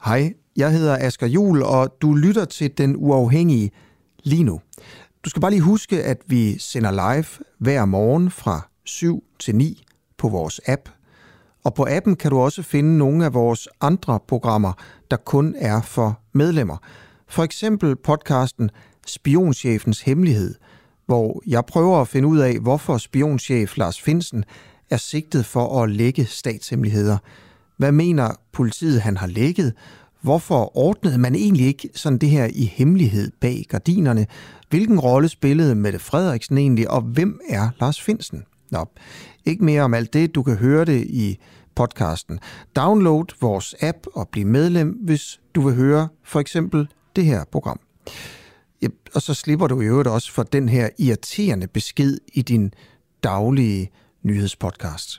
Hej, jeg hedder Asger Juhl, og du lytter til Den Uafhængige lige nu. Du skal bare lige huske, at vi sender live hver morgen fra 7 til 9 på vores app. Og på appen kan du også finde nogle af vores andre programmer, der kun er for medlemmer. For eksempel podcasten Spionchefens Hemmelighed, hvor jeg prøver at finde ud af, hvorfor spionchef Lars Findsen er sigtet for at lække statshemmeligheder. Hvad mener politiet, han har lækket? Hvorfor ordnede man egentlig ikke sådan det her i hemmelighed bag gardinerne? Hvilken rolle spillede Mette Frederiksen egentlig, og hvem er Lars Findsen? Nå, ikke mere om alt det. Du kan høre det i podcasten. Download vores app og bliv medlem, hvis du vil høre for eksempel det her program. Ja, og så slipper du i øvrigt også for den her irriterende besked i din daglige nyhedspodcast.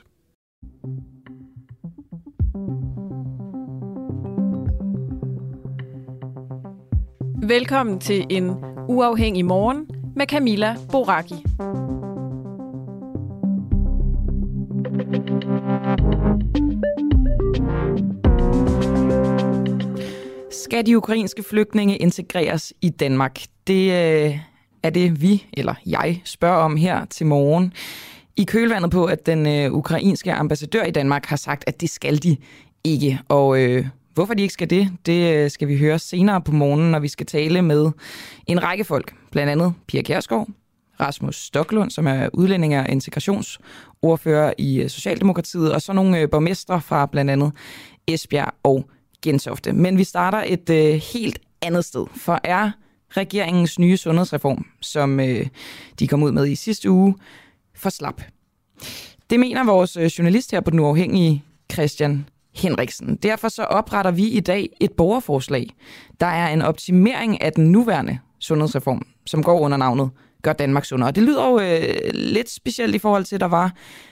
Velkommen til en uafhængig morgen med Camilla Boracchi. Skal de ukrainske flygtninge integreres i Danmark? Det er det vi, eller jeg, spørger om her til morgen. I kølvandet på, at den ukrainske ambassadør i Danmark har sagt, at det skal de ikke. Og hvorfor de ikke skal det skal vi høre senere på morgenen, når vi skal tale med en række folk. Blandt andet Pia Kjærsgaard, Rasmus Stoklund, som er udlændinge- og integrationsordfører i Socialdemokratiet, og så nogle borgmestre fra blandt andet Esbjerg og Gentofte. Men vi starter et helt andet sted, for er regeringens nye sundhedsreform, som de kom ud med i sidste uge, for slap. Det mener vores journalist her på Den Uafhængige, Christian Henriksen. Derfor så opretter vi i dag et borgerforslag, der er en optimering af den nuværende sundhedsreform, som går under navnet Gør Danmark sundere. Det lyder jo lidt specielt i forhold til, at der var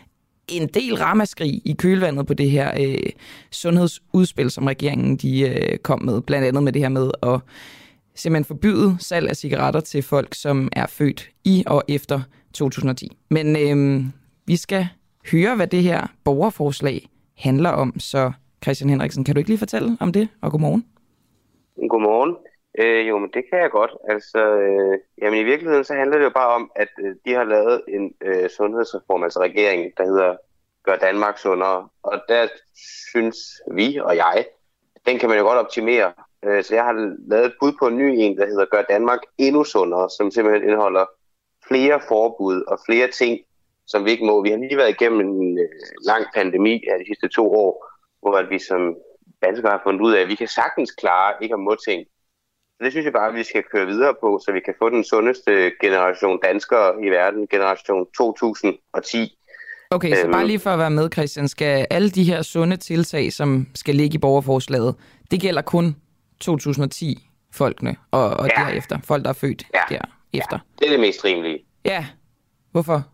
en del ramaskrig i kølvandet på det her sundhedsudspil, som regeringen de kom med. Blandt andet med det her med at simpelthen forbyde salg af cigaretter til folk, som er født i og efter 2010. Men vi skal høre, hvad det her borgerforslag handler om. Så Christian Henriksen, kan du ikke lige fortælle om det? Og godmorgen. Godmorgen. Jo, men det kan jeg godt. Altså, jamen i virkeligheden så handler det jo bare om, at de har lavet en sundhedsreform, altså regeringen, der hedder Gør Danmark sundere. Og der synes vi og jeg, den kan man jo godt optimere. Så jeg har lavet et bud på en ny en, der hedder Gør Danmark endnu sundere, som simpelthen indeholder flere forbud og flere ting, som vi ikke må. Vi har lige været igennem en lang pandemi her de sidste 2 år, hvor vi som danskere har fundet ud af, at vi kan sagtens klare ikke at må ting. Så det synes jeg bare, at vi skal køre videre på, så vi kan få den sundeste generation danskere i verden, generation 2010. Okay, så bare lige for at være med, Christian, skal alle de her sunde tiltag, som skal ligge i borgerforslaget, det gælder kun 2010-folkene og ja. Derefter, folk, der er født derefter? Ja, det er det mest rimelige. Ja, hvorfor?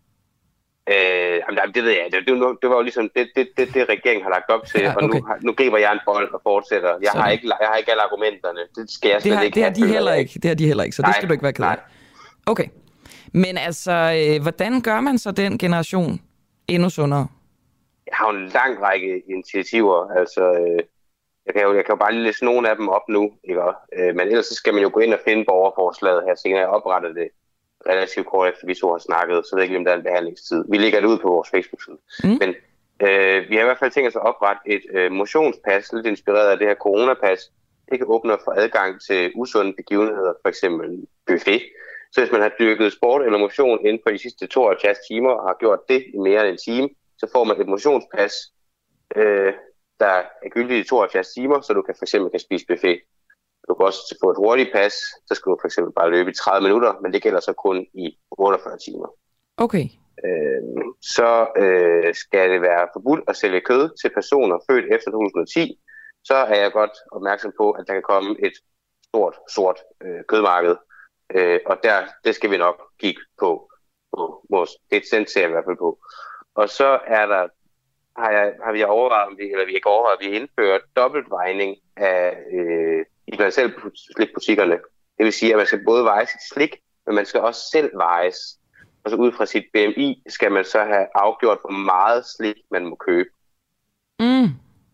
Det ved jeg. Det var jo ligesom det regeringen har lagt op til, ja, okay. Og nu griber jeg en bold og fortsætter. Jeg har ikke alle argumenterne. Det skal jeg slet ikke. Det har de heller ikke, så nej, det skal du ikke være ked af. Okay. Men altså, hvordan gør man så den generation endnu sundere? Jeg har jo en lang række initiativer. Altså, jeg kan jo bare lige læse nogle af dem op nu, ikke? Men ellers så skal man jo gå ind og finde borgerforslaget her, så jeg opretter det relativt kort efter vi så har snakket, så ved jeg ikke, om der er en behandlingstid. Vi lægger det ud på vores Facebook-side. Men vi har i hvert fald tænkt os at oprette et motionspas, lidt inspireret af det her coronapas. Det kan åbne for adgang til usunde begivenheder, for eksempel buffet. Så hvis man har dyrket sport eller motion inden for de sidste 72 timer og har gjort det i mere end en time, så får man et motionspas, der er gyldigt i 72 timer, så du for eksempel kan spise buffet. Du kan også få et hurtigt pas, så skal du for eksempel bare løbe i 30 minutter, men det gælder så kun i 48 timer. Okay. Så skal det være forbudt at sælge kød til personer født efter 2010. Så er jeg godt opmærksom på, at der kan komme et stort, sort kødmarked. Og det skal vi nok kigge på vores. Det ser jeg i hvert fald på. Og så er der, har vi overvejet, eller vi ikke overvejet, at vi indfører dobbeltvejning af i blandt selv slikbutikkerne. Det vil sige, at man skal både veje sit slik, men man skal også selv vejes. Og så ud fra sit BMI skal man så have afgjort, hvor meget slik man må købe.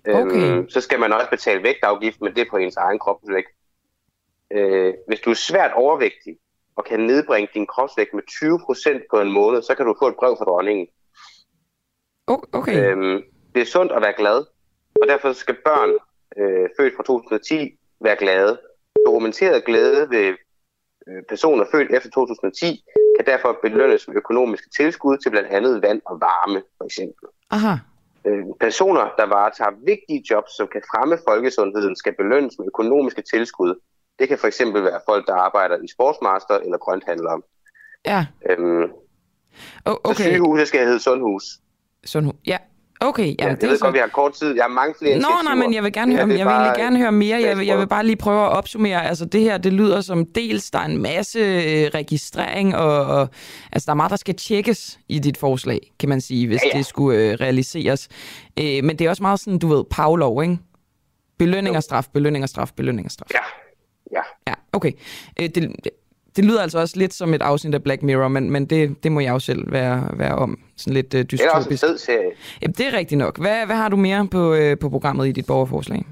Okay. Så skal man også betale vægtafgift, men det er på ens egen kropsvægt. Hvis du er svært overvægtig og kan nedbringe din kropsvægt med 20% på en måned, så kan du få et brev fra dronningen. Okay. Det er sundt at være glad, og derfor skal børn født fra 2010 være glade. Dokumenteret glæde ved personer født efter 2010 kan derfor belønnes med økonomiske tilskud til blandt andet vand og varme, for eksempel. Aha. Personer, der varetager vigtige jobs, som kan fremme folkesundheden, skal belønnes med økonomiske tilskud. Det kan for eksempel være folk, der arbejder i sportsmaster eller grønthandlere. Ja. Så sygehuset skal hedde sundhus. Sundhus, ja. Okay, ja, jeg ved godt, vi har kort tid. Jeg har mange flere initiativer. Nej, men jeg vil gerne høre, egentlig gerne høre mere. Jeg vil bare lige prøve at opsummere. Altså det her, det lyder som dels, der er en masse registrering, og altså der er meget, der skal tjekkes i dit forslag, kan man sige, hvis det skulle realiseres. Men det er også meget sådan, du ved, Pavlov, ikke? Belønning og straf, belønning og straf, belønning og straf. Ja, okay. Det lyder altså også lidt som et afsnit af Black Mirror, men det må jeg jo selv være om. Sådan lidt dystopisk. Det er også en fed serie. Jamen, det er rigtigt nok. Hvad har du mere på programmet i dit borgerforslag?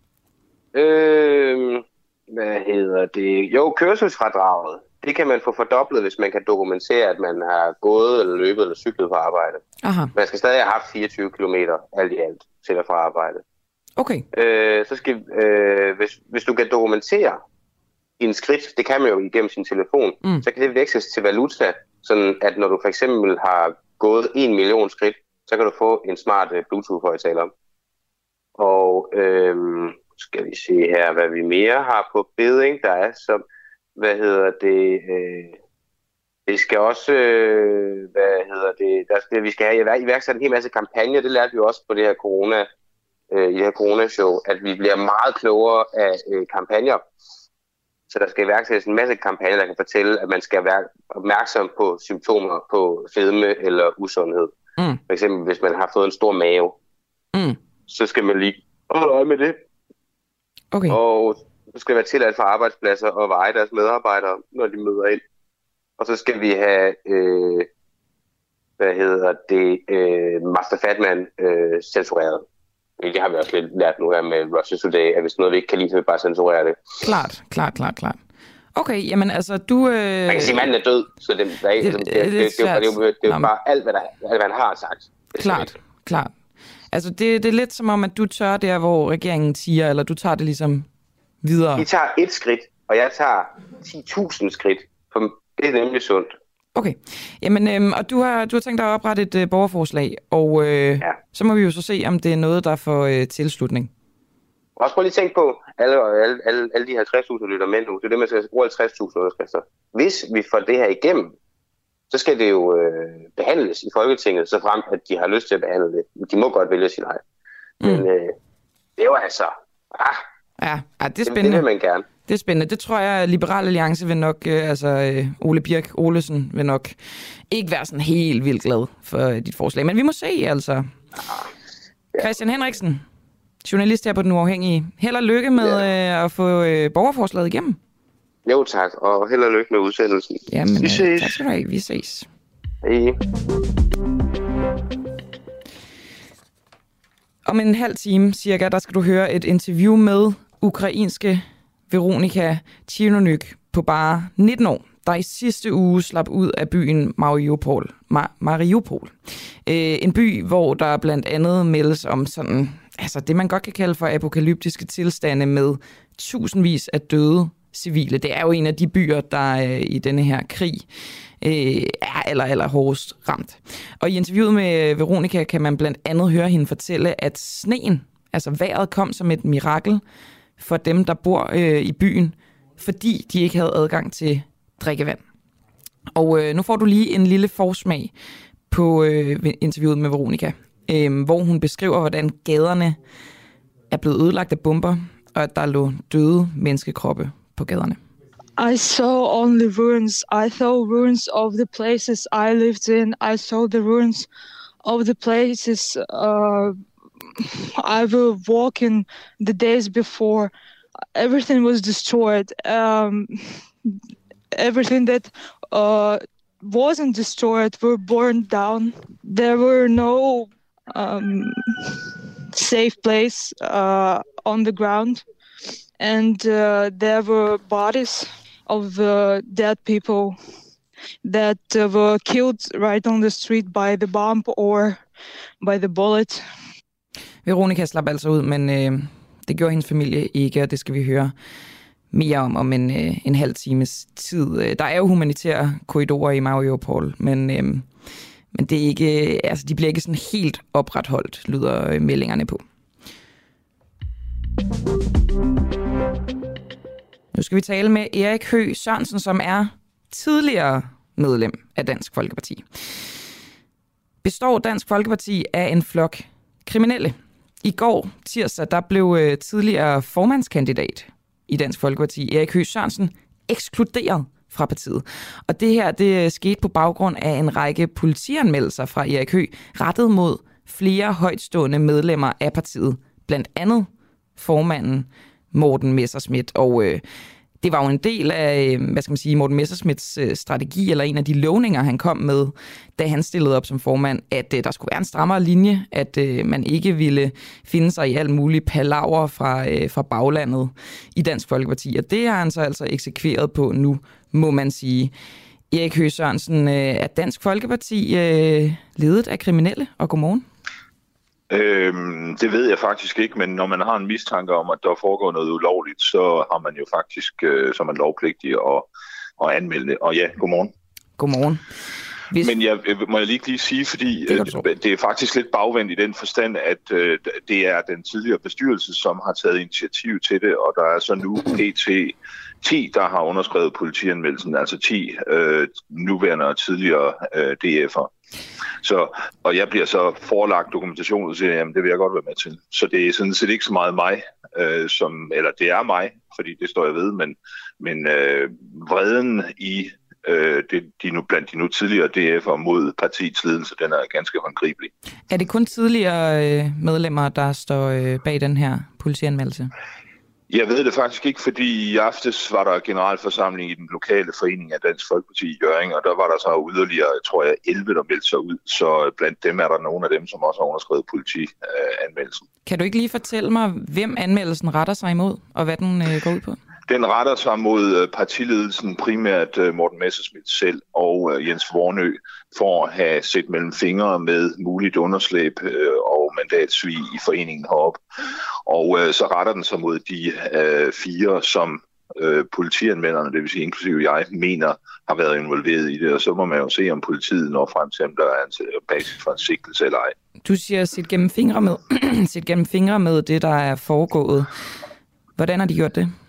Hvad hedder det? Jo, kørselsfradraget. Det kan man få fordoblet, hvis man kan dokumentere, at man har gået eller løbet eller cyklet på arbejde. Aha. Man skal stadig have haft 24 kilometer alt i alt til og fra arbejde. Okay. Så skal, hvis du kan dokumentere en skridt, det kan man jo igennem sin telefon, så kan det veksles til valuta, sådan at når du for eksempel har gået 1 million skridt, så kan du få en smart Bluetooth-højttaler. Og skal vi se her, hvad vi mere har på beding, der er som, det skal også, vi skal have iværksat en hel masse kampagner, det lærte vi også på det her coronashow, at vi bliver meget klogere af kampagner. Så der skal iværksættes en masse kampagner, der kan fortælle, at man skal være opmærksom på symptomer på fedme eller usundhed. For eksempel, hvis man har fået en stor mave, så skal man lige holde øje med det. Okay. Og så skal det være tilladt for arbejdspladser og veje deres medarbejdere, når de møder ind. Og så skal vi have, Master Fatman censureret. Det har vi også lidt lært nu her med Russia Today, at hvis noget vi ikke kan lide, så vil vi bare censurere det. Klart. Okay, jamen altså du... Man kan sige, at manden er død, så det er jo bare alt, hvad han har sagt. Klart. Altså det er lidt som om, at du tør der, hvor regeringen siger, eller du tager det ligesom videre. I tager 1 skridt, og jeg tager 10.000 skridt, for det er nemlig sundt. Okay, jamen, og du har tænkt dig at oprette et borgerforslag, og så må vi jo så se, om det er noget, der får tilslutning. Også prøv lige at tænke på, alle de 50.000 lytter med nu, det er det, man skal bruge 50.000 underskrifter. Hvis vi får det her igennem, så skal det jo behandles i Folketinget, så frem at de har lyst til at behandle det. De må godt vælge sin egen. Men det er jo altså... Ja, det er spændende. Det vil man gerne. Det er spændende. Det tror jeg, Liberal Alliance vil nok, Ole Birk Olesen vil nok ikke være sådan helt vildt glad for dit forslag. Men vi må se, altså. Ja. Christian Henriksen, journalist her på Den Uafhængige. Held og lykke med at få borgerforslaget igennem. Jo tak, og held og lykke med udsendelsen. Jamen, vi ses. Tak skal du have. Vi ses. Hej. Om en halv time cirka, der skal du høre et interview med ukrainske Veronika Tchernonyk på bare 19 år, der i sidste uge slap ud af byen Mariupol. En by, hvor der blandt andet meldes om sådan, altså det man godt kan kalde for apokalyptiske tilstande med tusindvis af døde civile. Det er jo en af de byer, der i denne her krig er aller hårdest ramt. Og i interviewet med Veronika kan man blandt andet høre hende fortælle, at sneen, altså vejret, kom som et mirakel for dem, der bor i byen, fordi de ikke havde adgang til drikkevand. Og nu får du lige en lille forsmag på interviewet med Veronika, hvor hun beskriver, hvordan gaderne er blevet ødelagt af bomber, og at der lå døde menneskekroppe på gaderne. I saw only ruins. I saw ruins of the places I lived in. I saw the ruins of the places I will walk in the days before. Everything was destroyed. Everything that wasn't destroyed were burned down. There were no safe place on the ground, and there were bodies of dead people that were killed right on the street by the bomb or by the bullet. Veronica slap altså ud, men det gjorde hendes familie ikke, og det skal vi høre mere om en halv times tid. Der er jo humanitære korridorer i Mariupol, men det er ikke, altså de bliver ikke sådan helt opretholdt, lyder meldingerne på. Nu skal vi tale med Erik Høegh Sørensen, som er tidligere medlem af Dansk Folkeparti. Består Dansk Folkeparti af en flok kriminelle? I går tirsdag, der blev tidligere formandskandidat i Dansk Folkeparti, Erik Høegh Sørensen, ekskluderet fra partiet. Og det her, det skete på baggrund af en række politianmeldelser fra Erik Høegh, rettet mod flere højtstående medlemmer af partiet. Blandt andet formanden Morten Messerschmidt. Og det var jo en del af, Morten Messerschmidts strategi, eller en af de lovninger, han kom med, da han stillede op som formand, at der skulle være en strammere linje, at man ikke ville finde sig i alt muligt palaver fra baglandet i Dansk Folkeparti. Og det har han så altså eksekveret på nu, må man sige. Erik Høegh Sørensen, er Dansk Folkeparti ledet af kriminelle? Og godmorgen. Det ved jeg faktisk ikke, men når man har en mistanke om, at der foregår noget ulovligt, så har man jo faktisk, så er man lovpligtig at anmelde det. Og ja, godmorgen. Godmorgen. Men må jeg lige sige, fordi det er faktisk lidt bagvendt i den forstand, at det er den tidligere bestyrelse, som har taget initiativ til det, og der er så nu pt. 10, der har underskrevet politianmeldelsen, altså 10 nuværende og tidligere DF'er. Og jeg bliver så forelagt dokumentation og siger, jamen det vil jeg godt være med til. Så det er sådan set ikke så meget mig, eller det er mig, fordi det står jeg ved, men vreden i blandt de nu tidligere DF'er mod partiets ledelse, den er ganske håndgribelig. Er det kun tidligere medlemmer, der står bag den her politianmeldelse? Jeg ved det faktisk ikke, fordi i aftes var der generalforsamling i den lokale forening af Dansk Folkeparti i Hjørring, og der var der så yderligere, tror jeg, 11, der meldte sig ud. Så blandt dem er der nogle af dem, som også har underskrevet politianmeldelsen. Kan du ikke lige fortælle mig, hvem anmeldelsen retter sig imod, og hvad den går ud på? Den retter sig mod partiledelsen, primært Morten Messerschmidt selv og Jens Vornø, for at have set mellem fingre med muligt underslæb og mandatsvig i foreningen heroppe. Og så retter den sig mod de 4, som politianmelderne, det vil sige inklusive jeg, mener har været involveret i det. Og så må man jo se, om politiet når frem til, om der er en basis for en sigtelse eller ej. Du siger set gennem fingre med det, der er foregået. Hvordan har de gjort det?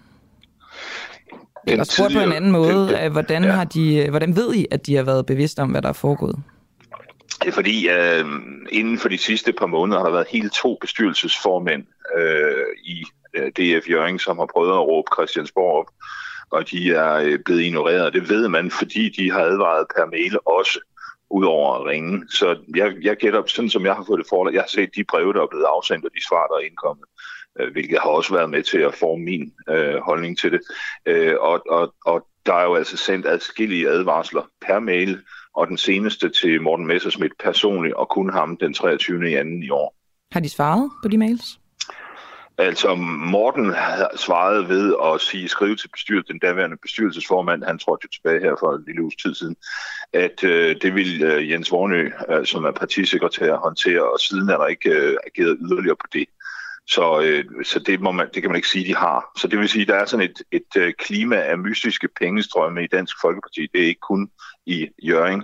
Eller spurgt på en anden måde, hvordan ved I, at de har været bevidste om, hvad der er foregået? Det er fordi, inden for de sidste par måneder har der været hele 2 bestyrelsesformænd i DF Hjørring, som har prøvet at råbe Christiansborg op, og de er blevet ignoreret. Det ved man, fordi de har advaret per mail også, ud over at ringe. Så jeg gætter, sådan som jeg har fået det forelagt, jeg har set de breve, der er blevet afsendt, og de svar, der er indkommet, hvilket har også været med til at forme min holdning til det. Og der er jo altså sendt adskillige advarsler per mail, og den seneste til Morten Messerschmidt personligt, og kun ham den 23. i år. Har de svaret på de mails? Altså, Morten svarede ved at skrive til den daværende bestyrelsesformand, han trådte jo tilbage her for en lille uges tid siden, at det ville Jens Vornø, som er partisekretær, håndtere, og siden er der ikke ageret yderligere på det. Så det kan man ikke sige, de har. Så det vil sige, at der er sådan et klima af mystiske pengestrømme i Dansk Folkeparti. Det er ikke kun i Hjørring.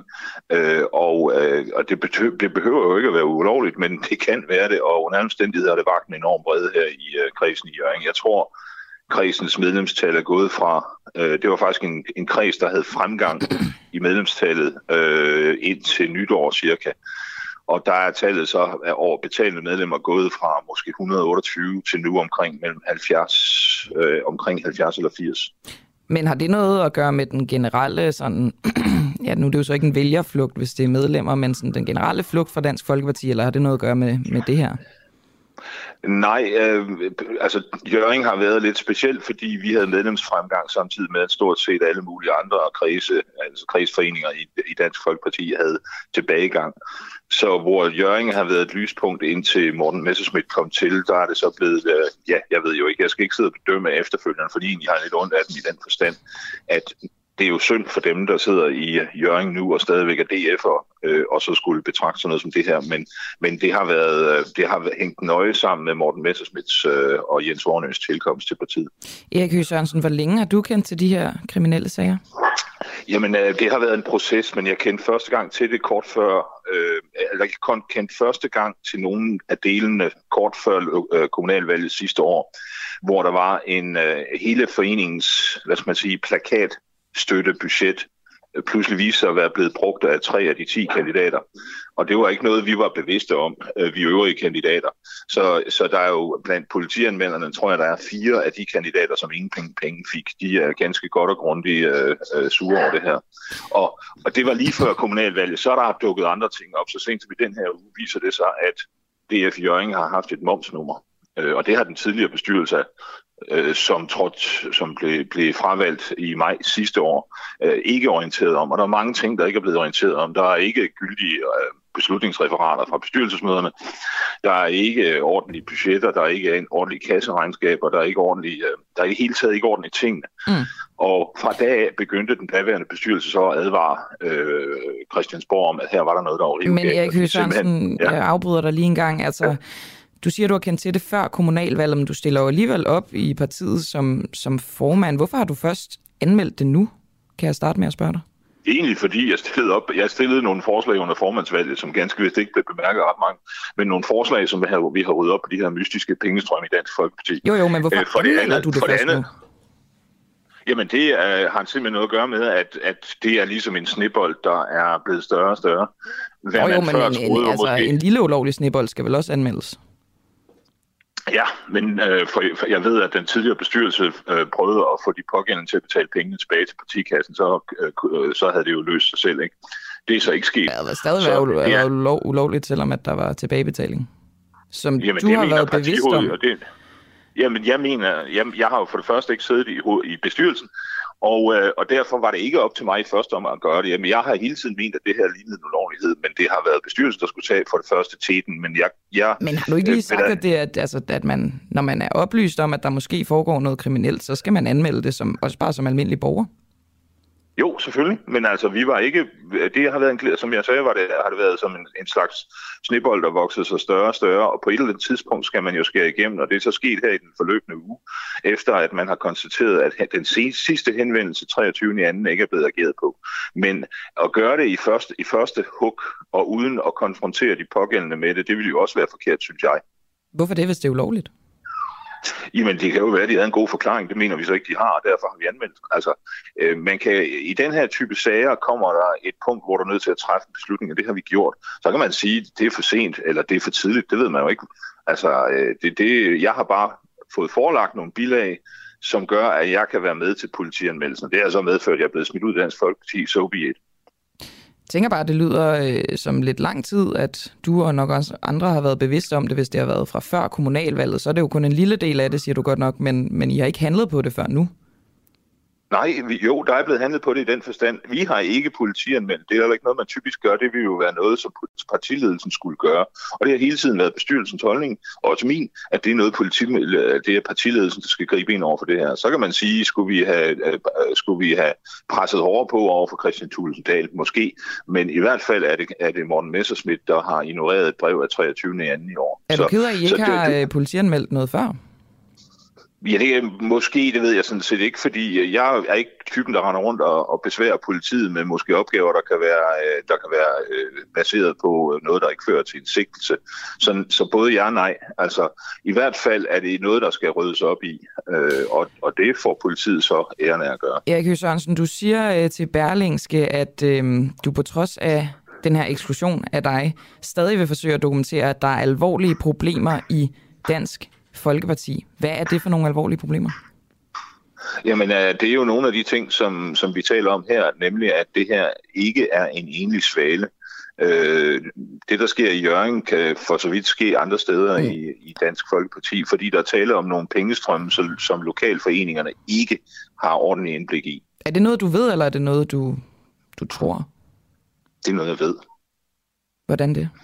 Og det behøver jo ikke at være ulovligt, men det kan være det. Og under omstændigheder er det vagt en enorm brede her i kredsen i Hjørring. Jeg tror, kredsens medlemstal er gået fra... det var faktisk en kreds, der havde fremgang i medlemstallet indtil nytår cirka. Og der er tallet så over betalende medlemmer gået fra måske 128 til nu omkring 70 eller 80. Men har det noget at gøre med den generelle sådan, ja nu er det jo så ikke en vælgerflugt, hvis det er medlemmer, men sådan den generelle flugt fra Dansk Folkeparti, eller har det noget at gøre med det her? Nej, altså Hjørring har været lidt specielt, fordi vi havde medlemsfremgang samtidig med, at stort set alle mulige andre kredsforeninger i Dansk Folkeparti havde tilbagegang. Så hvor Hjørring har været et lyspunkt indtil Morten Messerschmidt kom til, der er det så blevet, jeg ved jo ikke, jeg skal ikke sidde og bedømme efterfølgende, fordi jeg har lidt ondt af dem i den forstand, at det er jo synd for dem, der sidder i Hjørring nu og stadigvæk er DF'er, og så skulle betragte sådan noget som det her. Men det har hængt nøje sammen med Morten Messerschmidts og Jens Vornøs tilkomst til partiet. Erik Høgh Sørensen, hvor længe har du kendt til de her kriminelle sager? Jamen, det har været en proces, men jeg kendte første gang til det kort før, jeg kendte første gang til nogle af delene kort før kommunalvalget sidste år, hvor der var en hele foreningens, plakatstøttebudget pludselig viste sig at være blevet brugt af 3 af de 10 kandidater. Og det var ikke noget, vi var bevidste om, vi øvrige kandidater. Så der er jo blandt politianmelderne, tror jeg, der er 4 af de kandidater, som ingen penge fik. De er ganske godt og grundigt sure over det her. Og det var lige før kommunalvalget. Så er der dukket andre ting op. Så sent som i den her uge viser det sig, at DF Hjørring har haft et momsnummer. Og det har den tidligere bestyrelse som blev fravalgt i maj sidste år, ikke orienteret om. Og der er mange ting, der ikke er blevet orienteret om. Der er ikke gyldige beslutningsreferater fra bestyrelsesmøderne. Der er ikke ordentlige budgetter, der er ikke ordentlige kasseregnskaber, der er i hele taget ikke ordentlige tingene. Og fra dag af begyndte den daværende bestyrelse så at advare Christiansborg om, at her var der noget, der var rive. Men Erik Høgh Sørensen, jeg afbryder dig lige en gang. Altså, du siger, du har kendt til det før kommunalvalget, men du stiller jo alligevel op i partiet som formand. Hvorfor har du først anmeldt det nu? Kan jeg starte med at spørge dig? Egentlig fordi jeg stillede nogle forslag under formandsvalget, som ganske vist ikke blev bemærket ret mange, men nogle forslag, som vi har ryddet op på de her mystiske pengestrømme i Dansk Folkeparti. Jo, men hvorfor anmelder du det først nu? Jamen det har simpelthen noget at gøre med, at det er ligesom en snebold, der er blevet større og større. En lille ulovlig snebold skal vel også anmeldes? Ja, men jeg ved, at den tidligere bestyrelse prøvede at få de pågældende til at betale pengene tilbage til partikassen, så havde det jo løst sig selv, ikke? Det er så ikke sket. Ja, det var stadig ulovligt, selvom at der var tilbagebetaling. Som du har været bevidst om. Jamen, jeg har jo for det første ikke siddet i bestyrelsen, og derfor var det ikke op til mig i første omgang at gøre det. Jamen, jeg har hele tiden ment, at det her lignede en ulovlighed, men det har været bestyrelsen, der skulle tage for det første teten. Men har du ikke lige sagt, at man, når man er oplyst om, at der måske foregår noget kriminelt, så skal man anmelde det også bare som almindelig borger? Jo, selvfølgelig, men altså vi var ikke, det har været som jeg sagde, har det været som en slags snebold, der voksede sig større og større, og på et eller andet tidspunkt skal man jo skære igennem, og det er så sket her i den forløbende uge, efter at man har konstateret, at den sidste henvendelse 23.2. ikke er blevet ageret på. Men at gøre det i første hug, og uden at konfrontere de pågældende med det ville jo også være forkert, synes jeg. Hvorfor det, hvis det er ulovligt? Jamen, det kan jo være, at de havde en god forklaring. Det mener vi så ikke, de har, og derfor har vi anmeldt. Altså, i den her type sager kommer der et punkt, hvor du er nødt til at træffe en beslutning, og det har vi gjort. Så kan man sige, at det er for sent, eller det er for tidligt. Det ved man jo ikke. Altså, jeg har bare fået forelagt nogle bilag, som gør, at jeg kan være med til politianmeldelsen. Det er så medført, at jeg er blevet smidt ud af Dansk Folkeparti, so be it. Jeg tænker bare, at det lyder som lidt lang tid, at du og nok også andre har været bevidste om det, hvis det har været fra før kommunalvalget. Så er det jo kun en lille del af det, siger du godt nok, men I har ikke handlet på det før nu. Nej, der er blevet handlet på det i den forstand. Vi har ikke politianmeldt. Det er heller ikke noget, man typisk gør. Det vil jo være noget, som partiledelsen skulle gøre. Og det har hele tiden været bestyrelsens holdning, og også min, at det er noget, det er partiledelsen, der skal gribe ind over for det her. Så kan man sige, skulle vi have presset hårdere på over for Kristian Thulesen Dahl? Måske. Men i hvert fald er det Morten Messerschmidt, der har ignoreret et brev af 23.2. i år. Er du ked af, at I ikke har politianmeldt noget før? Ja, det ved jeg sådan set ikke, fordi jeg er ikke typen, der render rundt og besværer politiet med måske opgaver, der kan være baseret på noget, der ikke fører til en sigtelse. Så både ja og nej. Altså, i hvert fald er det noget, der skal ryddes op i, og det får politiet så æren af at gøre. Erik Høgh Sørensen, du siger til Berlingske, at du på trods af den her eksklusion af dig, stadig vil forsøge at dokumentere, at der er alvorlige problemer i Dansk Folkeparti. Hvad er det for nogle alvorlige problemer? Jamen, det er jo nogle af de ting, som vi taler om her, nemlig at det her ikke er en enlig svale. Det, der sker i Hjørring, kan for så vidt ske andre steder i Dansk Folkeparti, fordi der taler om nogle pengestrømme, som lokalforeningerne ikke har ordentlig indblik i. Er det noget, du ved, eller er det noget, du tror? Det er noget, jeg ved. Hvordan det?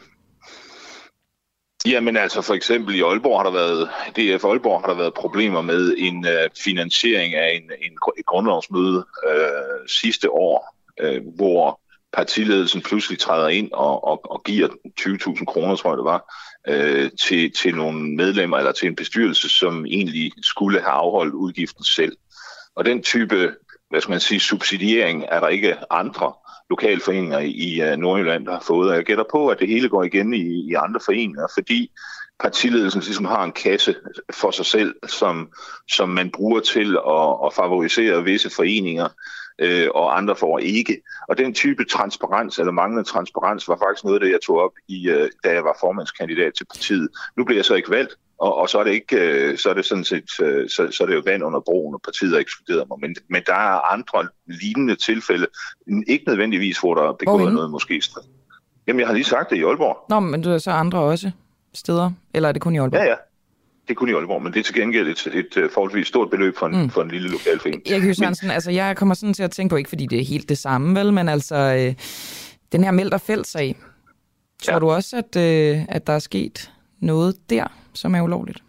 Jamen altså for eksempel i Aalborg har der været, DF Aalborg har der været problemer med en finansiering af et grundlovsmøde sidste år, hvor partiledelsen pludselig træder ind og giver 20.000 kroner, tror jeg det var, til nogle medlemmer eller til en bestyrelse, som egentlig skulle have afholdt udgiften selv. Og den type, hvad skal man sige, subsidiering er der ikke andre lokalforeninger i Nordjylland, der har fået. Og jeg gætter på, at det hele går igen i andre foreninger, fordi partiledelsen ligesom har en kasse for sig selv, som man bruger til at favorisere visse foreninger, og andre får ikke. Og den type transparens, eller manglende transparens, var faktisk noget, det jeg tog op, da jeg var formandskandidat til partiet. Nu bliver jeg så ikke valgt, og så er det ikke, så er det sådan set, så er det jo vand under broen, og partiet har ekskluderet mig. Men der er andre lignende tilfælde, ikke nødvendigvis, hvor der er begået noget måske. Jamen, jeg har lige sagt det i Aalborg. Nå, men du er så andre også steder, eller er det kun i Aalborg? Ja. Det er kun i Aalborg, men det er til gengæld et forholdsvis stort beløb for en lille lokalforening. Erik Høegh Sørensen, altså jeg kommer sådan til at tænke på, ikke fordi det er helt det samme, vel, men altså den her Meldt og Felt-sag, tror du også, at der er sket noget der, som er ulovligt?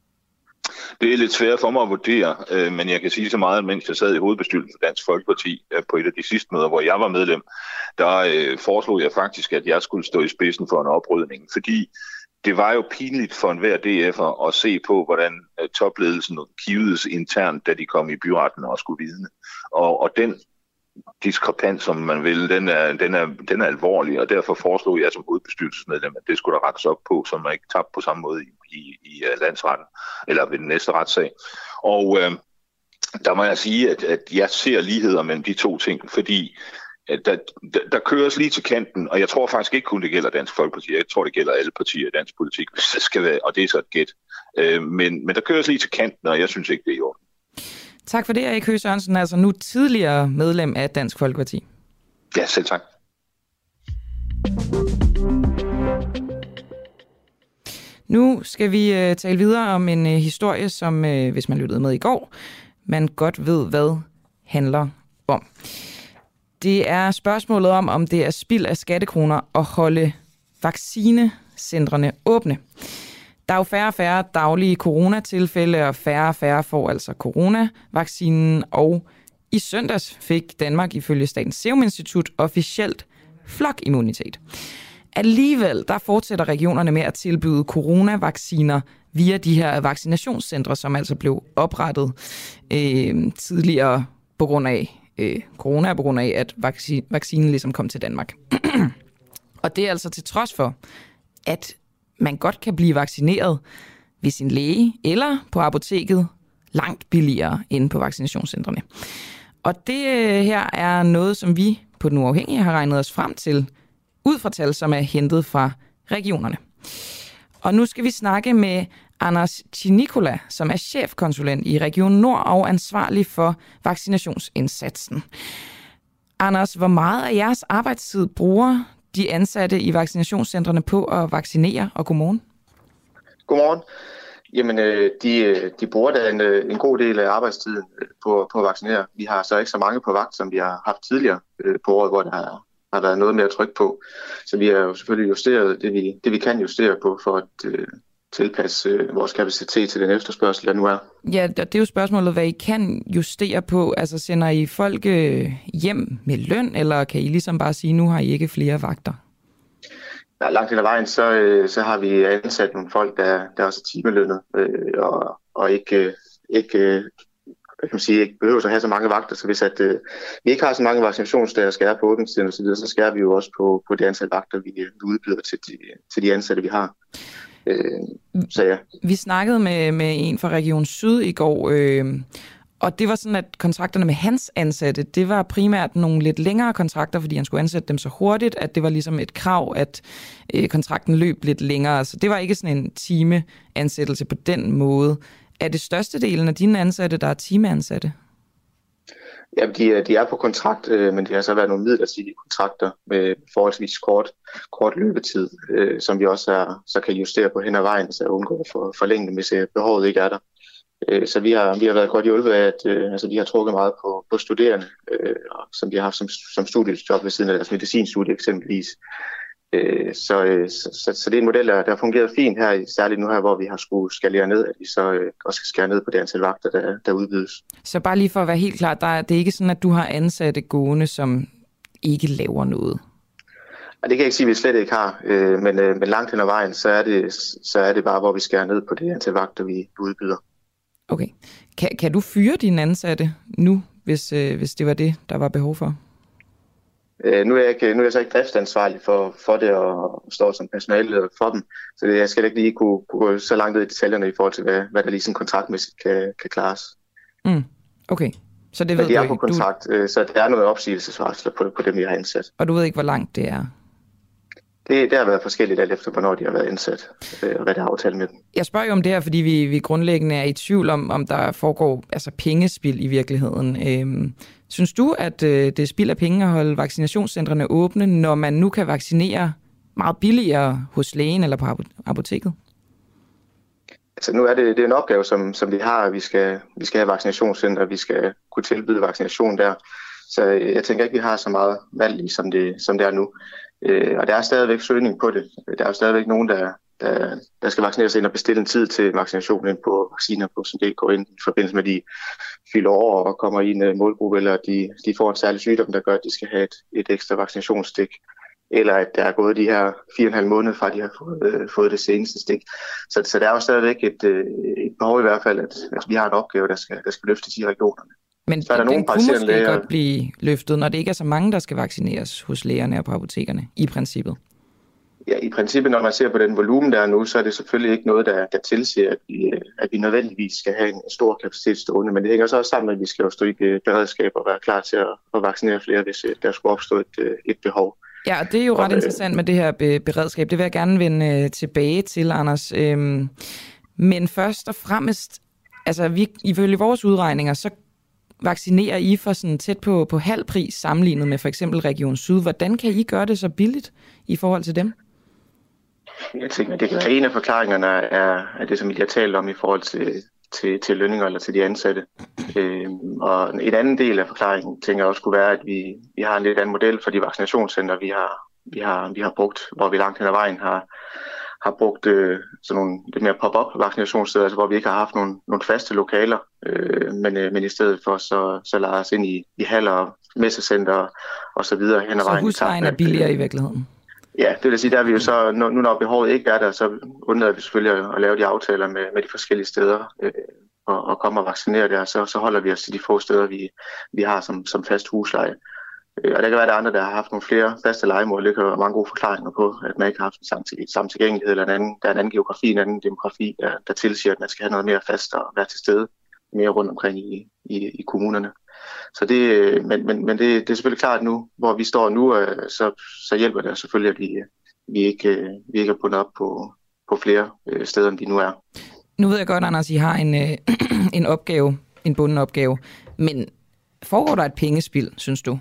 Det er lidt svært for mig at vurdere, men jeg kan sige så meget, at mens jeg sad i hovedbestyrelsen for Dansk Folkeparti på et af de sidste møder, hvor jeg var medlem, der foreslog jeg faktisk, at jeg skulle stå i spidsen for en oprydning, fordi det var jo pinligt for enhver DF'er at se på, hvordan topledelsen kivedes internt, da de kom i byretten og skulle vidne. Og den diskrepans, som man vil, den er alvorlig, og derfor foreslog jeg som hovedbestyrelsesmedlem, at det skulle der rettes op på, så man ikke tabte på samme måde i landsretten, eller ved den næste retssag. Og der må jeg sige, at jeg ser ligheder mellem de to ting, fordi der køres lige til kanten, og jeg tror faktisk ikke kun det gælder Dansk Folkeparti, jeg tror det gælder alle partier i dansk politik, hvis det skal være, og det er så et gæt. Men der køres lige til kanten, og jeg synes ikke, det er i orden. Tak for det, Erik Høegh Sørensen, altså nu tidligere medlem af Dansk Folkeparti. Ja, selv tak. Nu skal vi tale videre om en historie, som, hvis man lyttede med i går, man godt ved, hvad handler om. Det er spørgsmålet om det er spild af skattekroner at holde vaccinecentrene åbne. Der er jo færre og færre daglige coronatilfælde, og færre får altså coronavaccinen. Og i søndags fik Danmark ifølge Statens Serum Institut officielt flokimmunitet. Alligevel der fortsætter regionerne med at tilbyde coronavacciner via de her vaccinationscentre, som altså blev oprettet tidligere på grund af corona, på grund af, at vaccinen ligesom kom til Danmark. Og det er altså til trods for, at man godt kan blive vaccineret ved sin læge eller på apoteket langt billigere end på vaccinationscentrene. Og det her er noget, som vi på Den Uafhængige har regnet os frem til, ud fra tal, som er hentet fra regionerne. Og nu skal vi snakke med Anders Chinikola, som er chefkonsulent i Region Nord og ansvarlig for vaccinationsindsatsen. Anders, hvor meget af jeres arbejdstid bruger de ansatte i vaccinationscentrene på at vaccinere, og godmorgen? Godmorgen. Jamen, de bruger da en god del af arbejdstiden på at vaccinere. Vi har så ikke så mange på vagt, som vi har haft tidligere på året, hvor der har været noget mere tryk på. Så vi har jo selvfølgelig justeret det, vi kan justere på for at tilpasse vores kapacitet til den efterspørgsel, der nu er. Ja, det er jo spørgsmålet, hvad I kan justere på. Altså sender I folk hjem med løn, eller kan I ligesom bare sige, nu har I ikke flere vagter? Ja, langt hen ad vejen, så har vi ansat nogle folk, der også er timelønnet, og ikke behøver at have så mange vagter. Så hvis vi ikke har så mange vaccinationsdage, der skal på åbningstiden osv., så skal vi jo også på det antal vagter, vi udbyder til de ansatte, vi har. Så ja. Vi snakkede med en fra Region Syd i går, og det var sådan, at kontrakterne med hans ansatte, det var primært nogle lidt længere kontrakter, fordi han skulle ansætte dem så hurtigt, at det var ligesom et krav, at kontrakten løb lidt længere. Så det var ikke sådan en timeansættelse på den måde. Er det størstedelen af dine ansatte, der er timeansatte? Ja, de er på kontrakt, men det har så været nogle midlertidige kontrakter med forholdsvis kort løbetid, som vi også så kan justere på hen ad vejen, så undgå for forlænge, hvis behovet ikke er der. Så vi har været godt hjulpet af, at de har trukket meget på studerende, som de har haft som studiejob ved siden af deres medicinstudie eksempelvis. Så det er en model, der har fungeret fint her, særligt nu her, hvor vi har skulle skalere ned, at vi så også skal skære ned på det antal vagter, der udbydes. Så bare lige for at være helt klar, det er ikke sådan, at du har ansatte gående, som ikke laver noget? Det kan jeg ikke sige, at vi slet ikke har, men langt hen ad vejen, så er det bare, hvor vi skærer ned på det antal vagter, vi udbyder. Okay. Kan du fyre dine ansatte nu, hvis det var det, der var behov for? Nu er jeg så ikke driftsansvarlig for det og står som personaleleder for dem, så jeg skal ikke lige kunne gå så langt ud i detaljerne i forhold til, hvad der lige sådan kontraktmæssigt kan klares. Okay, så det ved du ikke. De er på kontrakt, så der er noget opsigelsesvarsler på dem, vi har ansat. Og du ved ikke, hvor langt det er? Det har været forskelligt alt efter, hvornår de har været ansat, og hvad der er aftalt med dem. Jeg spørger jo om det her, fordi vi grundlæggende er i tvivl om der foregår pengespild i virkeligheden. Synes du, at det er spild af penge at holde vaccinationscentrene åbne, når man nu kan vaccinere meget billigere hos lægen eller på apoteket? Altså nu er det en opgave, som vi har. Vi skal have vaccinationscenter, vi skal kunne tilbyde vaccination der. Så jeg tænker ikke, vi har så meget valg i, som det er nu. Og der er stadigvæk søgning på det. Der er jo stadigvæk nogen, der skal vaccineres ind og bestille en tid til vaccinationen ind på vacciner på, som det går ind i forbindelse med, at de fylder over og kommer i en målgruppe, eller de får en særlig sygdom, der gør, at de skal have et ekstra vaccinationsstik, eller at der er gået de her 4,5 måneder fra, de har fået det seneste stik. Så der er jo stadigvæk et behov i hvert fald, at vi har en opgave, der skal løftes i regionerne. Men så er der den kunne måske godt blive løftet, når det ikke er så mange, der skal vaccineres hos lægerne og på apotekerne, i princippet. Ja, i princippet, når man ser på den volumen, der er nu, så er det selvfølgelig ikke noget, der tilsiger, at vi nødvendigvis skal have en stor kapacitet stående. Men det hænger så også sammen med, at vi skal jo stå i beredskab og være klar til at vaccinere flere, hvis der skulle opstå et behov. Ja, og det er jo ret interessant med det her beredskab. Det vil jeg gerne vende tilbage til, Anders. Men først og fremmest, altså ifølge vores udregninger, så vaccinerer I for sådan tæt på halv pris sammenlignet med for eksempel Region Syd. Hvordan kan I gøre det så billigt i forhold til dem? Jeg tænker, at det kan være en af forklaringerne er det, som vi har talt om i forhold til lønninger eller til de ansatte. Og en anden del af forklaringen, tænker jeg også kunne være, at vi har en lidt anden model for de vaccinationscenter, vi har brugt, hvor vi langt hen ad vejen har brugt sådan nogle lidt mere pop-up vaccinationssteder, altså hvor vi ikke har haft nogle faste lokaler, men i stedet for så lader os ind i haller, messecenter og så videre hen ad vejen. Så huslejen er billigere i virkeligheden? Ja, det vil sige, der er vi jo så, nu når behovet ikke er der, så undlader vi selvfølgelig at lave de aftaler med de forskellige steder og komme og vaccinere der, så holder vi os til de få steder, vi har som fast husleje. Og der kan være, der andre, der har haft nogle flere faste lejemål. Det kan være mange gode forklaringer på, at man ikke har haft samme tilgængelighed eller der er en anden geografi, en anden demografi, der tilsiger, at man skal have noget mere fast og være til stede mere rundt omkring i kommunerne. Så men det er selvfølgelig klart, at nu, hvor vi står nu, så hjælper det selvfølgelig, at vi ikke er bundet op på flere steder, end vi nu er. Nu ved jeg godt, Anders, I har en opgave, en bunden opgave, men foregår der et pengespild, synes du?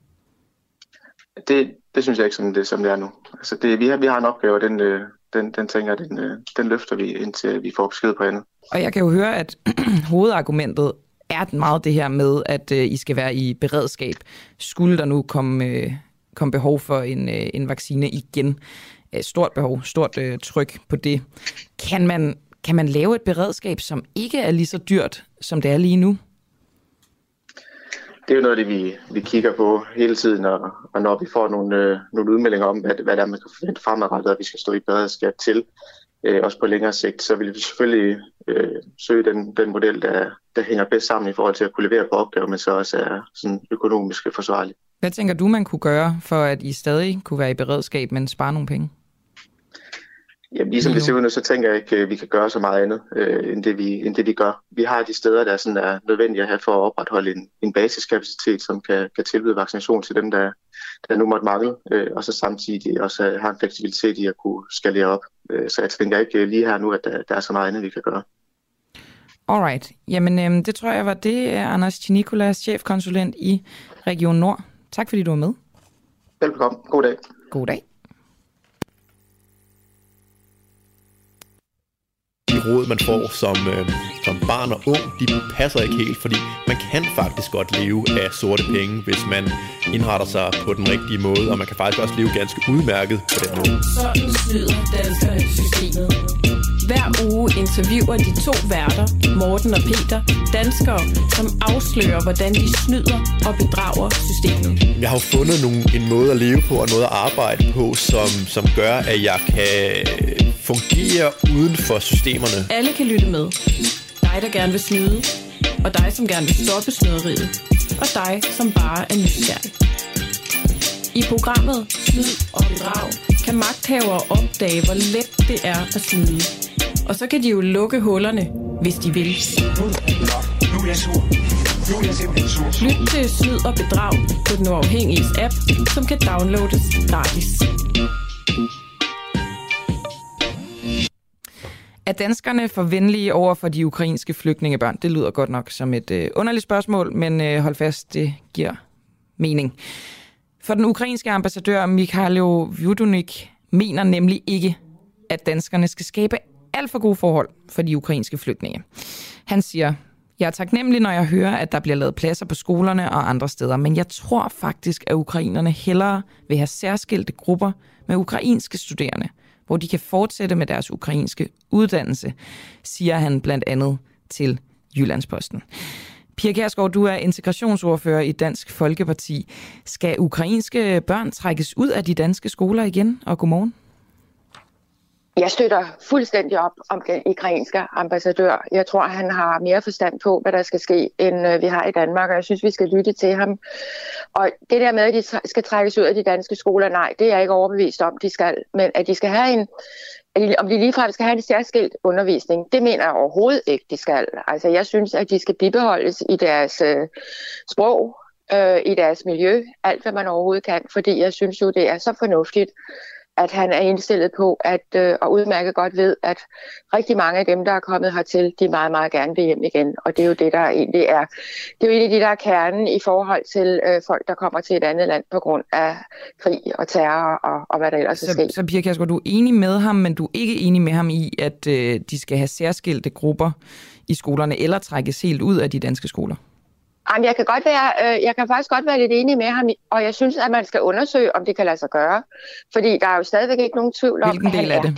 Det synes jeg ikke, som det er nu. Altså vi har en opgave, og den tænker den løfter vi, indtil vi får besked på andet. Og jeg kan jo høre, at hovedargumentet er meget det her med, at I skal være i beredskab. Skulle der nu komme behov for en vaccine igen? Stort behov, stort tryk på det. Kan man lave et beredskab, som ikke er lige så dyrt, som det er lige nu? Det er jo noget af det, vi kigger på hele tiden, og når vi får nogle udmeldinger om, hvad der man kan forvente fremadrettet, at vi skal stå i beredskab til, også på længere sigt, så vil vi selvfølgelig søge den model, der hænger bedst sammen i forhold til at kunne levere på opgaver, men så også er sådan økonomisk forsvarligt. Hvad tænker du, man kunne gøre, for at I stadig kunne være i beredskab, men spare nogle penge? Jamen, ligesom det ser ud nu, så tænker jeg ikke, at vi kan gøre så meget andet, end det vi gør. Vi har de steder, der sådan er nødvendige at have for at opretholde en basiskapacitet, som kan tilbyde vaccination til dem, der nu måtte mangle, og så samtidig også har en fleksibilitet i at kunne skalere op. Så jeg tænker ikke lige her nu, at der er så meget andet, vi kan gøre. Alright. Jamen, det tror jeg var det, Anders Chinicula, chefkonsulent i Region Nord. Tak fordi du var med. Velkommen. God dag. God dag. De råd, man får som barn og ung, de passer ikke helt, fordi man kan faktisk godt leve af sorte penge, hvis man indretter sig på den rigtige måde, og man kan faktisk også leve ganske udmærket på den måde. Sådan snyder danskerne systemet. Hver uge interviewer de to værter, Morten og Peter, danskere, som afslører, hvordan de snyder og bedrager systemet. Jeg har jo fundet en måde at leve på og noget at arbejde på, som gør, at jeg kan fungere uden for systemerne. Alle kan lytte med. Dig, der gerne vil snyde, og dig, som gerne vil stoppe snyderiet, og dig, som bare er nysgerrig. I programmet Snyd og Bedrag kan magthavere opdage, hvor let det er at snyde. Og så kan de jo lukke hullerne, hvis de vil. Lyt til Snyd og Bedrag på Den Uafhængiges app, som kan downloades gratis. Er danskerne for venlige over for de ukrainske flygtningebørn? Det lyder godt nok som et underligt spørgsmål, men hold fast, det giver mening. For den ukrainske ambassadør Mikhailo Vyudunik mener nemlig ikke, at danskerne skal skabe alt for gode forhold for de ukrainske flygtninge. Han siger, jeg er taknemmelig, når jeg hører, at der bliver lavet pladser på skolerne og andre steder, men jeg tror faktisk, at ukrainerne hellere vil have særskilte grupper med ukrainske studerende, hvor de kan fortsætte med deres ukrainske uddannelse, siger han blandt andet til Jyllandsposten. Pia Kjærsgaard, du er integrationsordfører i Dansk Folkeparti. Skal ukrainske børn trækkes ud af de danske skoler igen? Og godmorgen. Jeg støtter fuldstændig op om den ukrainske ambassadør. Jeg tror, han har mere forstand på, hvad der skal ske, end vi har i Danmark, og jeg synes, vi skal lytte til ham. Og det der med, at de skal trækkes ud af de danske skoler, nej, det er jeg ikke overbevist om, de skal. Men at de skal have om de ligefrem skal have en særskilt undervisning, det mener jeg overhovedet ikke, de skal. Altså, jeg synes, at de skal bibeholdes i deres sprog, i deres miljø, alt hvad man overhovedet kan, fordi jeg synes jo, det er så fornuftigt, at han er indstillet på, og udmærket godt ved, at rigtig mange af dem, der er kommet hertil, de meget, meget gerne vil hjem igen. Og det er jo det, der egentlig er, det er jo egentlig det, der er kernen i forhold til folk, der kommer til et andet land på grund af krig og terror og hvad der ellers er sket. Så Pia Kjærsgaard, du er enig med ham, men du er ikke enig med ham i, at de skal have særskilte grupper i skolerne, eller trækkes helt ud af de danske skoler? Jamen, jeg kan faktisk godt være lidt enig med ham, og jeg synes, at man skal undersøge, om det kan lade sig gøre. Fordi der er jo stadigvæk ikke nogen tvivl om, at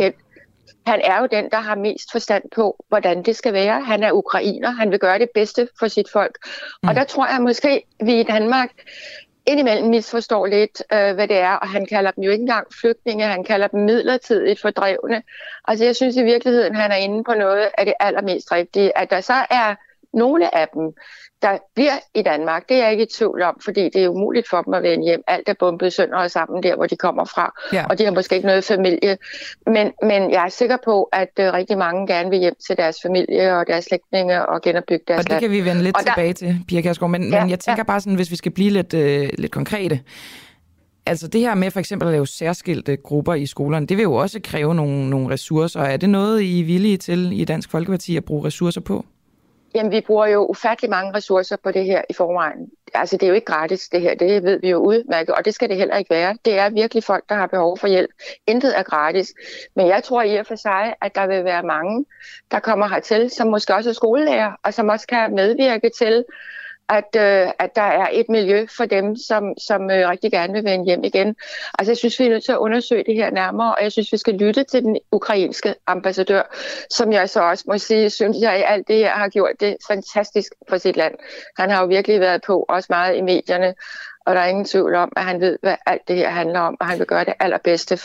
han er jo den, der har mest forstand på, hvordan det skal være. Han er ukrainer, han vil gøre det bedste for sit folk. Og der tror jeg måske, vi i Danmark indimellem misforstår lidt, hvad det er. Og han kalder dem jo ikke engang flygtninge, han kalder dem midlertidigt fordrevne. Altså, jeg synes i virkeligheden, han er inde på noget af det allermest rigtige. At der så er nogle af dem, der bliver i Danmark, det er jeg ikke i tvivl om, fordi det er umuligt for dem at vende hjem. Alt er bombet sønder og sammen der, hvor de kommer fra, og de har måske ikke noget familie. Men jeg er sikker på, at rigtig mange gerne vil hjem til deres familie og deres slægtninge og genopbygge deres land. Og det kan vi vende lidt tilbage til, Pia Kjærsgaard. Men jeg tænker bare sådan, hvis vi skal blive lidt konkrete. Altså det her med for eksempel at lave særskilte grupper i skolerne, det vil jo også kræve nogle ressourcer. Er det noget, I er villige til i Dansk Folkeparti at bruge ressourcer på? Jamen, vi bruger jo ufattelig mange ressourcer på det her i forvejen. Altså, det er jo ikke gratis, det her. Det ved vi jo udmærket, og det skal det heller ikke være. Det er virkelig folk, der har behov for hjælp. Intet er gratis. Men jeg tror i og for sig, at der vil være mange, der kommer hertil, som måske også er skolelærer, og som også kan medvirke til, at der er et miljø for dem, som rigtig gerne vil vende hjem igen. Altså, jeg synes, vi er nødt til at undersøge det her nærmere, og jeg synes, vi skal lytte til den ukrainske ambassadør, som jeg så også må sige, synes jeg i alt det her har gjort det fantastisk for sit land. Han har jo virkelig været på, også meget i medierne, og der er ingen tvivl om, at han ved, hvad alt det her handler om, og han vil gøre det allerbedste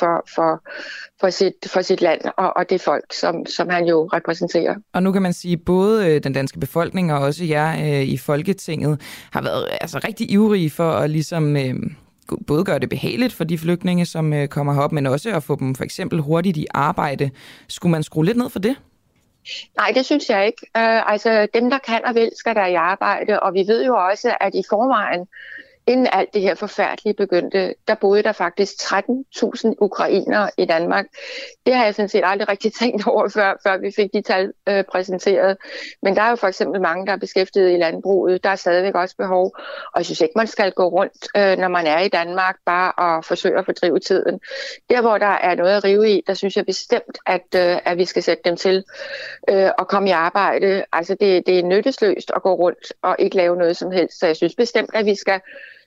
for sit land og det folk, som han jo repræsenterer. Og nu kan man sige, at både den danske befolkning og også jer i Folketinget har været rigtig ivrige for at ligesom både gøre det behageligt for de flygtninge, som kommer herop, men også at få dem for eksempel hurtigt i arbejde. Skulle man skrue lidt ned for det? Nej, det synes jeg ikke. Altså dem, der kan og vil, skal der i arbejde, og vi ved jo også, at i forvejen inden alt det her forfærdelige begyndte, der boede der faktisk 13.000 ukrainere i Danmark. Det har jeg sådan set aldrig rigtig tænkt over, før vi fik de tal præsenteret. Men der er jo for eksempel mange, der er beskæftiget i landbruget. Der er stadigvæk også behov. Og jeg synes ikke, man skal gå rundt, når man er i Danmark, bare og forsøge at fordrive tiden. Der, hvor der er noget at rive i, der synes jeg bestemt, at vi skal sætte dem til at komme i arbejde. Altså, det er nyttesløst at gå rundt og ikke lave noget som helst. Så jeg synes bestemt, at vi skal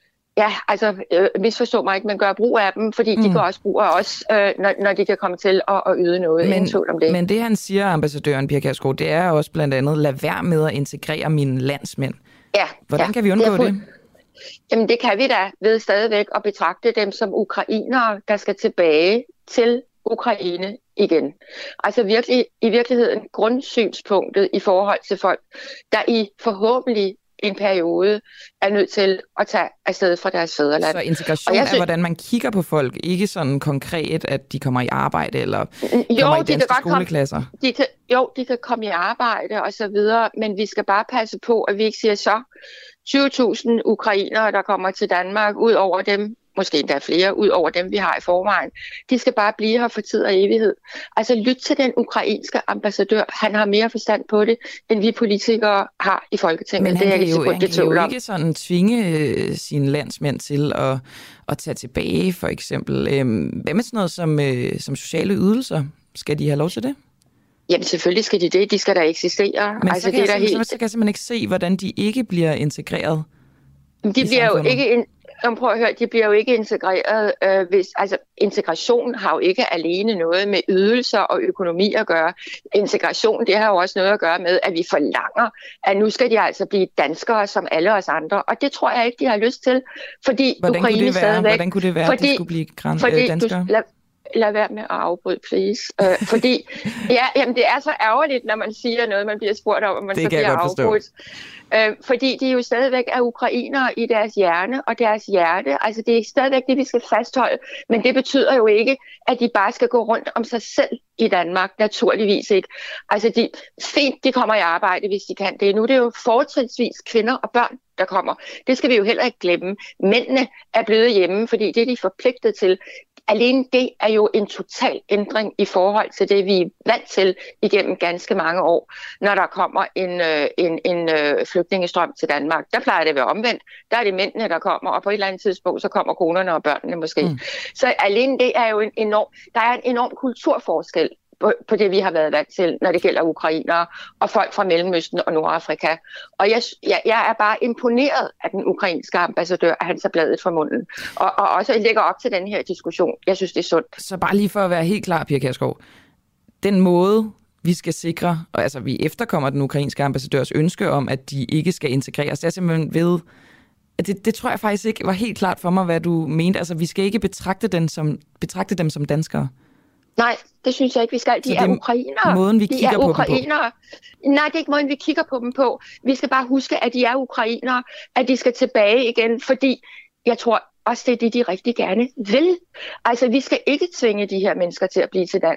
misforstå mig ikke, men gøre brug af dem, fordi de kan også bruge af os, når de kan komme til at yde noget. Ingen tvivl om det. Men det, han siger, ambassadøren Pia Kjærsgaard, det er også blandt andet, lad være med at integrere mine landsmænd. Ja. Hvordan kan vi undgå det? Jamen, det kan vi da ved stadigvæk at betragte dem som ukrainere, der skal tilbage til Ukraine igen. Altså i virkeligheden grundsynspunktet i forhold til folk, der i forhåbentlig en periode er nødt til at tage afsted fra deres fædreland. Så integration er, hvordan man kigger på folk, ikke sådan konkret, at de kommer i arbejde eller kommer i danske skoleklasser? De kan komme i arbejde og så videre, men vi skal bare passe på, at vi ikke siger så 20.000 ukrainere, der kommer til Danmark, ud over dem, måske endda flere, ud over dem, vi har i forvejen. De skal bare blive her for tid og evighed. Altså lyt til den ukrainske ambassadør. Han har mere forstand på det, end vi politikere har i Folketinget. Men han kan jo ikke sådan tvinge sine landsmænd til at tage tilbage, for eksempel. Hvad med sådan noget som sociale ydelser? Skal de have lov til det? Jamen selvfølgelig skal de det. De skal da eksistere. Men altså, så kan jeg simpelthen ikke se, hvordan de ikke bliver integreret. De bliver jo ikke... Prøv at høre, de bliver jo ikke integreret, integration har jo ikke alene noget med ydelser og økonomi at gøre. Integration, det har jo også noget at gøre med, at vi forlanger, at nu skal de altså blive danskere som alle os andre, og det tror jeg ikke, de har lyst til, fordi Ukraine stadigvæk... Hvordan kunne det være, at de skulle blive danskere? Lad være med at afbryde, please. Fordi jamen, det er så ærgerligt, når man siger noget, man bliver spurgt om, og man så bliver afbrudt. Fordi de jo stadigvæk er ukrainere i deres hjerne og deres hjerte. Altså det er stadigvæk det, vi skal fastholde. Men det betyder jo ikke, at de bare skal gå rundt om sig selv i Danmark. Naturligvis ikke. Altså de kommer i arbejde, hvis de kan det. Nu er det jo fortrinsvis kvinder og børn, der kommer. Det skal vi jo heller ikke glemme. Mændene er blevet hjemme, fordi det er de forpligtet til. Alene det er jo en total ændring i forhold til det, vi er vant til igennem ganske mange år, når der kommer en flygtningestrøm til Danmark. Der plejer det at være omvendt. Der er det mændene, der kommer, og på et eller andet tidspunkt, så kommer konerne og børnene måske. Så alene det er jo der er en enorm kulturforskel på det, vi har været vant til, når det gælder ukrainere og folk fra Mellemøsten og Nordafrika. Og jeg er bare imponeret af den ukrainske ambassadør, at han tager bladet fra munden. Og også lægger op til den her diskussion. Jeg synes, det er sundt. Så bare lige for at være helt klar, Pia Kjærsgaard. Den måde, vi skal sikre, og altså vi efterkommer den ukrainske ambassadørs ønske om, at de ikke skal integreres, det er simpelthen ved... Det tror jeg faktisk ikke var helt klart for mig, hvad du mente. Altså, vi skal ikke betragte dem som danskere. Nej, det synes jeg ikke, vi skal. De er ukrainere. Måden, vi kigger på dem på. Nej, det er ikke måden, vi kigger på dem på. Vi skal bare huske, at de er ukrainere, at de skal tilbage igen, fordi jeg tror også, det er det, de rigtig gerne vil. Altså, vi skal ikke tvinge de her mennesker til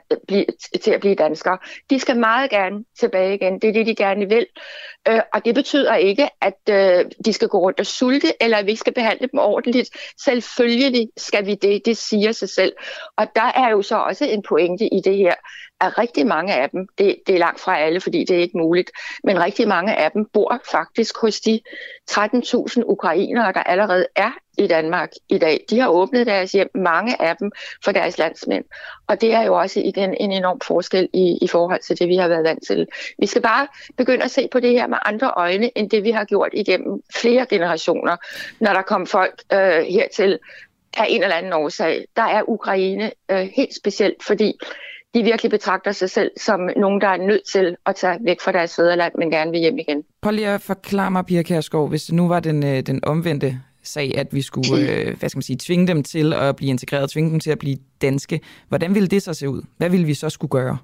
at blive danskere. De skal meget gerne tilbage igen. Det er det, de gerne vil. Og det betyder ikke, at de skal gå rundt og sulte, eller at vi skal behandle dem ordentligt. Selvfølgelig skal vi det. Det siger sig selv. Og der er jo så også en pointe i det her, at rigtig mange af dem, det er langt fra alle, fordi det er ikke muligt, men rigtig mange af dem bor faktisk hos de 13.000 ukrainere, der allerede er i Danmark i dag. De har åbnet deres hjem, mange af dem, for deres landsmænd. Og det er jo også igen en enorm forskel i forhold til det, vi har været vant til. Vi skal bare begynde at se på det her med andre øjne, end det vi har gjort igennem flere generationer, når der kom folk hertil af en eller anden årsag. Der er Ukraine helt specielt, fordi de virkelig betragter sig selv som nogen, der er nødt til at tage væk fra deres fædreland, men gerne vil hjem igen. Prøv lige at forklare mig, Pia Kjærsgaard, hvis det nu var den omvendte sag, at vi skulle tvinge dem til at blive integreret, tvinge dem til at blive danske. Hvordan ville det så se ud? Hvad ville vi så skulle gøre?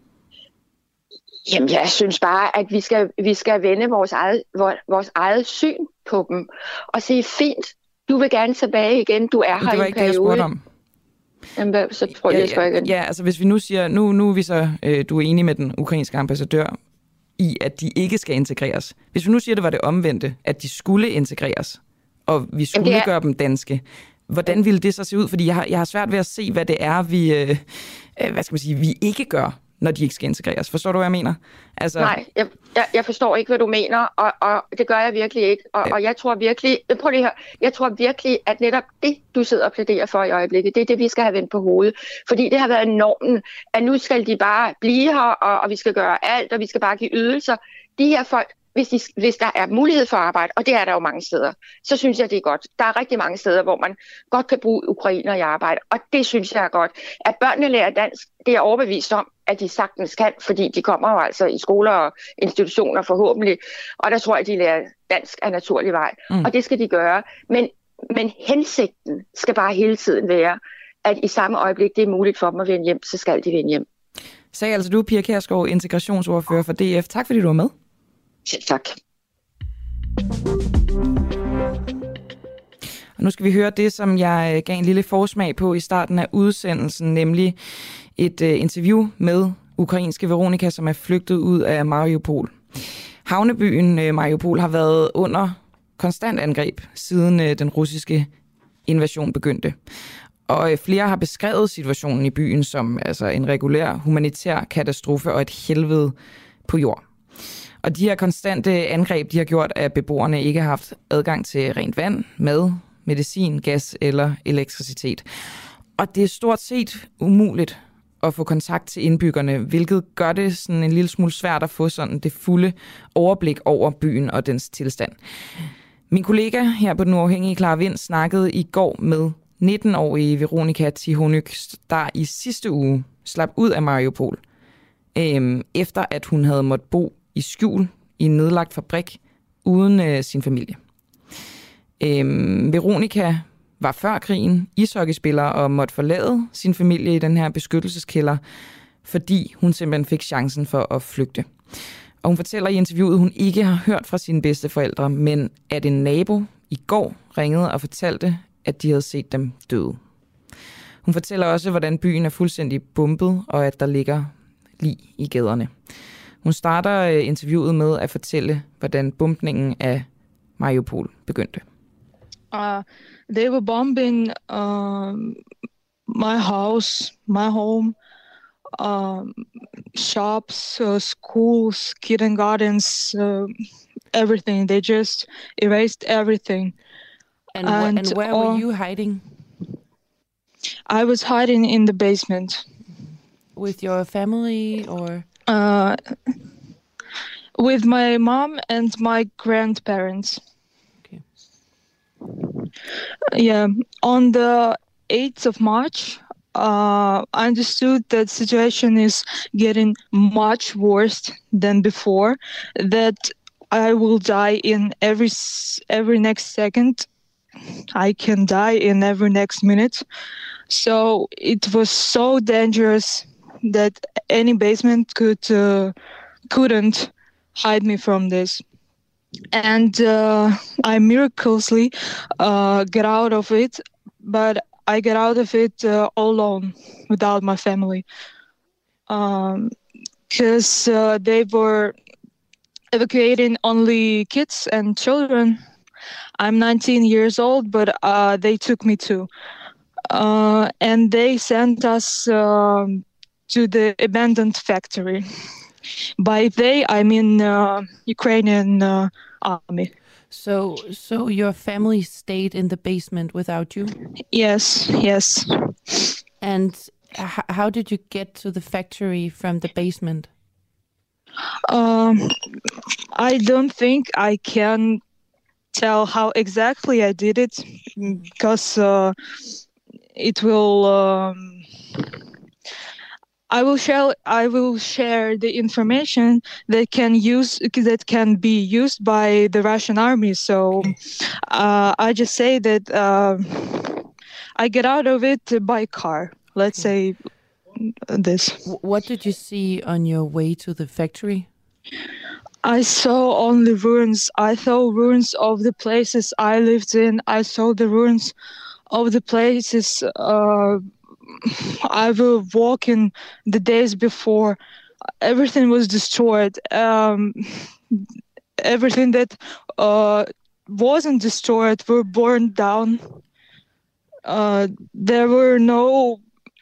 Jamen, jeg synes bare, at vi skal vende vores eget syn på dem og sige, fint, du vil gerne tilbage igen, du er her i en periode. Det var ikke det, jeg spurgte om. Jamen, så prøv lige at spørge igen. Ja, altså hvis vi nu siger, nu er vi så, du er enig med den ukrainske ambassadør i, at de ikke skal integreres. Hvis vi nu siger, det var det omvendte, at de skulle integreres, og vi skulle gøre dem danske. Hvordan ville det så se ud? Fordi jeg har svært ved at se, hvad det er, vi ikke gør, når de ikke skal integreres. Forstår du, hvad jeg mener? Altså... Nej, jeg forstår ikke, hvad du mener, og det gør jeg virkelig ikke. Og jeg tror virkelig, prøv lige her, jeg tror virkelig, at netop det, du sidder og plæderer for i øjeblikket, det er det, vi skal have vendt på hovedet. Fordi det har været normen, at nu skal de bare blive her, og vi skal gøre alt, og vi skal bare give ydelser. De her folk, hvis der er mulighed for arbejde, og det er der jo mange steder, så synes jeg, det er godt. Der er rigtig mange steder, hvor man godt kan bruge ukrainer i arbejde, og det synes jeg er godt. At børnene lærer dansk, det er jeg overbevist om, at de sagtens kan, fordi de kommer jo altså i skoler og institutioner forhåbentlig, og der tror jeg, at de lærer dansk af naturlig vej, og det skal de gøre. Men hensigten skal bare hele tiden være, at i samme øjeblik, det er muligt for dem at vende hjem, så skal de vende hjem. Sagde altså du, Pia Kjærsgaard, integrationsordfører for DF. Tak fordi du var med. Selv tak. Og nu skal vi høre det, som jeg gav en lille forsmag på i starten af udsendelsen, nemlig et interview med ukrainske Veronika, som er flygtet ud af Mariupol. Havnebyen Mariupol har været under konstant angreb, siden den russiske invasion begyndte. Og flere har beskrevet situationen i byen som altså en regulær humanitær katastrofe og et helvede på jord. Og de her konstante angreb, de har gjort, at beboerne ikke har haft adgang til rent vand, mad, medicin, gas eller elektricitet. Og det er stort set umuligt at få kontakt til indbyggerne, hvilket gør det sådan en lille smule svært at få sådan det fulde overblik over byen og dens tilstand. Min kollega her på Den Uafhængige Clara Vind snakkede i går med 19-årige Veronika Tihonyk, der i sidste uge slap ud af Mariupol, efter at hun havde måttet bo i skjul i en nedlagt fabrik uden sin familie. Veronika var før krigen ishockeyspiller og måtte forlade sin familie i den her beskyttelseskælder, fordi hun simpelthen fik chancen for at flygte. Og hun fortæller i interviewet, at hun ikke har hørt fra sine bedsteforældre, men at en nabo i går ringede og fortalte, at de havde set dem døde. Hun fortæller også, hvordan byen er fuldstændig bombet, og at der ligger lig i gaderne. Hun starter interviewet med at fortælle, hvordan bombningen af Mariupol begyndte. They were bombing my house, my home, shops, schools, kindergartens, everything. They just erased everything. And where were you hiding? I was hiding in the basement. With your family or? With my mom and my grandparents. Okay. Yeah, on the 8th of March, I understood that situation is getting much worse than before, that I will die in every next second. I can die in every next minute. So it was so dangerous that any basement couldn't hide me from this. And I miraculously get out of it, but I get out of it alone, without my family. Because they were evacuating only kids and children. I'm 19 years old, but they took me too. And they sent us to the abandoned factory. By they, I mean Ukrainian army. So your family stayed in the basement without you? Yes. And how did you get to the factory from the basement? I don't think I can tell how exactly I did it, because it will. I will share the information that can be used by the Russian army. So I just say that I get out of it by car. Let's say this. What did you see on your way to the factory? I saw only ruins. I saw ruins of the places I lived in. I saw the ruins of the places I will walk in the days before. Everything was destroyed. Everything that wasn't destroyed were burned down. There were no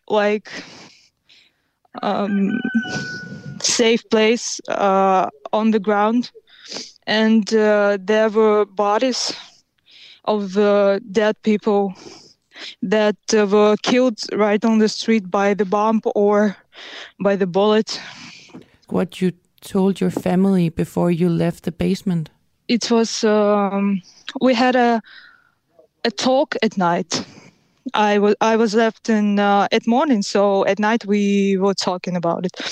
safe place on the ground, and there were bodies of dead people that were killed right on the street by the bomb or by the bullet. What you told your family before you left the basement? It was we had a talk at night. I was left at morning, so at night we were talking about it.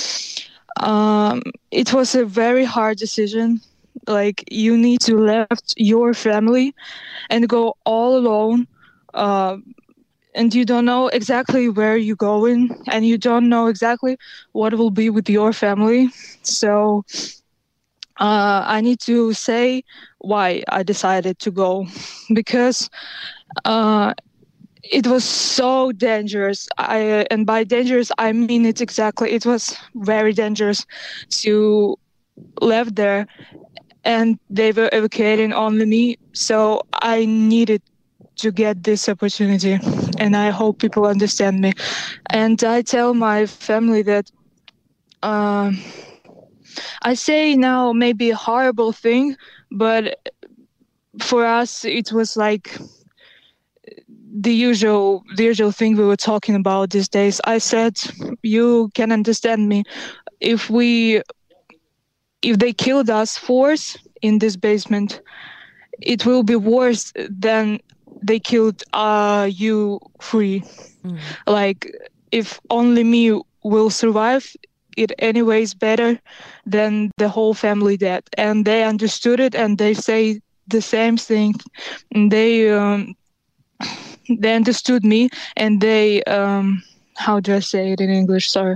It was a very hard decision. Like, you need to left your family and go all alone, and you don't know exactly where you're going, and you don't know exactly what will be with your family. So I need to say why I decided to go, because it was so dangerous. And by dangerous, I mean it exactly. It was very dangerous to live there, and they were evacuating only me. So I needed to get this opportunity, and I hope people understand me. And I tell my family that I say now maybe a horrible thing, but for us it was like the usual thing we were talking about these days. I said, you can understand me. If they killed us force in this basement, it will be worse than they killed you free. Like, if only me will survive, it anyways better than the whole family dead. And they understood it, and they say the same thing. And they understood me, and they how do I say it in English? Sorry.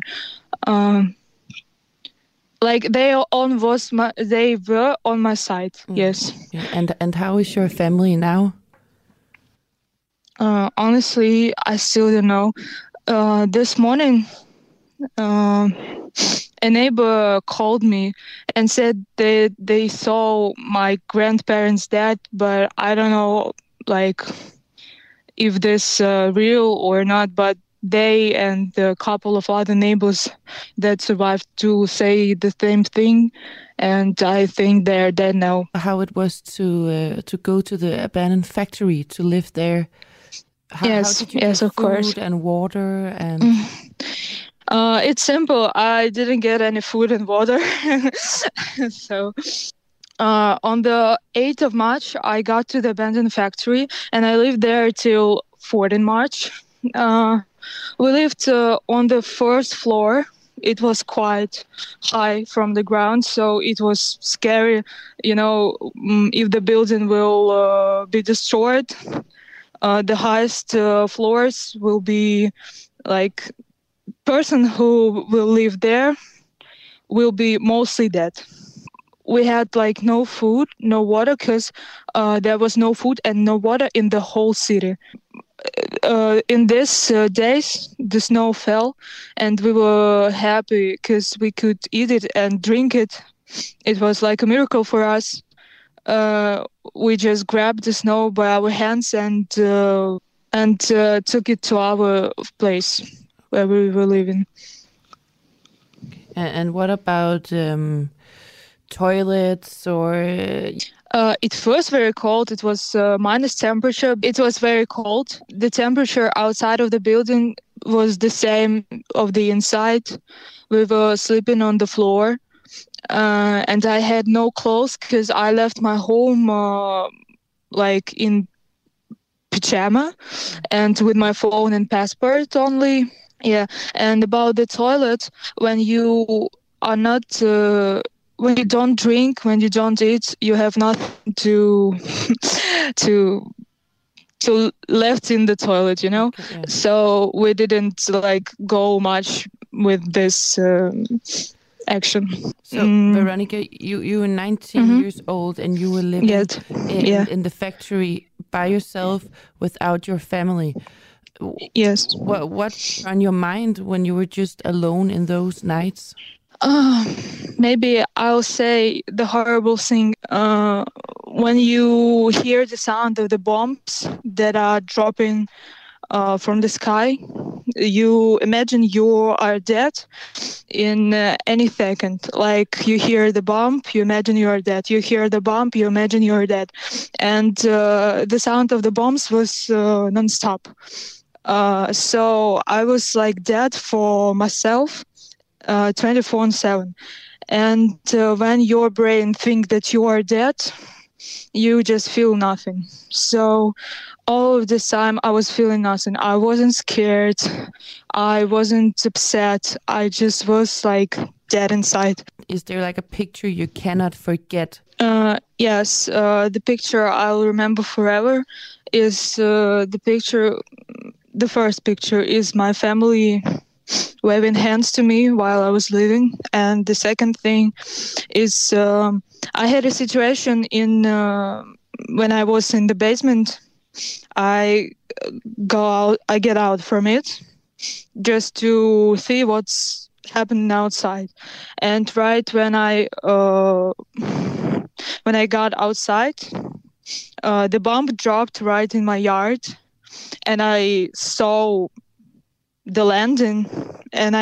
Like, they were on my side. Yes. Yeah. And how is your family now? Honestly, I still don't know. This morning, a neighbor called me and said they saw my grandparents dead, but I don't know, like, if this real or not. But they and a couple of other neighbors that survived to say the same thing, and I think they're dead now. How it was to go to the abandoned factory, to live there? How did you get of food course. and water and? It's simple. I didn't get any food and water. So on the 8th of March, I got to the abandoned factory, and I lived there till 14 March. We lived on the first floor. It was quite high from the ground, so it was scary, if the building will be destroyed. The highest floors will be like, person who will live there will be mostly dead. We had like no food, no water, because there was no food and no water in the whole city. In these days, the snow fell, and we were happy because we could eat it and drink it. It was like a miracle for us. We just grabbed the snow by our hands and took it to our place where we were living. And what about toilets or? It was very cold. It was minus temperature. It was very cold. The temperature outside of the building was the same of the inside. We were sleeping on the floor. And I had no clothes because I left my home like in pajama and with my phone and passport only. Yeah. And about the toilet, when you are not, when you don't drink, when you don't eat, you have nothing to left in the toilet, Okay, yeah. So we didn't like go much with this action. So Veronica, you were 19 years old and you were living in the factory by yourself without your family. Yes. What was on your mind when you were just alone in those nights? Maybe I'll say the horrible thing when you hear the sound of the bombs that are dropping from the sky, you imagine you are dead in any second. Like you hear the bomb, you imagine you are dead. You hear the bomb, you imagine you are dead. And the sound of the bombs was non-stop. So I was like dead for myself 24/7. And when your brain thinks that you are dead, you just feel nothing. So all of this time I was feeling nothing. I wasn't scared. I wasn't upset. I just was like dead inside. Is there like a picture you cannot forget? Yes, the picture I'll remember forever is the first picture is my family waving hands to me while I was leaving. And the second thing is I had a situation when I was in the basement. I get out from it just to see what's happening outside. And right when I got outside, the bomb dropped right in my yard, and I saw the landing, and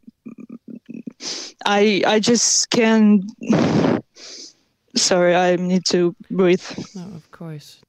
I just can't. Sorry, I need to breathe. No, of course.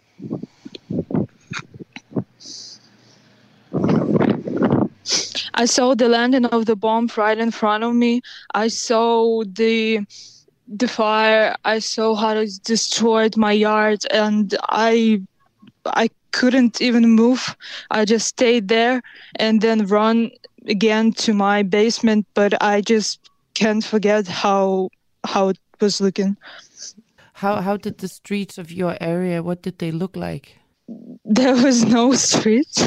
I saw the landing of the bomb right in front of me. I saw the fire. I saw how it destroyed my yard, and I couldn't even move. I just stayed there and then run again to my basement. But I just can't forget how it was looking. How did the streets of your area? What did they look like? There was no streets,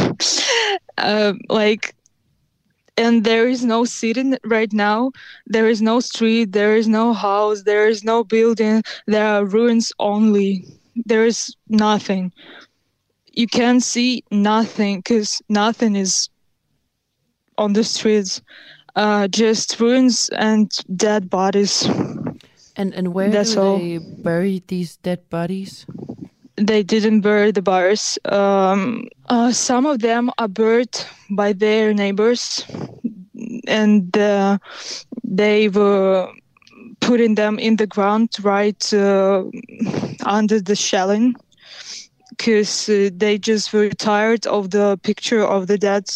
and there is no city right now. There is no street. There is no house. There is no building. There are ruins only. There is nothing. You can see nothing because nothing is on the streets. Just ruins and dead bodies. And where That's do all. they bury these dead bodies? They didn't bury the bodies. Some of them are buried by their neighbors, and they were putting them in the ground right under the shelling, because they just were tired of the picture of the dead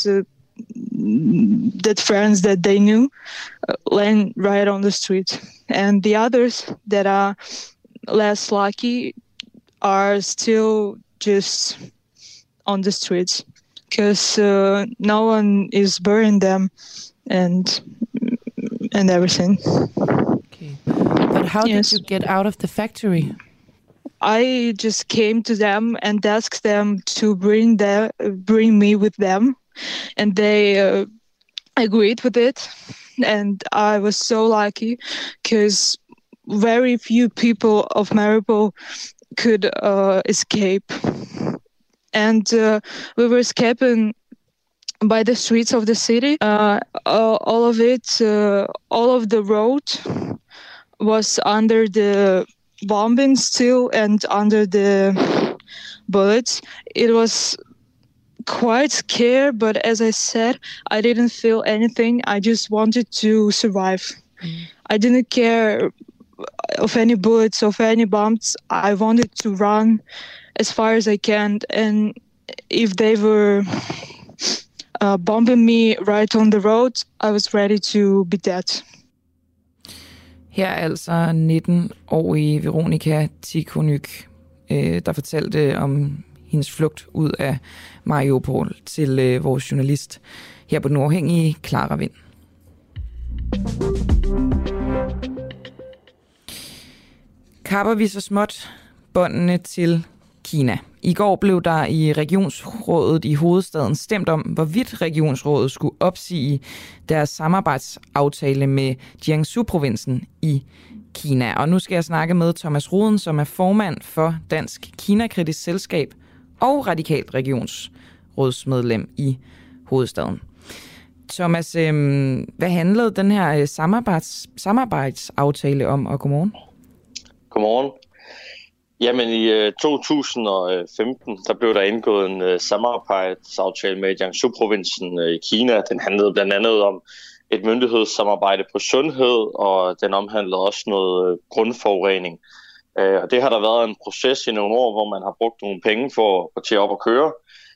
friends that they knew laying right on the street. And the others that are less lucky are still just on the streets, because no one is burying them and everything. Okay, but how Yes. did you get out of the factory? I just came to them and asked them to bring me with them, and they agreed with it. And I was so lucky, because very few people of Mariupol could escape. And we were escaping by the streets of the city. All of the road was under the bombing still and under the bullets. It was quite scared, but as I said, I didn't feel anything. I just wanted to survive. I didn't care of any bullets, of any bombs. I wanted to run as far as I can, and if they were bombing me right on the road, I was ready to be dead. Her er altså 19-årige Veronika Tikhonyk, der fortalte om hendes flugt ud af Mariupol til vores journalist her på Den Uafhængige, Clara Vind. Kapper vi så småt båndene til Kina. I går blev der i regionsrådet i hovedstaden stemt om, hvorvidt regionsrådet skulle opsige deres samarbejdsaftale med Jiangsu-provinsen i Kina. Og nu skal jeg snakke med Thomas Roden, som er formand for Dansk Kina-kritisk Selskab og radikalt regionsrådsmedlem i hovedstaden. Thomas, hvad handlede den her samarbejdsaftale om, og godmorgen? Godmorgen. Jamen i 2015, der blev der indgået en samarbejdsaftale med Jiangsu-provinsen i Kina. Den handlede blandt andet om et myndighedssamarbejde på sundhed, og den omhandlede også noget grundforurening. Og det har der været en proces i nogle år, hvor man har brugt nogle penge for at til op at køre.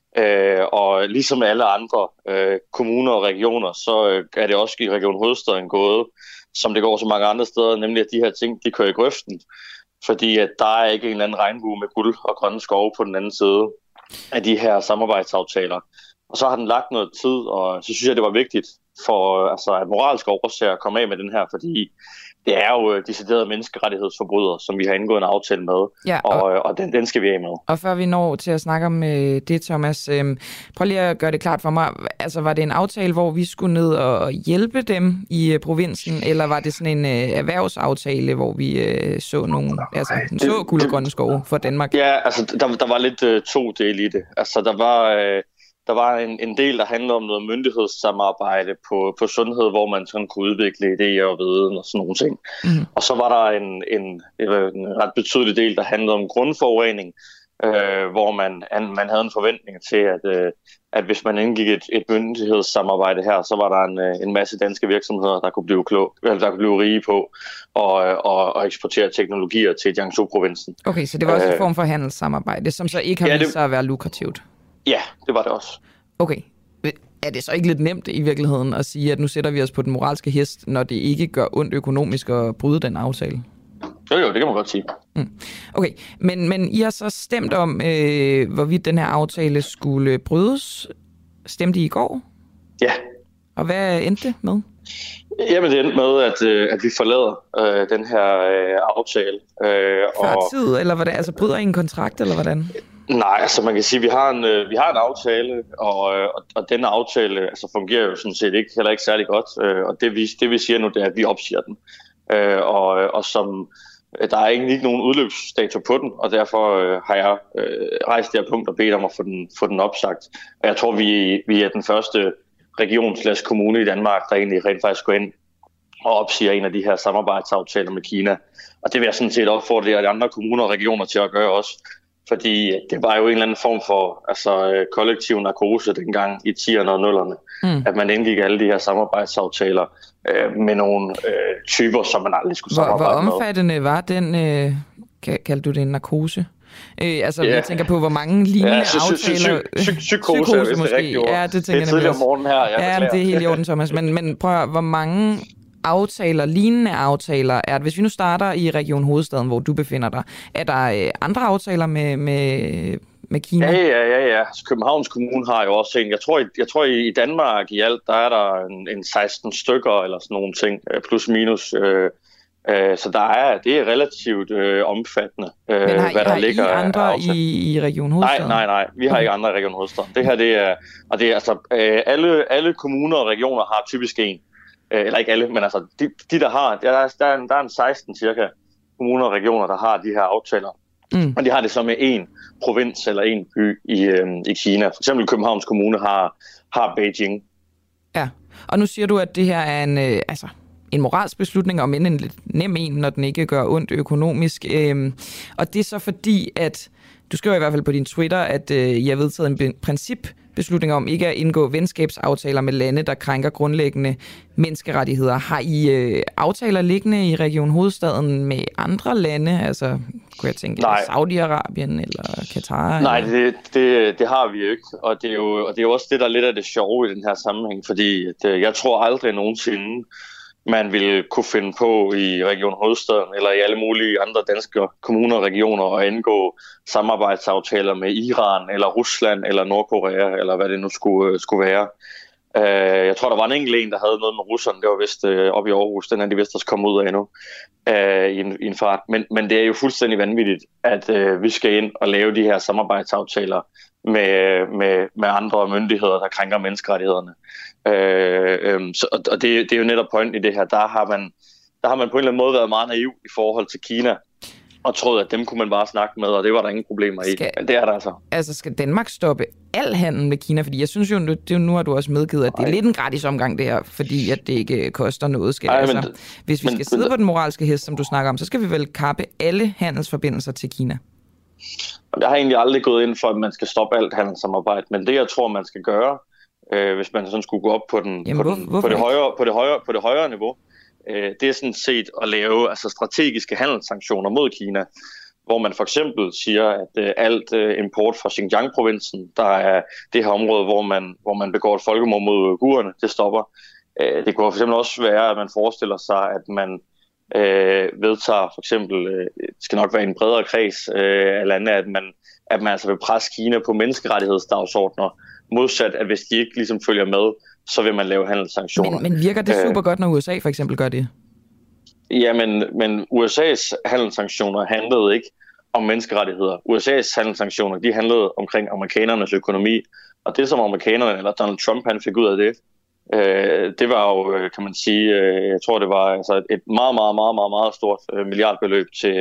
Og ligesom alle andre kommuner og regioner, så er det også i Region Hovedstaden gået, som det går så mange andre steder, nemlig at de her ting, de kører i grøften. Fordi at der er ikke en eller anden regnbue med guld og grønne skove på den anden side af de her samarbejdsaftaler. Og så har den lagt noget tid, og så synes jeg, det var vigtigt for at moralske årsager at komme af med den her, fordi det er jo deciderede menneskerettighedsforbrydere, som vi har indgået en aftale med, ja, og den skal vi af med. Og før vi når til at snakke om det, Thomas, prøv lige at gøre det klart for mig. Altså, var det en aftale, hvor vi skulle ned og hjælpe dem i provinsen, eller var det sådan en erhvervsaftale, hvor vi så guld og grønne skove for Danmark? Ja, altså, der var lidt to dele i det. Altså, der var en del, der handlede om noget myndighedssamarbejde på sundhed, hvor man sådan kunne udvikle idéer og viden og sådan nogle ting. Mm. Og så var der en ret betydelig del, der handlede om grundforurening, hvor man havde en forventning til, at hvis man indgik et myndighedssamarbejde her, så var der en masse danske virksomheder, der kunne blive rige på og eksportere teknologier til Jiangsu-provinsen. Okay, så det var også en form for handelssamarbejde, som så ikke har vist sig at være lukrativt. Ja, det var det også. Okay. Er det så ikke lidt nemt i virkeligheden at sige, at nu sætter vi os på den moralske hest, når det ikke gør ondt økonomisk at bryde den aftale? Jo, det kan man godt sige. Okay, men I har så stemt om, hvorvidt den her aftale skulle brydes. Stemte I i går? Ja. Og hvad endte det med? Jamen, det endte med, at vi forlader den her aftale. Før tid, eller hvordan? Altså, bryder I en kontrakt, eller hvordan? Nej, altså man kan sige, at vi har en aftale, og denne aftale fungerer jo sådan set heller ikke særlig godt. Og det vi siger nu, det er, at vi opsiger den. Og som der er egentlig ikke nogen udløbsdato på den, og derfor har jeg rejst det her punkt og bedt om at få den opsagt. Og jeg tror, vi er den første region/kommune i Danmark, der egentlig rent faktisk går ind og opsiger en af de her samarbejdsaftaler med Kina. Og det vil jeg sådan set opfordre de andre kommuner og regioner til at gøre også. Fordi det var jo en eller anden form for kollektiv narkose dengang i 10'erne og 0'erne, at man indgik alle de her samarbejdsaftaler med nogle typer, som man aldrig skulle samarbejde med. Hvor omfattende var den, kaldte du det en narkose? Jeg tænker på, hvor mange lignende aftaler... Psykose, hvis det er rigtigt ord. Ja, det tænker jeg tidligere om morgenen her. Ja, det er helt i orden, Thomas. Men prøv at, hvor mange lignende aftaler er det? Hvis vi nu starter i Region Hovedstaden, hvor du befinder dig, er der andre aftaler med Kina? Ja. Københavns Kommune har jo også en. Jeg tror i Danmark i alt, der er der en 16 stykker eller sådan nogle ting, plus minus. Så det er relativt omfattende, hvad der ligger af andre i Region Hovedstaden? Nej. Vi har ikke andre i Region Hovedstaden. Det her, det er alle kommuner og regioner har typisk en. Eller ikke alle, men de der har, der er en 16 cirka kommuner og regioner, der har de her aftaler. Og de har det så med en provins eller en by i Kina. For eksempel Københavns Kommune har Beijing. Ja, og nu siger du, at det her er en moralsk beslutning, om end en lidt nem en, når den ikke gør ondt økonomisk. Og det er så fordi, at du skriver i hvert fald på din Twitter, at I har vedtaget en principbeslutning om ikke at indgå venskabsaftaler med lande, der krænker grundlæggende menneskerettigheder. Har I aftaler liggende i Region Hovedstaden med andre lande? Altså, kunne jeg tænke, Saudi-Arabien eller Katar? Nej, det har vi ikke. Og det er jo også det, der er lidt af det sjove i den her sammenhæng, fordi jeg tror aldrig nogensinde, man ville kunne finde på i Region Hovedstaden eller i alle mulige andre danske kommuner og regioner at indgå samarbejdsaftaler med Iran eller Rusland eller Nordkorea eller hvad det nu skulle være. Jeg tror, der var en enkelt en, der havde noget med russerne. Det var vist oppe i Aarhus. Den er de vist også kommet ud af nu i en fart. Men det er jo fuldstændig vanvittigt, at vi skal ind og lave de her samarbejdsaftaler med andre myndigheder, der krænker menneskerettighederne. Og det er jo netop pointen i det her. Der har man på en eller anden måde været meget naiv i forhold til Kina og troede, at dem kunne man bare snakke med, og det var der ingen problemer i. Men det er der altså. Altså, skal Danmark stoppe al handel med Kina? Fordi jeg synes jo, nu har du også medgivet, at det er lidt en gratis omgang det her, fordi at det ikke koster noget. Hvis vi skal sidde på den moralske hest, som du snakker om, så skal vi vel kappe alle handelsforbindelser til Kina? Jeg har egentlig aldrig gået ind for, at man skal stoppe alt handelssamarbejde, men det, jeg tror, man skal gøre, hvis man sådan skulle gå op på det højere niveau, det er sådan set at lave strategiske handelssanktioner mod Kina, hvor man for eksempel siger, at alt import fra Xinjiang-provinsen, der er det her område, hvor man begår et folkemord mod uigurerne, det stopper. Det kunne for eksempel også være, at man forestiller sig, at man vedtager for eksempel, det skal nok være en bredere kreds af lande, at man altså vil presse Kina på menneskerettighedsdagsordner, modsat at hvis de ikke ligesom følger med, så vil man lave handelssanktioner. Men virker det super godt, når USA for eksempel gør det? Ja, men USA's handelssanktioner handlede ikke om menneskerettigheder. USA's handelssanktioner, de handlede omkring amerikanernes økonomi, og det som amerikanerne, eller Donald Trump, han fik ud af det, det var jo, kan man sige, jeg tror det var altså et meget stort milliardbeløb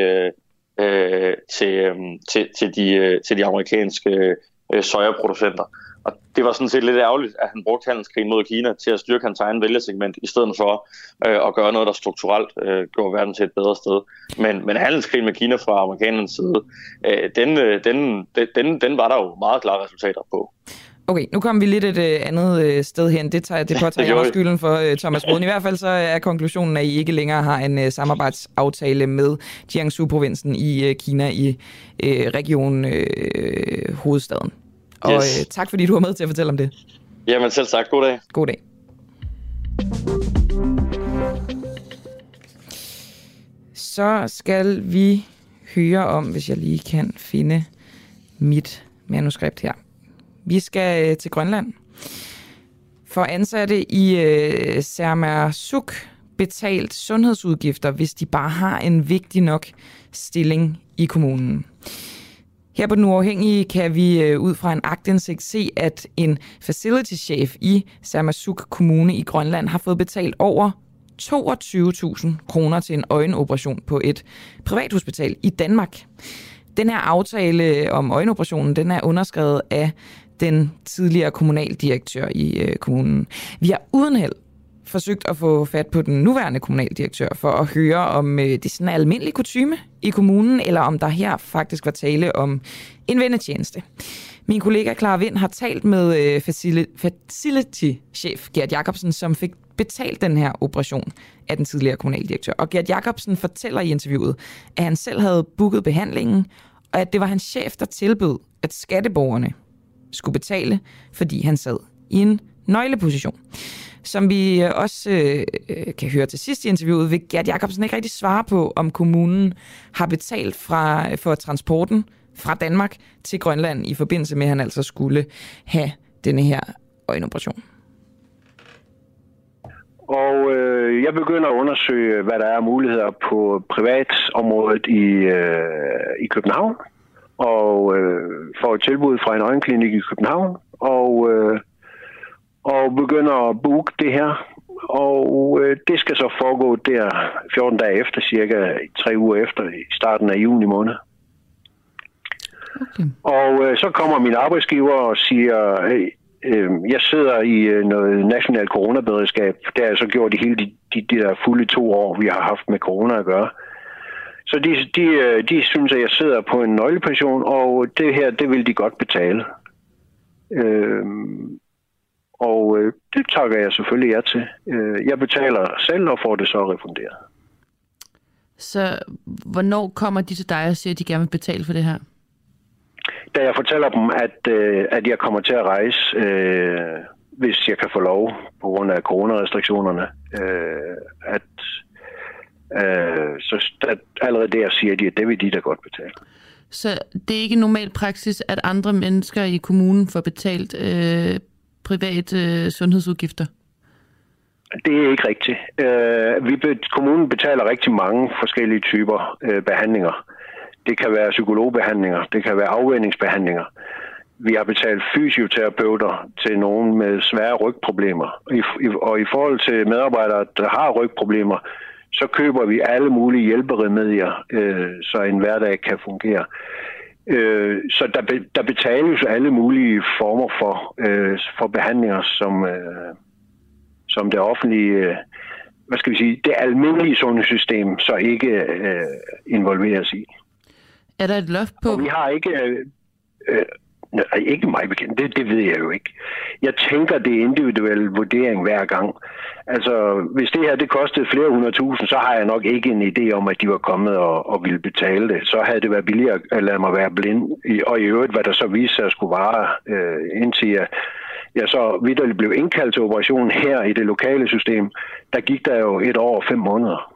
til de amerikanske sojaproducenter. Og det var sådan set lidt ærgerligt, at han brugte handelskrigen mod Kina til at styrke hans egen vælgersegment, i stedet for at gøre noget, der strukturelt gjorde verden til et bedre sted. Men handelskrigen med Kina fra amerikanernes side, den var der jo meget klare resultater på. Okay, nu kommer vi lidt et andet sted hen. Det påtager jeg også skylden for, Thomas Roden. I hvert fald så er konklusionen, at I ikke længere har en samarbejdsaftale med Jiangsu-provinsen i Kina i regionen hovedstaden. Og tak fordi du var med til at fortælle om det. Jamen selv tak. God dag. God dag. Så skal vi høre om, hvis jeg lige kan finde mit manuskript her. Vi skal til Grønland. For ansatte i Sermersooq betalt sundhedsudgifter, hvis de bare har en vigtig nok stilling i kommunen. Her på Den Uafhængige kan vi ud fra en aktindsigt se, at en facility chef i Sermersooq Kommune i Grønland har fået betalt over 22.000 kroner til en øjenoperation på et privathospital i Danmark. Den her aftale om øjenoperationen, den er underskrevet af den tidligere kommunaldirektør i kommunen. Vi har uden held forsøgt at få fat på den nuværende kommunaldirektør for at høre, om det sådan er almindelig kutyme i kommunen, eller om der her faktisk var tale om en vennetjeneste. Min kollega Clara Vind har talt med facility-chef Gert Jacobsen, som fik betalt den her operation af den tidligere kommunaldirektør. Og Gert Jacobsen fortæller i interviewet, at han selv havde booket behandlingen, og at det var hans chef, der tilbød, at skatteborgerne skulle betale, fordi han sad i en nøgleposition. Som vi også kan høre til sidst i interviewet, vil Gert Jacobsen ikke rigtig svare på, om kommunen har betalt for transporten fra Danmark til Grønland i forbindelse med, at han altså skulle have denne her øjenoperation. Og jeg begynder at undersøge, hvad der er muligheder på privatområdet i København, og får et tilbud fra en øjenklinik i København, og begynder at booke det her. Og det skal så foregå der 14 dage efter, cirka 3 uger efter, i starten af juni måned. Okay. Og så kommer min arbejdsgiver og siger, jeg sidder i noget nationalt coronaberedskab. Det har jeg så gjort i hele de der fulde 2 år, vi har haft med corona at gøre. Så de synes, at jeg sidder på en nøglepension, og det her, det vil de godt betale. Og det takker jeg selvfølgelig ja til. Jeg betaler selv og får det så refunderet. Så hvornår kommer de til dig og siger, at de gerne vil betale for det her? Da jeg fortæller dem, at jeg kommer til at rejse, hvis jeg kan få lov på grund af coronarestriktionerne, så allerede der siger de, at det vil de da godt betale. Så det er ikke normal praksis, at andre mennesker i kommunen får betalt private sundhedsudgifter? Det er ikke rigtigt. Kommunen betaler rigtig mange forskellige typer behandlinger. Det kan være psykologbehandlinger, det kan være afvænningsbehandlinger. Vi har betalt fysioterapeuter til nogen med svære rygproblemer. Og i forhold til medarbejdere, der har rygproblemer, så køber vi alle mulige hjælperemedier, så en hverdag kan fungere. Så der betales alle mulige former for behandlinger, som det offentlige, det almindelige sundhedssystem så ikke involveres i. Er der et loft på? Og vi har ikke... ikke mig bekendt, det ved jeg jo ikke. Jeg tænker, det er individuel vurdering hver gang. Altså, hvis det her det kostede flere 100.000, så har jeg nok ikke en idé om, at de var kommet og ville betale det. Så havde det været billigere at lade mig være blind. Og i øvrigt, hvad der så viste sig at skulle vare, indtil jeg så vitterligt blev indkaldt til operationen her i det lokale system, der gik der jo 1 år og 5 måneder.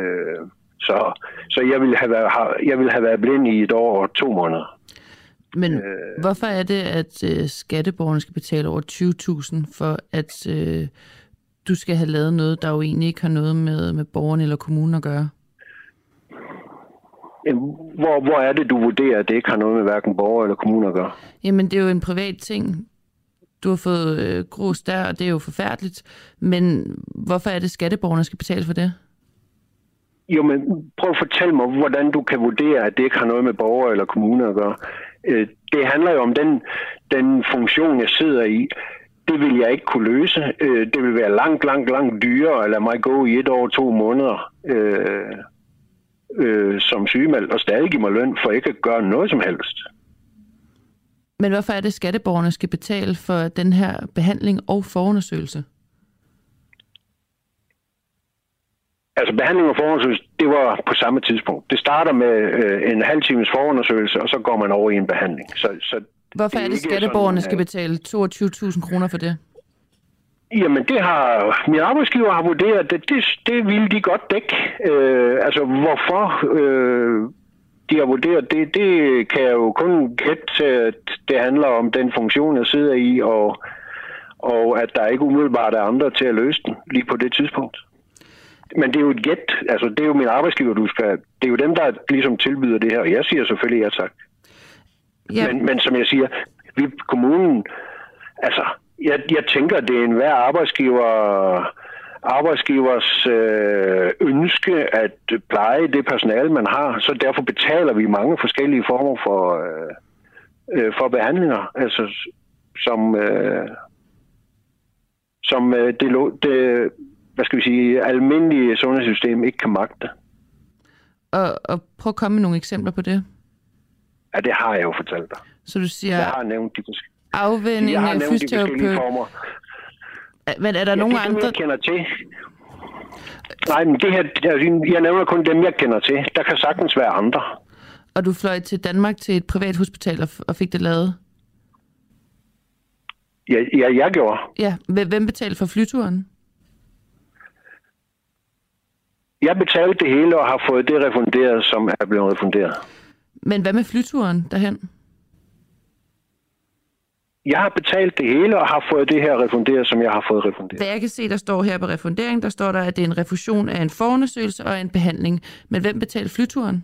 Så jeg ville have været blind i 1 år og 2 måneder. Men hvorfor er det, at skatteborgerne skal betale over 20.000 for, at du skal have lavet noget, der jo egentlig ikke har noget med borgerne eller kommunen at gøre? Hvor er det, du vurderer, at det ikke har noget med hverken borger eller kommunen at gøre? Jamen, det er jo en privat ting. Du har fået grus der, og det er jo forfærdeligt. Men hvorfor er det, skatteborgerne skal betale for det? Jo, men prøv at fortælle mig, hvordan du kan vurdere, at det ikke har noget med borger eller kommuner at gøre. Det handler jo om den funktion, jeg sidder i. Det vil jeg ikke kunne løse. Det vil være langt dyrere at lade mig gå i 1 år og 2 måneder som sygemeldt og stadig give mig løn for ikke at gøre noget som helst. Men hvorfor er det, skatteborgerne skal betale for den her behandling og forundersøgelse? Altså behandling og forundersøgelse, det var på samme tidspunkt. Det starter med en halv times forundersøgelse, og så går man over i en behandling. Så hvorfor er det, skatteborgerne skal betale 22.000 kroner for det? Jamen, det har min arbejdsgiver har vurderet, det ville de godt dække. Altså, hvorfor de har vurderet det kan jeg jo kun gætte til, at det handler om den funktion, jeg sidder i, og at der ikke umiddelbart er andre til at løse den lige på det tidspunkt. Men det er jo et gæt. Altså, det er jo min arbejdsgiver, det er jo dem, der ligesom tilbyder det her, og jeg siger selvfølgelig ja tak. Ja. Men som jeg siger, kommunen, altså, jeg tænker, det er enhver arbejdsgivers ønske at pleje det personale, man har, så derfor betaler vi mange forskellige former for behandlinger, altså som det hvad skal vi sige, almindelige sundhedssystem ikke kan magte. Og prøv at komme med nogle eksempler på det. Ja, det har jeg jo fortalt dig. Så du siger... Jeg har nævnt de afvænning, fysioterapeut. Men er der nogen andre... Jeg kender til. Nej, men det her, jeg nævner kun dem, jeg kender til. Der kan sagtens være andre. Og du fløj til Danmark til et privat hospital og fik det lavet? Ja, jeg gjorde. Ja, hvem betalte for flyturen? Jeg betalte det hele og har fået det refunderet, som er blevet refunderet. Men hvad med flyturen derhen? Jeg har betalt det hele og har fået det her refunderet, som jeg har fået refunderet. Hvad jeg kan se, der står her på refundering, der står der, at det er en refusion af en forundersøgelse og en behandling. Men hvem betalte flyturen?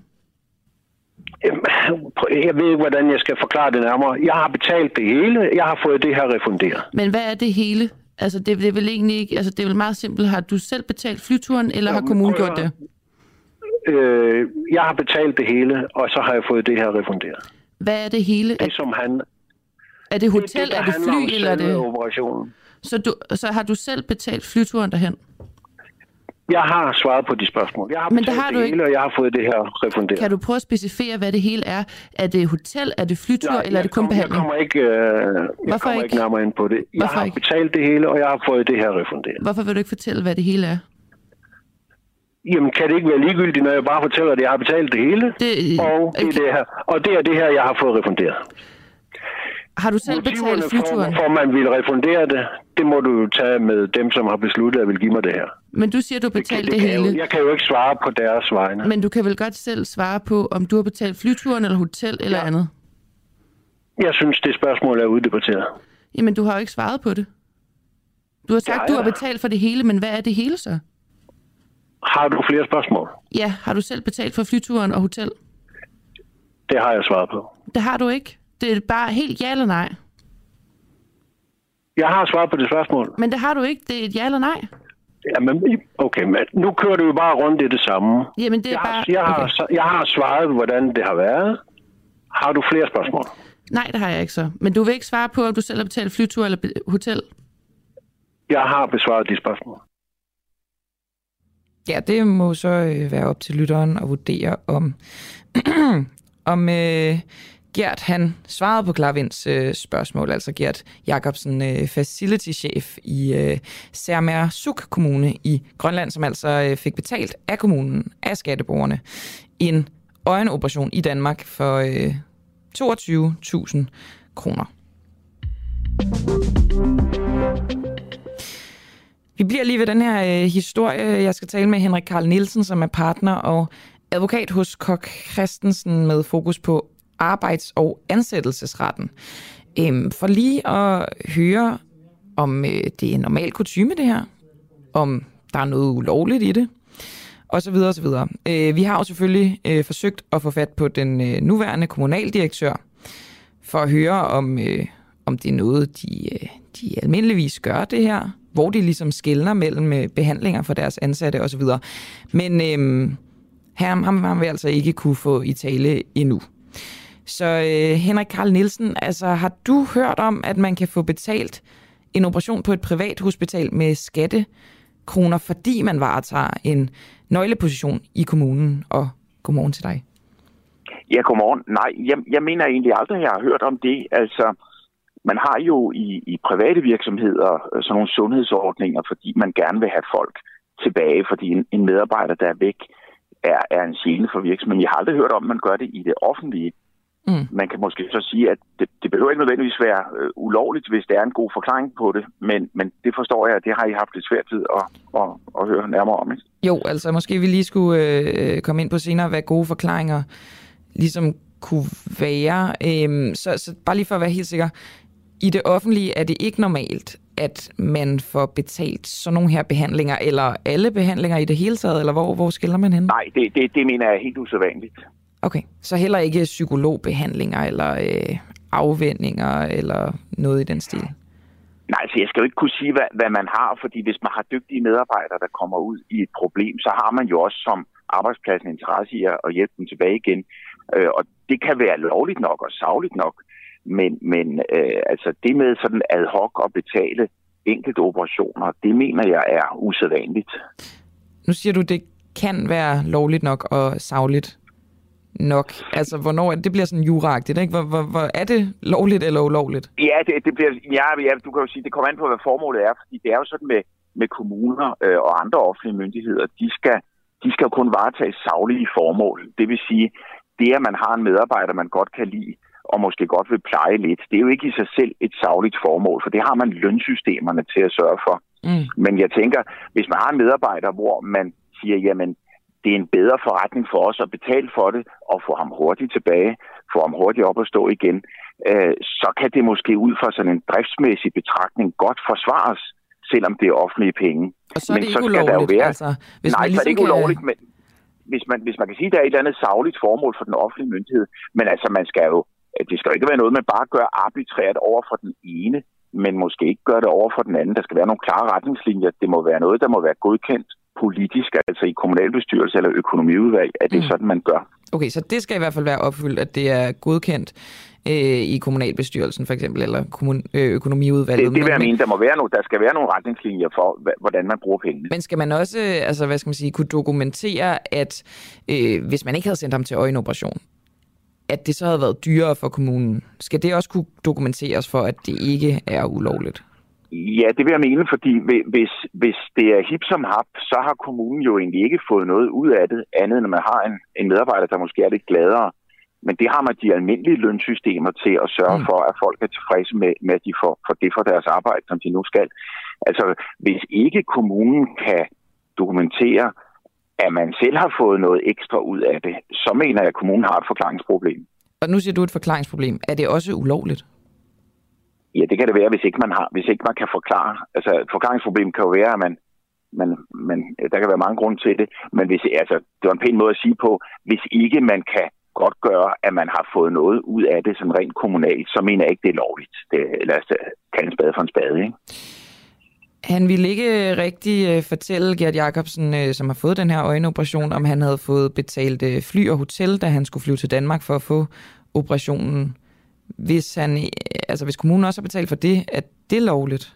Jeg ved ikke, hvordan jeg skal forklare det nærmere. Jeg har betalt det hele, jeg har fået det her refunderet. Men hvad er det hele? Altså, det er vel egentlig ikke... Altså, det er vel meget simpelt. Har du selv betalt flyturen, eller har kommunen gjort det? Jeg har betalt det hele, og så har jeg fået det her refunderet. Hvad er det hele? Det, som han... Er det hotel, er det fly, eller er det... operationen. Så har du selv betalt flyturen derhen? Jeg har svaret på de spørgsmål. Jeg har betalt det hele, og jeg har fået det her refunderet. Kan du prøve at specificere, hvad det hele er? Er det hotel, er det flytur, eller er det kun behandling? Jeg kommer ikke nærmere ind på det. Jeg har betalt det hele, og jeg har fået det her refunderet. Hvorfor vil du ikke fortælle, hvad det hele er? Jamen, kan det ikke være ligegyldigt, når jeg bare fortæller, at jeg har betalt det hele? Og det er det her, jeg har fået refunderet. Har du selv betalt flyturen? For man vil refundere det, det må du tage med dem, som har besluttet at vil give mig det her. Men du siger, du har betalt det hele. Jeg kan jo ikke svare på deres vegne. Men du kan vel godt selv svare på, om du har betalt flyturen eller hotel eller andet? Jeg synes, det spørgsmål er uddebatteret. Jamen, du har jo ikke svaret på det. Du har sagt, du har betalt for det hele, men hvad er det hele så? Har du flere spørgsmål? Ja, har du selv betalt for flyturen og hotel? Det har jeg svaret på. Det har du ikke. Det er bare helt ja eller nej. Jeg har svaret på det spørgsmål. Men det har du ikke. Det er et ja eller nej. Jamen, okay, men nu kører du jo bare rundt i det samme. Jamen, det er jeg har svaret, hvordan det har været. Har du flere spørgsmål? Nej, det har jeg ikke så. Men du vil ikke svare på, om du selv har betalt flytur eller hotel? Jeg har besvaret de spørgsmål. Ja, det må så være op til lytteren at vurdere, om Gert han svarede på Klar-Vinds spørgsmål, altså Gert Jacobsen, facility-chef i Sermersooq Kommune i Grønland, som altså fik betalt af kommunen, af skatteborgerne, en øjenoperation i Danmark for 22.000 kroner. Vi bliver lige ved den her historie. Jeg skal tale med Henrik Carl Nielsen, som er partner og advokat hos Koch Christensen med fokus på arbejds- og ansættelsesretten. For lige at høre, om det er normal kutyme det her, om der er noget ulovligt i det, og så videre, og så videre. Vi har jo selvfølgelig forsøgt at få fat på den nuværende kommunaldirektør, for at høre, om det er noget, de almindeligvis gør det her, hvor de ligesom skelner mellem behandlinger for deres ansatte osv. Men ham har vi altså ikke kunne få i tale endnu. Så Henrik Carl Nielsen, altså har du hørt om, at man kan få betalt en operation på et privat hospital med skattekroner, fordi man varetager en nøgleposition i kommunen? Og godmorgen til dig. Ja, godmorgen. Nej, jeg mener egentlig aldrig, jeg har hørt om det. Altså, man har jo i private virksomheder sådan nogle sundhedsordninger, fordi man gerne vil have folk tilbage, fordi en medarbejder, der er væk, er en gene for virksomheden. Jeg har aldrig hørt om, at man gør det i det offentlige. Man kan måske så sige, at det behøver ikke nødvendigvis være ulovligt, hvis der er en god forklaring på det, men det forstår jeg, at det har I haft lidt svært ved at høre nærmere om. Ikke? Jo, altså måske vi lige skulle komme ind på senere, hvad gode forklaringer ligesom kunne være. Så bare lige for at være helt sikker, i det offentlige er det ikke normalt, at man får betalt sådan nogle her behandlinger, eller alle behandlinger i det hele taget, eller hvor skiller man hen? Nej, det mener jeg er helt usædvanligt. Okay, så heller ikke psykologbehandlinger, eller afvænninger, eller noget i den stil? Nej, så jeg skal jo ikke kunne sige, hvad man har, fordi hvis man har dygtige medarbejdere, der kommer ud i et problem, så har man jo også som arbejdsplads en interesse i at hjælpe dem tilbage igen. Og det kan være lovligt nok og sagligt nok, men altså det med sådan ad hoc at betale enkelte operationer, det mener jeg er usædvanligt. Nu siger du, det kan være lovligt nok og sagligt nok. Altså, hvornår det bliver sådan juraagtigt, ikke? Hvor er det lovligt eller ulovligt? Ja, det bliver, ja, du kan jo sige, det kommer an på, hvad formålet er, fordi det er jo sådan med kommuner og andre offentlige myndigheder, de skal jo kun varetage saglige formål. Det vil sige, det at man har en medarbejder, man godt kan lide, og måske godt vil pleje lidt, det er jo ikke i sig selv et sagligt formål, for det har man lønsystemerne til at sørge for. Men jeg tænker, hvis man har en medarbejder, hvor man siger, jamen, det er en bedre forretning for os at betale for det, og få ham hurtigt tilbage, få ham hurtigt op at stå igen, så kan det måske ud fra sådan en driftsmæssig betragtning godt forsvares, selvom det er offentlige penge. Og så er det ikke ulovligt? Være... Altså, nej, så er det ikke ulovligt, men hvis man kan sige, at der er et eller andet sagligt formål for den offentlige myndighed, men altså det skal jo ikke være noget, man bare gør arbitrært over for den ene, men måske ikke gør det over for den anden. Der skal være nogle klare retningslinjer. Det må være noget, der må være godkendt politisk, altså i kommunalbestyrelse eller økonomiudvalg, at det er sådan, man gør. Okay, så det skal i hvert fald være opfyldt, at det er godkendt i kommunalbestyrelsen for eksempel, eller økonomiudvalget. Det vil jeg mene, der skal være nogle retningslinjer for, hvordan man bruger pengene. Men skal man også, kunne dokumentere, at hvis man ikke havde sendt ham til øjenoperation, at det så havde været dyrere for kommunen? Skal det også kunne dokumenteres for, at det ikke er ulovligt? Ja, det vil jeg mene, fordi hvis det er hip som hap, så har kommunen jo egentlig ikke fået noget ud af det, andet end at man har en medarbejder, der måske er lidt gladere. Men det har man de almindelige lønsystemer til at sørge for, at folk er tilfredse med at de får det for deres arbejde, som de nu skal. Altså, hvis ikke kommunen kan dokumentere, at man selv har fået noget ekstra ud af det, så mener jeg, at kommunen har et forklaringsproblem. Og nu siger du et forklaringsproblem. Er det også ulovligt? Ja, det kan det være, hvis ikke man kan forklare. Altså, et forklaringsproblem kan jo være, at man der kan være mange grunde til det, men det var en pæn måde at sige på, hvis ikke man kan godt gøre, at man har fået noget ud af det sådan rent kommunalt, så mener jeg ikke, det er lovligt. Lad os kalde en spade for en spade, ikke? Han ville ikke rigtig fortælle Gert Jacobsen, som har fået den her øjenoperation, om han havde fået betalt fly og hotel, da han skulle flyve til Danmark for at få operationen. Hvis kommunen også har betalt for det, er det lovligt?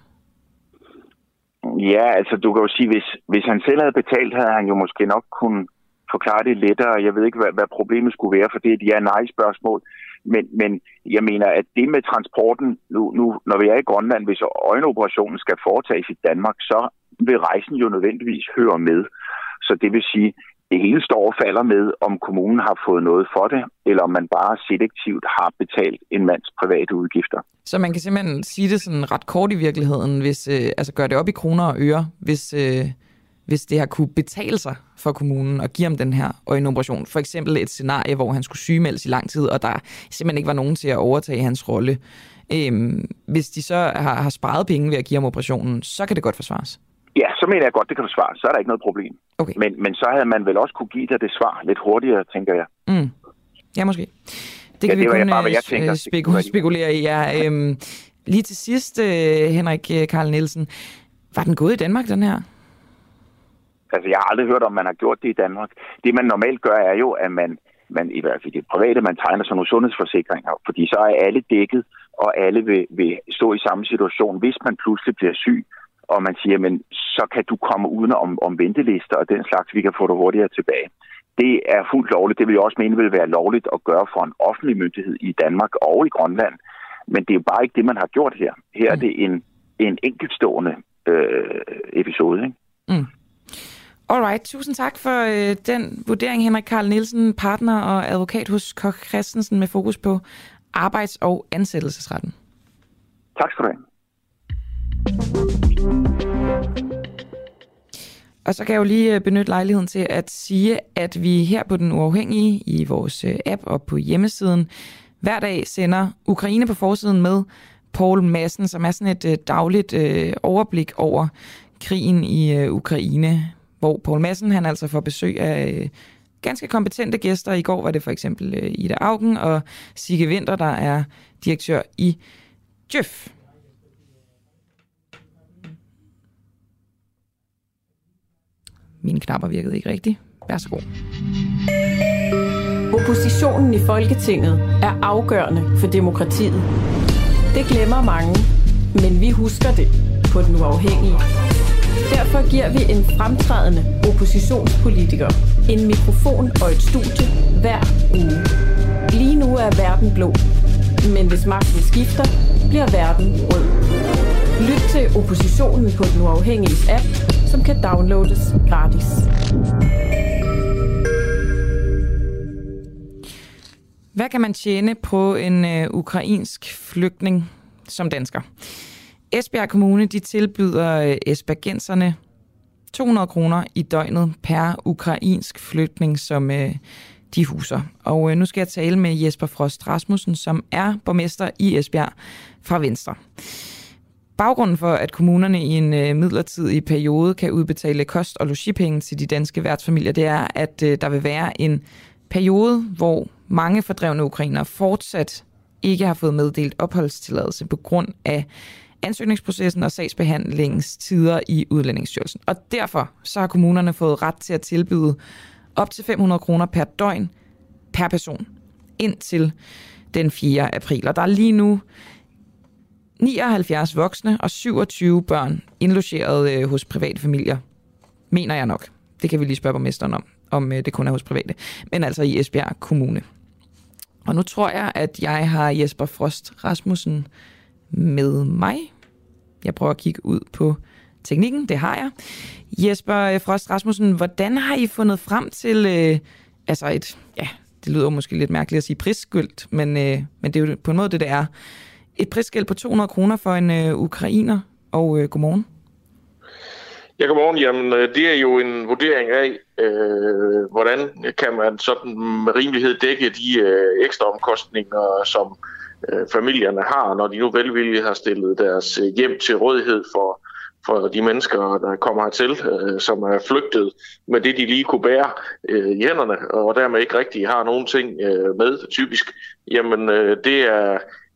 Ja, altså du kan jo sige, hvis han selv havde betalt, havde han jo måske nok kunne forklare det lettere. Jeg ved ikke, hvad problemet skulle være, for det er et ja-nej-spørgsmål. Men jeg mener, at det med transporten, nu når vi er i Grønland, hvis øjenoperationen skal foretages i Danmark, så vil rejsen jo nødvendigvis høre med. Så det vil sige, det hele står og falder med, om kommunen har fået noget for det, eller om man bare selektivt har betalt en mands private udgifter. Så man kan simpelthen sige det sådan ret kort i virkeligheden, hvis gøre det op i kroner og øre, hvis det har kunne betale sig for kommunen at give ham den her øjenoperation. For eksempel et scenarie, hvor han skulle sygemeldes i lang tid, og der simpelthen ikke var nogen til at overtage hans rolle. Hvis de så har sparet penge ved at give ham operationen, så kan det godt forsvares. Ja, så mener jeg godt, det kan forsvares. Så er der ikke noget problem. Okay. Men så havde man vel også kunne give dig det svar lidt hurtigere, tænker jeg. Ja, måske. Det kan vi kun spekulere i. Ja. Lige til sidst, Henrik Carl Nielsen. Var den gået i Danmark, den her? Altså, jeg har aldrig hørt, om man har gjort det i Danmark. Det, man normalt gør, er jo, at man i hvert fald det private, man tegner sådan nogle sundhedsforsikringer, fordi så er alle dækket, og alle vil stå i samme situation, hvis man pludselig bliver syg, og man siger, men så kan du komme uden om ventelister og den slags, vi kan få dig hurtigere tilbage. Det er fuldt lovligt. Det vil jeg også mene vil være lovligt at gøre for en offentlig myndighed i Danmark og i Grønland. Men det er jo bare ikke det, man har gjort her. Her er det en enkeltstående episode, ikke? Alright, tusind tak for den vurdering, Henrik Carl Nielsen, partner og advokat hos Koch Christensen med fokus på arbejds- og ansættelsesretten. Tak skal du have. Og så kan jeg jo lige benytte lejligheden til at sige, at vi her på Den Uafhængige i vores app og på hjemmesiden hver dag sender Ukraine på forsiden med Poul Madsen, som er sådan et dagligt overblik over krigen i Ukraine, hvor Poul Madsen han altså får besøg af ganske kompetente gæster. I går var det for eksempel Ida Auken og Sigge Winther, der er direktør i Djøf. Mine knapper virkede ikke rigtigt. Værsgo. Oppositionen i Folketinget er afgørende for demokratiet. Det glemmer mange, men vi husker det på Den Uafhængige. Derfor giver vi en fremtrædende oppositionspolitiker en mikrofon og et studie hver uge. Lige nu er verden blå, men hvis magten skifter, bliver verden rød. Lyt til oppositionen på Den Uafhængiges app, som kan downloades gratis. Hvad kan man tjene på en ukrainsk flygtning som dansker? Esbjerg Kommune de tilbyder esbjergenserne 200 kroner i døgnet per ukrainsk flygtning, som de huser. Og nu skal jeg tale med Jesper Frost Rasmussen, som er borgmester i Esbjerg fra Venstre. Baggrunden for, at kommunerne i en midlertidig periode kan udbetale kost- og logipenge til de danske værtsfamilier, det er, at der vil være en periode, hvor mange fordrevne ukrainere fortsat ikke har fået meddelt opholdstilladelse på grund af ansøgningsprocessen og sagsbehandlingens tider i Udlændingsstyrelsen. Og derfor så har kommunerne fået ret til at tilbyde op til 500 kroner per døgn per person indtil den 4. april. Og der er lige nu 79 voksne og 27 børn indlogeret hos private familier. Mener jeg nok. Det kan vi lige spørge borgmesteren om det kun er hos private. Men altså i Esbjerg Kommune. Og nu tror jeg, at jeg har Jesper Frost Rasmussen med mig. Jeg prøver at kigge ud på teknikken. Det har jeg. Jesper Frost Rasmussen, hvordan har I fundet frem til det lyder måske lidt mærkeligt at sige prisskilt, men det er jo på en måde det er. Et prisskilt på 200 kroner for en ukrainer, og godmorgen. Ja, godmorgen. Jamen, det er jo en vurdering af, hvordan kan man sådan med rimelighed dække de ekstra omkostninger, som familierne har, når de nu velvilligt har stillet deres hjem til rådighed for de mennesker, der kommer hertil, som er flygtet med det, de lige kunne bære i hænderne, og dermed ikke rigtig har nogen ting med, typisk. Jamen, det er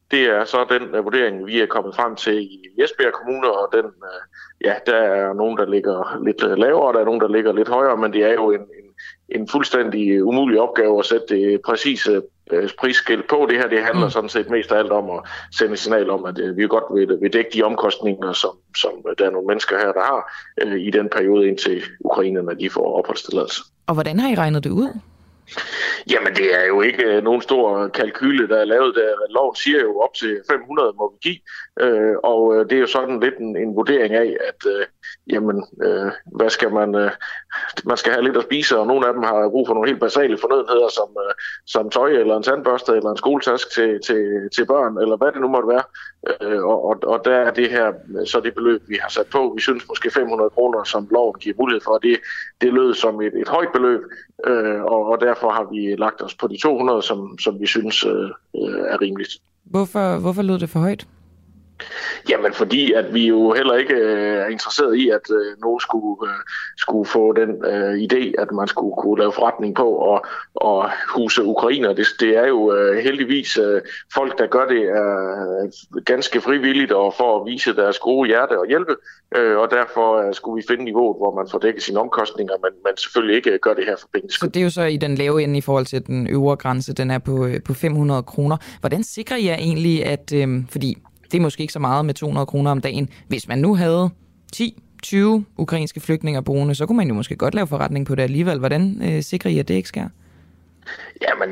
Det er så den vurdering, vi er kommet frem til i Esbjerg Kommune, og den, der er nogen, der ligger lidt lavere, og der er nogen, der ligger lidt højere, men det er jo en fuldstændig umulig opgave at sætte det præcise prisskilt på. Det her, det handler sådan set mest af alt om at sende et signal om, at vi godt vil dække de omkostninger, som der er nogle mennesker her, der har i den periode indtil ukrainerne de får opholdstilladelse. Og hvordan har I regnet det ud? Jamen, det er jo ikke nogen stor kalkyle, der er lavet. Loven siger jo op til 500 må vi give, og det er jo sådan lidt en vurdering af, at hvad skal man skal have lidt at spise, og nogle af dem har brug for nogle helt basale fornødenheder, som tøj eller en tandbørste eller en skoletask til børn, eller hvad det nu måtte være. Og der er det her så det beløb, vi har sat på. Vi synes måske 500 kroner, som loven giver mulighed for, det lød som et højt beløb, og derfor har vi lagt os på de 200, som vi synes er rimeligt. Hvorfor lød det for højt? Jamen, fordi at vi jo heller ikke er interesseret i, at nogen skulle få den idé, at man skulle kunne lave forretning på og huse ukrainer. Det er jo heldigvis folk, der gør det ganske frivilligt og for at vise deres gode hjerte og hjælpe. Og derfor skulle vi finde niveauet, hvor man får dækket sine omkostninger, men man selvfølgelig ikke gør det her for penge. Så det er jo så i den lave ende i forhold til den øvre grænse, den er på 500 kroner. Hvordan sikrer I egentlig, at fordi det er måske ikke så meget med 200 kroner om dagen. Hvis man nu havde 10-20 ukrainske flygtninge boende, så kunne man jo måske godt lave forretning på det alligevel. Hvordan sikrer I, at det ikke sker? Jamen,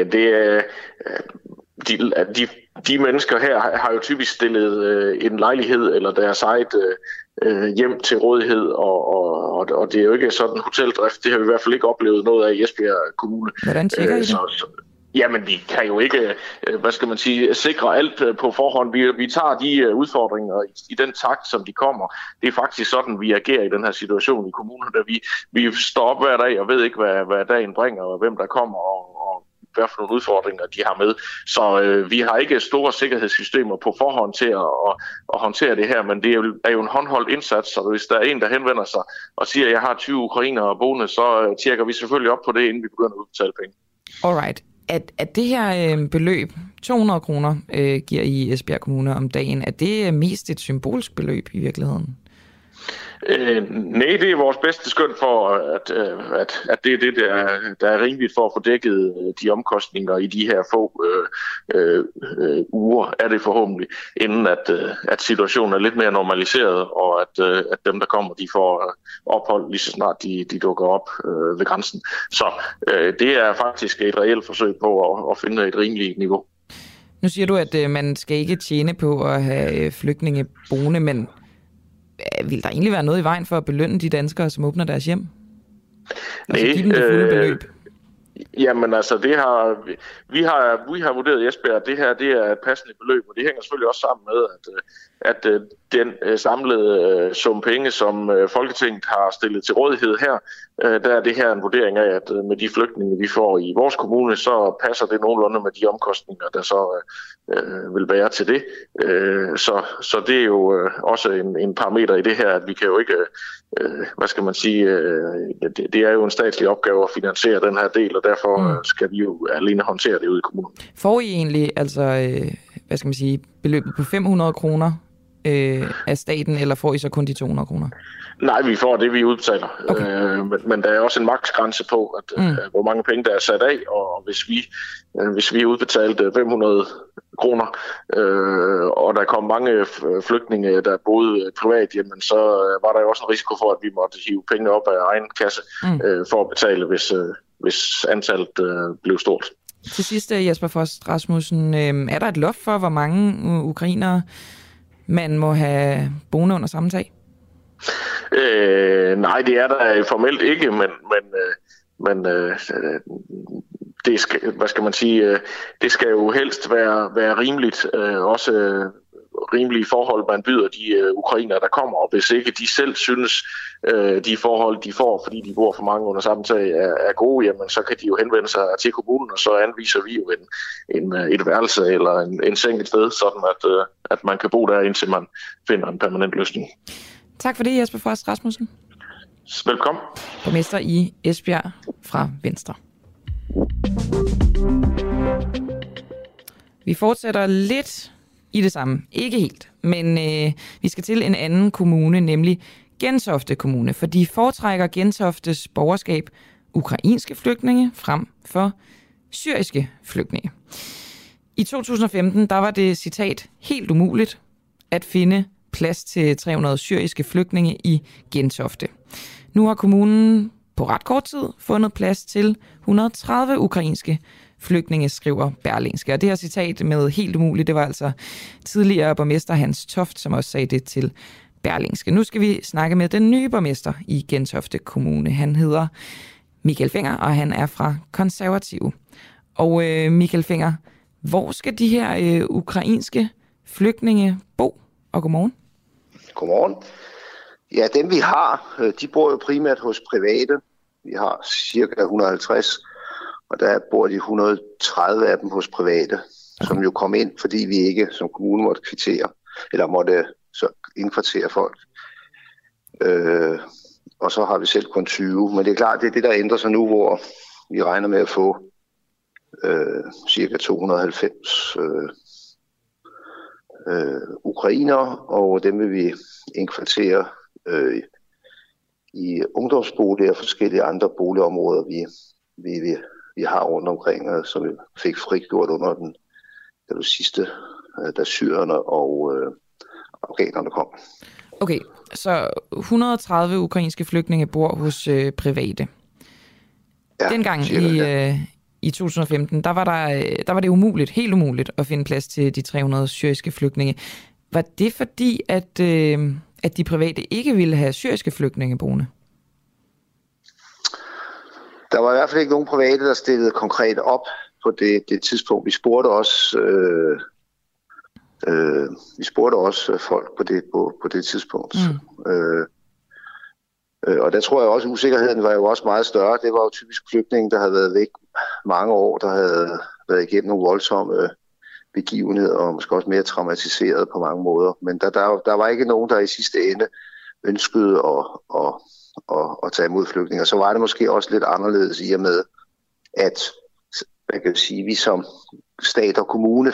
de mennesker her har jo typisk stillet en lejlighed eller deres eget hjem til rådighed, og det er jo ikke sådan en hoteldrift. Det har vi i hvert fald ikke oplevet noget af i Esbjerg Kommune. Hvordan tjekker I det? Jamen, vi kan jo ikke, sikre alt på forhånd. Vi tager de udfordringer i den takt, som de kommer. Det er faktisk sådan, vi agerer i den her situation i kommunen, da vi står op hver dag og ved ikke, hvad dagen bringer, og hvem der kommer, og hvad for nogle udfordringer de har med. Så vi har ikke store sikkerhedssystemer på forhånd til at håndtere det her, men det er jo en håndholdt indsats, så hvis der er en, der henvender sig og siger, at jeg har 20 ukrainere boende, så tjekker vi selvfølgelig op på det, inden vi begynder at udbetale penge. Alright. At det her beløb, 200 kroner, giver I Esbjerg Kommune om dagen, er det mest et symbolsk beløb i virkeligheden? Nej, det er vores bedste skøn for, at det er det, der er rimeligt for at få dækket de omkostninger i de her få uger, er det forhåbentlig, inden at situationen er lidt mere normaliseret, og at dem, der kommer, de får ophold lige så snart de dukker op ved grænsen. Så det er faktisk et reelt forsøg på at finde et rimeligt niveau. Nu siger du, at man skal ikke tjene på at have flygtninge boende, men vil der egentlig være noget i vejen for at belønne de danskere, som åbner deres hjem? Altså give dem det fulde beløb? Jamen altså, vi har vurderet i Esbjerg, at det her det er et passende beløb, og det hænger selvfølgelig også sammen med, at den samlede sum penge, som Folketinget har stillet til rådighed her, der er det her en vurdering af, at med de flygtninge, vi får i vores kommune, så passer det nogenlunde med de omkostninger, der så vil være til det. Så det er jo også en parameter i det her, at vi kan jo ikke, det er jo en statslig opgave at finansiere den her del, og derfor skal vi jo alene håndtere det ude i kommunen. Får I egentlig beløbet på 500 kroner af staten, eller får I så kun de 200 kroner? Nej, vi får det, vi udbetaler. Okay. Men der er også en maksgrænse på, hvor mange penge, der er sat af, og hvis vi udbetalte 500 kroner, og der kom mange flygtninge, der boede privat, jamen, så var der jo også en risiko for, at vi måtte hive penge op af egen kasse for at betale, hvis antallet blev stort. Til sidst, Jesper Frost Rasmussen, er der et loft for, hvor mange ukrainere man må have boende under samme tag? Nej, det er der formelt ikke, men det skal, det skal jo helst være rimeligt, også rimelige forhold, man byder de ukrainere, der kommer, og hvis ikke de selv synes, de forhold, de får, fordi de bor for mange under samme tag, er gode, jamen så kan de jo henvende sig til kommunen, og så anviser vi jo et værelse eller en seng et sted, sådan at man kan bo der, indtil man finder en permanent løsning. Tak for det, Jesper Frost Rasmussen. Velkommen. Borgmester i Esbjerg fra Venstre. Vi fortsætter lidt i det samme. Ikke helt, men vi skal til en anden kommune, nemlig Gentofte Kommune, for de foretrækker Gentoftes borgerskab ukrainske flygtninge frem for syriske flygtninge. I 2015, der var det, citat, helt umuligt at finde plads til 300 syriske flygtninge i Gentofte. Nu har kommunen på ret kort tid fundet plads til 130 ukrainske flygtninge, skriver Berlingske. Og det her citat med helt umuligt, det var altså tidligere borgmester Hans Toft, som også sagde det til Berlingske. Nu skal vi snakke med den nye borgmester i Gentofte Kommune. Han hedder Michael Fenger, og han er fra Konservative. Og Michael Fenger, hvor skal de her ukrainske flygtninge bo? Og godmorgen. Godmorgen. Ja, dem vi har, de bor jo primært hos private. Vi har cirka 150, og der bor de 130 af dem hos private, som jo kom ind, fordi vi ikke som kommune måtte kvittere, eller måtte så indkvartere folk. Og så har vi selv kun 20. Men det er klart, det er det, der ændrer sig nu, hvor vi regner med at få cirka 290 ukrainere, og dem vil vi indkvartere i ungdomsboliger og forskellige andre boligområder, vi har rundt omkring, som vi fik frigjort under den sidste, da syrerne og afghanerne kom. Okay, så 130 ukrainske flygtninge bor hos private. Ja, dengang i 2015, der var det umuligt, helt umuligt at finde plads til de 300 syriske flygtninge. Var det fordi, at de private ikke ville have syriske flygtninge boende? Der var i hvert fald ikke nogen private, der stillede konkret op på det tidspunkt. Vi spurgte også folk på det tidspunkt. Og der tror jeg også, at usikkerheden var jo også meget større. Det var jo typisk flygtninge, der havde været væk mange år, der havde været igennem nogle voldsomme begivenheder, og måske også mere traumatiseret på mange måder. Men der var ikke nogen, der i sidste ende ønskede at tage imod flygtninge. Så var det måske også lidt anderledes i og med, at man kan sige, vi som stat og kommune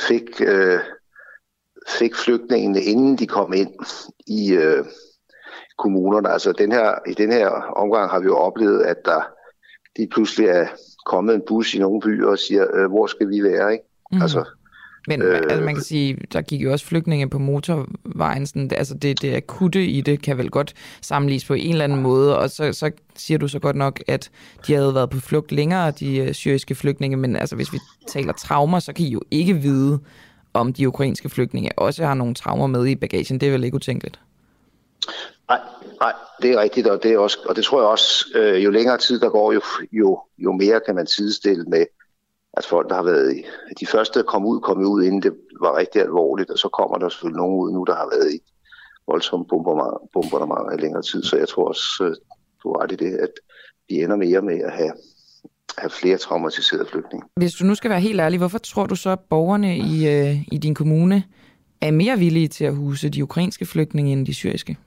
fik flygtningene, inden de kom ind i kommunerne. Altså i den her omgang har vi jo oplevet, at der lige pludselig er kommet en bus i nogle byer og siger, hvor skal vi være, ikke? Altså, men man kan sige, der gik jo også flygtninge på motorvejen. Sådan, altså det akutte i det kan vel godt sammenlignes på en eller anden måde. Og så siger du så godt nok, at de havde været på flugt længere, de syriske flygtninge. Men altså, hvis vi taler traumer, så kan I jo ikke vide, om de ukrainske flygtninge også har nogle traumer med i bagagen. Det er vel ikke utænkeligt? Nej, det er rigtigt, og det tror jeg også, jo længere tid der går, jo mere kan man sidestille med, at folk, der har været de første kom ud, inden det var rigtig alvorligt, og så kommer der selvfølgelig nogen ud nu, der har været i voldsomme bombardementer i længere tid, så jeg tror også, du har ret i det, at vi ender mere med at have flere traumatiserede flygtninge. Hvis du nu skal være helt ærlig, hvorfor tror du så, at borgerne i din kommune er mere villige til at huse de ukrainske flygtninge end de syriske?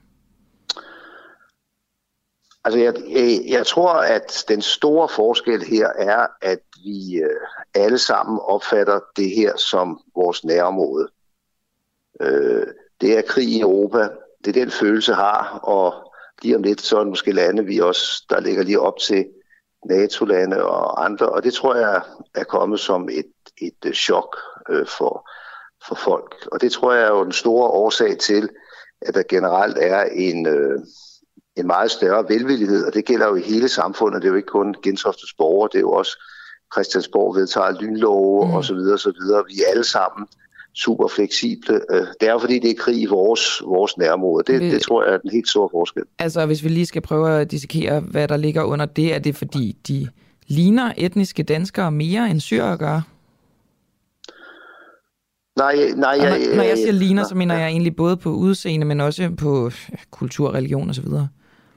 Altså, jeg tror, at den store forskel her er, at vi alle sammen opfatter det her som vores nærområde. Det er krig i Europa. Det er den følelse har, og lige om lidt, så er det måske lande, der ligger lige op til NATO-lande og andre. Og det tror jeg er kommet som et chok for folk. Og det tror jeg er jo den store årsag til, at der generelt er en meget større velvillighed, og det gælder jo i hele samfundet. Det er jo ikke kun Gentoftes borgere, det er jo også Christiansborg vedtager lynlove og så videre, så videre. Vi er alle sammen super fleksible. Det er jo fordi, det er krig i vores nærområde. Det tror jeg er den helt store forskel. Altså, hvis vi lige skal prøve at dissekere, hvad der ligger under det, er det fordi, de ligner etniske danskere mere end syrere gør? Nej. Når jeg siger ligner, så mener jeg egentlig både på udseende, men også på kultur, religion og så videre.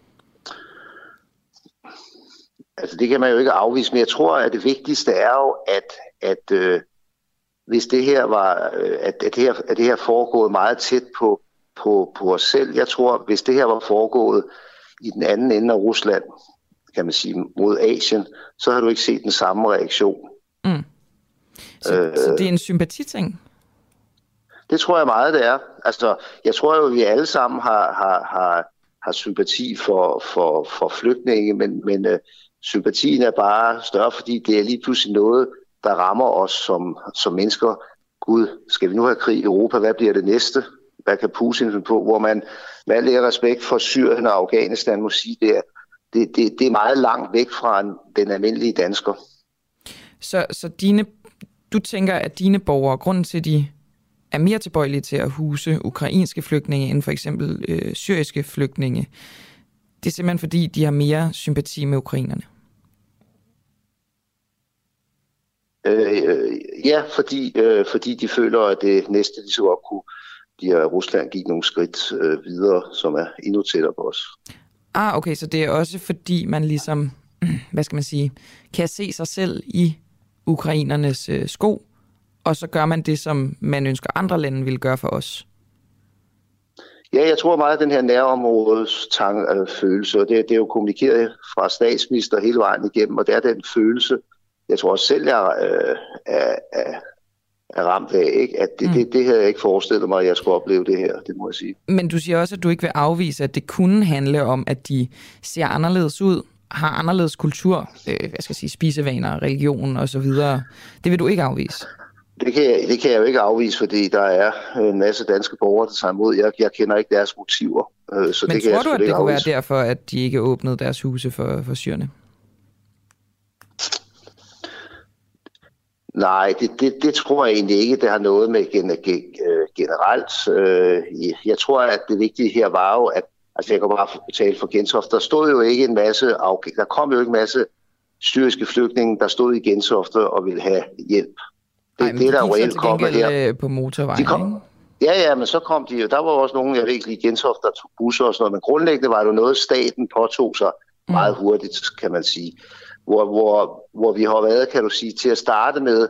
Altså, det kan man jo ikke afvise, men jeg tror, at det vigtigste er jo, at hvis det her var, at det her foregået meget tæt på os selv. Jeg tror, hvis det her var foregået i den anden ende af Rusland, kan man sige, mod Asien, så har du ikke set den samme reaktion. Så det er en sympatiting? Det tror jeg meget, det er. Altså, jeg tror jo, at vi alle sammen har sympati for flygtninge, men sympatien er bare større, fordi det er lige pludselig noget, der rammer os som mennesker. Gud, skal vi nu have krig i Europa? Hvad bliver det næste? Hvad kan Putin finde på? Hvor man med al respekt for Syrien og Afghanistan må sige, det er meget langt væk fra den almindelige dansker. Så du tænker, at dine borgere, grunden til, at de er mere tilbøjelige til at huse ukrainske flygtninge end for eksempel syriske flygtninge, det er simpelthen fordi, de har mere sympati med ukrainerne? Ja, fordi de føler, at det næste lige så godt kunne blive, at Rusland gik nogle skridt videre, som er endnu tættere på os. Okay, så det er også fordi, man ligesom, hvad skal man sige, kan se sig selv i ukrainernes sko, og så gør man det, som man ønsker andre lande vil gøre for os. Ja, jeg tror meget, at den her nærområdes følelse, og det er jo kommunikeret fra statsminister hele vejen igennem, og det er den følelse, jeg tror også selv, jeg er ramt af, ikke? At det havde jeg ikke forestillet mig, at jeg skulle opleve det her, det må jeg sige. Men du siger også, at du ikke vil afvise, at det kunne handle om, at de ser anderledes ud, har anderledes kultur, spisevaner, religion og så videre. Det vil du ikke afvise? Det kan jeg jo ikke afvise, fordi der er en masse danske borgere, der tager imod. Jeg kender ikke deres motiver. Så men det kan tror du, at det kunne afvise. være derfor, at de ikke åbnede deres huse for syrerne? Nej, det tror jeg egentlig ikke, det har noget med generelt. Jeg tror, at det vigtige her var jo, at jeg kan bare tale for Gentofte. Der stod jo ikke en masse, der kom jo ikke en masse syriske flygtninge, der stod i Gentofte og ville have hjælp. Det der reelt kommer her på motorvejen. Ja, men så kom de jo. Der var også nogen, jeg ved ikke lige, Gentofte, der tog busser og sådan noget, men grundlæggende var det jo noget, staten påtog sig meget hurtigt, kan man sige. Hvor vi har været, kan du sige, til at starte med,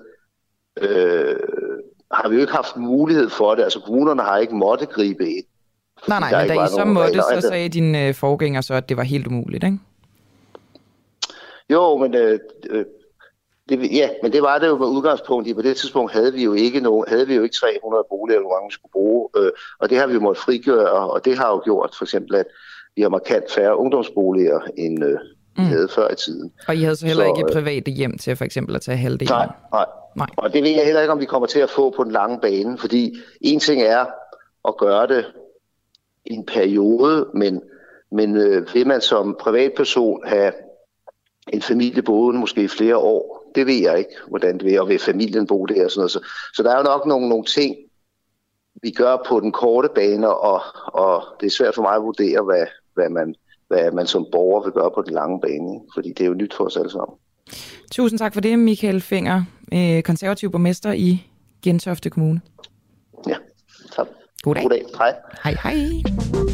har vi jo ikke haft mulighed for det. Altså kommunerne har ikke måttet gribe ind. Nej, men da I så måtte, så sagde din forgænger så, at det var helt umuligt, ikke? Jo, men men det var det jo med udgangspunkt i. På det tidspunkt havde vi jo ikke 300 boliger, hvor mange vi skulle bruge, og det har vi måttet frigøre, og det har jo gjort for eksempel, at vi har markant færre ungdomsboliger end vi havde før i tiden. Og I havde så heller ikke private hjem til for eksempel at tage halvdelen? Nej. Og det ved jeg heller ikke, om vi kommer til at få på den lange bane, fordi en ting er at gøre det i en periode, men vil man som privatperson have en familie boende måske i flere år, det ved jeg ikke, hvordan det vil, og vil familien bo der og sådan noget. Så der er jo nok nogle ting, vi gør på den korte bane, og det er svært for mig at vurdere, hvad man som borger vil gøre på den lange bane, fordi det er jo nyt for os alle sammen. Tusind tak for det, Michael Fenger, konservativ borgmester i Gentofte Kommune. Ja, tak. God dag. God dag. Hej. Hej.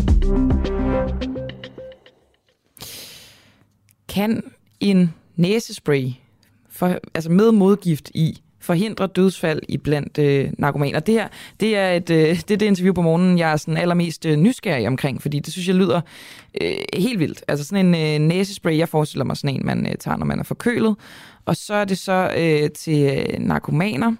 Kan en næsespray med modgift i forhindre dødsfald i blandt narkomaner? Det er det interview på morgenen, jeg er sådan allermest nysgerrig omkring, fordi det synes jeg lyder helt vildt. Altså sådan en næsespray, jeg forestiller mig sådan en, man tager, når man er forkølet. Og så er det så til narkomaner,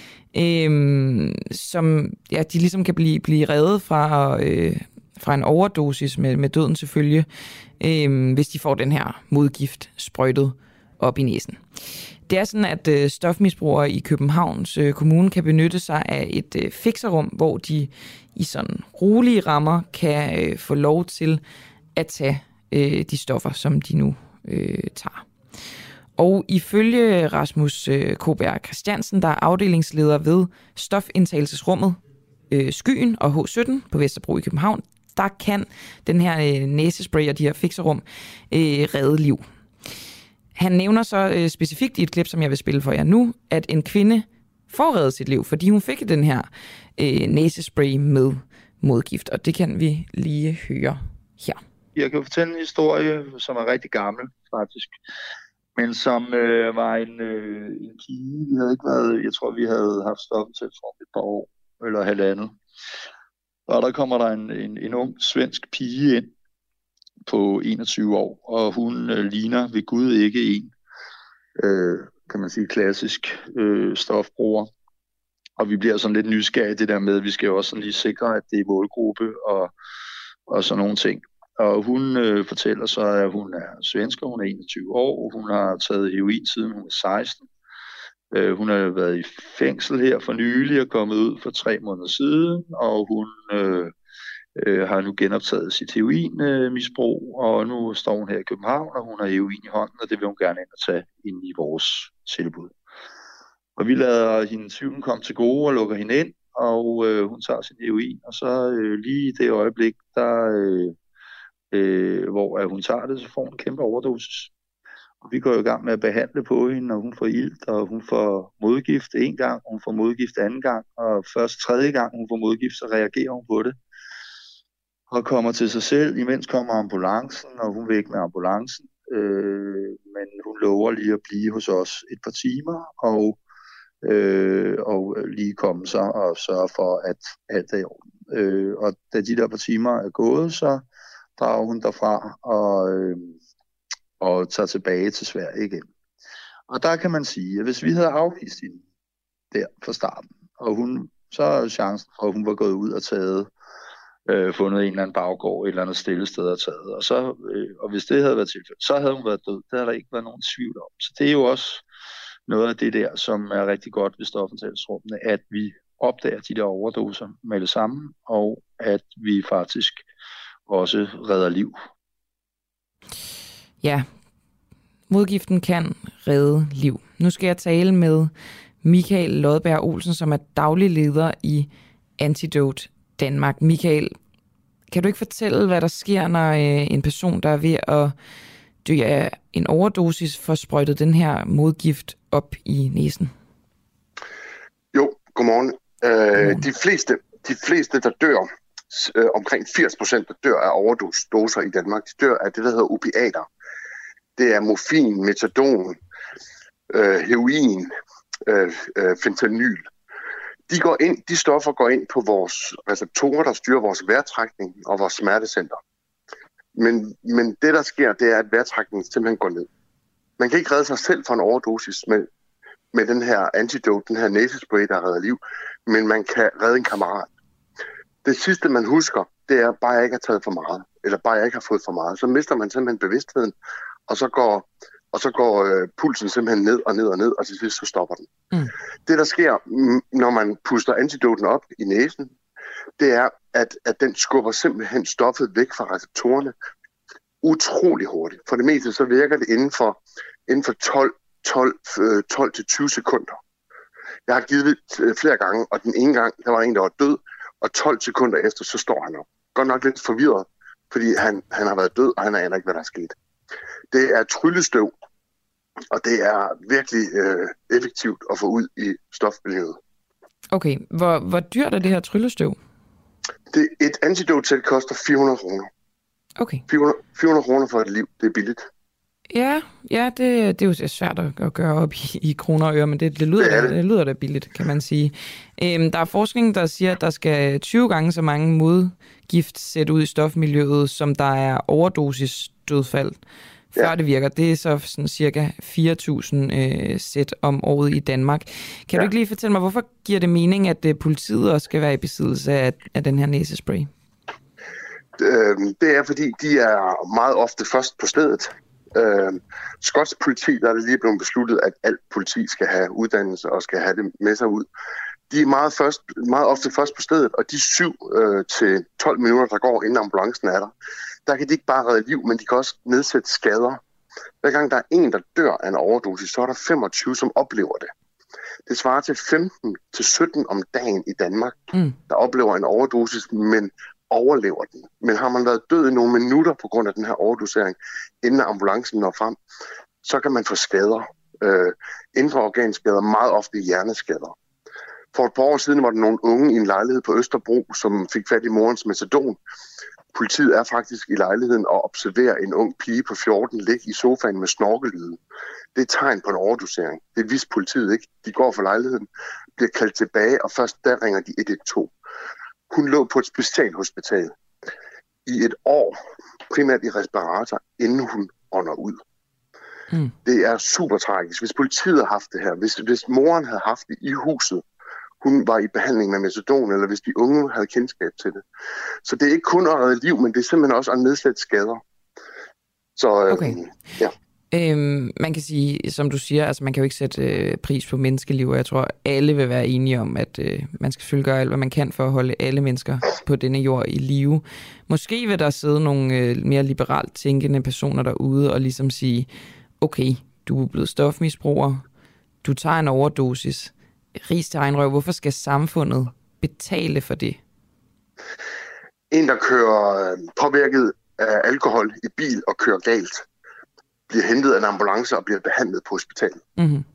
som de ligesom kan blive reddet fra en overdosis med døden til følge, hvis de får den her modgift sprøjtet op i næsen. Det er sådan, at stofmisbrugere i Københavns Kommune kan benytte sig af et fikserrum, hvor de i sådan rolige rammer kan få lov til at tage de stoffer, som de nu tager. Og ifølge Rasmus Koberg Christiansen, der er afdelingsleder ved stofindtagelsesrummet Skyen og H17 på Vesterbro i København, der kan den her næsespray og de her fikserrum redde liv. Han nævner så specifikt i et klip, som jeg vil spille for jer nu, at en kvinde får reddet sit liv, fordi hun fik den her næsespray med modgift, og det kan vi lige høre her. Jeg kan fortælle en historie, som er rigtig gammel faktisk, men som var en pige. Vi havde ikke været, jeg tror vi havde haft stoppet til for et par år eller halvandet. Og der kommer der en ung svensk pige ind på 21 år, og hun ligner ved Gud ikke en, kan man sige, klassisk stofbruger. Og vi bliver sådan lidt nysgerrige det der med, at vi skal jo også sådan lige sikre, at det er målgruppe og sådan nogle ting. Og hun fortæller så, at hun er svensker, hun er 21 år, hun har taget heroin siden hun er 16. Hun har været i fængsel her for nylig og kommet ud for 3 måneder siden, og hun har nu genoptaget sit heroinmisbrug, og nu står hun her i København, og hun har heroin i hånden, og det vil hun gerne ind og tage ind i vores tilbud. Og vi lader hende syven komme til gode og lukker hende ind, og hun tager sin heroin, og så lige i det øjeblik, hvor hun tager det, så får hun en kæmpe overdosis. Og vi går i gang med at behandle på hende, og hun får ilt, og hun får modgift 1 gang, og hun får modgift 2. gang, og først 3. gang hun får modgift, så reagerer hun på det. Og kommer til sig selv, imens kommer ambulancen, og hun vil ikke med ambulancen. Men hun lover lige at blive hos os et par timer, og lige komme sig og sørge for, at alt er i orden. Og da de der par timer er gået, så drager hun derfra og tager tilbage til Sverige igen. Og der kan man sige, at hvis vi havde afvist hende der fra starten, og så er chancen for, at hun var gået ud og fundet en eller anden baggård, et eller andet stille sted og taget. Og hvis det havde været tilfældet, så havde hun været død. Det havde der ikke været nogen tvivl om. Så det er jo også noget af det der, som er rigtig godt ved stofindtagelsesrummene, at vi opdager de der overdoser med det samme, og at vi faktisk også redder liv. Ja, modgiften kan redde liv. Nu skal jeg tale med Michael Lodberg Olsen, som er daglig leder i Antidote Danmark. Michael, kan du ikke fortælle, hvad der sker, når en person, der er ved at dø af en overdosis, får sprøjtet den her modgift op i næsen? Jo, godmorgen. De fleste, der dør, omkring 80%, der dør af overdoser i Danmark, de dør af det, der hedder opiater. Det er morfin, metadon, heroin, fentanyl. De stoffer går ind på vores receptorer, der styrer vores vejrtrækning og vores smertecenter. Men det, der sker, det er, at vejrtrækningen simpelthen går ned. Man kan ikke redde sig selv for en overdosis med den her antidote, den her næsespray, der redder liv, men man kan redde en kammerat. Det sidste, man husker, det er bare, jeg ikke har taget for meget, eller bare, jeg ikke har fået for meget. Så mister man simpelthen bevidstheden, og så går pulsen simpelthen ned og ned og ned, og til sidst så stopper den. Mm. Det, der sker, når man puster antidoten op i næsen, det er, at den skubber simpelthen stoffet væk fra receptorerne utrolig hurtigt. For det meste så virker det inden for 12-20 sekunder. Jeg har givet det flere gange, og den ene gang, der var en, der var død, og 12 sekunder efter, så står han op. Godt nok lidt forvirret, fordi han har været død, og han aner ikke, hvad der er sket. Det er tryllestøv, og det er virkelig effektivt at få ud i stofmiljøet. Okay, hvor dyrt er det her tryllestøv? Et antidotsæt koster 400 kroner. Okay. 400 kroner for et liv, det er billigt. Ja, det er jo svært at gøre op i kroner og øre, men det lyder da billigt, kan man sige. Der er forskning, der siger, at der skal 20 gange så mange modgift sætte ud i stofmiljøet, som der er overdosisdødsfald, før det virker. Det er så sådan cirka 4.000 sæt om året i Danmark. Kan du ikke lige fortælle mig, hvorfor giver det mening, at politiet også skal være i besiddelse af den her næsespray? Det er, fordi de er meget ofte først på stedet. Skotsk politi, der er det lige blevet besluttet, at alt politi skal have uddannelse og skal have det med sig ud. De er meget ofte først på stedet, og de 7 til 12 minutter, der går inden ambulancen er der kan de ikke bare redde liv, men de kan også nedsætte skader. Hver gang der er en, der dør af en overdosis, så er der 25, som oplever det. Det svarer til 15 til 17 om dagen i Danmark, der oplever en overdosis, men overlever den. Men har man været død i nogle minutter på grund af den her overdosering, inden ambulancen når frem, så kan man få skader. Indre organskader, meget ofte hjerneskader. For et par år siden var der nogle unge i en lejlighed på Østerbro, som fik fat i morens metadon. Politiet er faktisk i lejligheden og observerer en ung pige på 14 ligge i sofaen med snorkelyde. Det er tegn på en overdosering. Det vidste politiet ikke. De går fra lejligheden, bliver kaldt tilbage, og først der ringer de 112. Hun lå på et specialhospital i et år, primært i respirator, inden hun ånder ud. Det er super tragisk. Hvis politiet havde haft det her, hvis moren havde haft det i huset, hun var i behandling med metadon, eller hvis de unge havde kendskab til det. Så det er ikke kun at redde liv, men det er simpelthen også at nedsætte skader. Så ja. Man kan sige, som du siger, altså man kan jo ikke sætte pris på menneskeliv, og jeg tror, alle vil være enige om, at man skal selvfølgelig gøre alt, hvad man kan for at holde alle mennesker på denne jord i live. Måske vil der sidde nogle mere liberalt tænkende personer derude og ligesom sige, okay, du er blevet stofmisbruger, du tager en overdosis, ris til egen røv, hvorfor skal samfundet betale for det? En, der kører påvirket af alkohol i bil og kører galt, bliver hentet af en ambulance og bliver behandlet på hospitalet. Mm-hmm.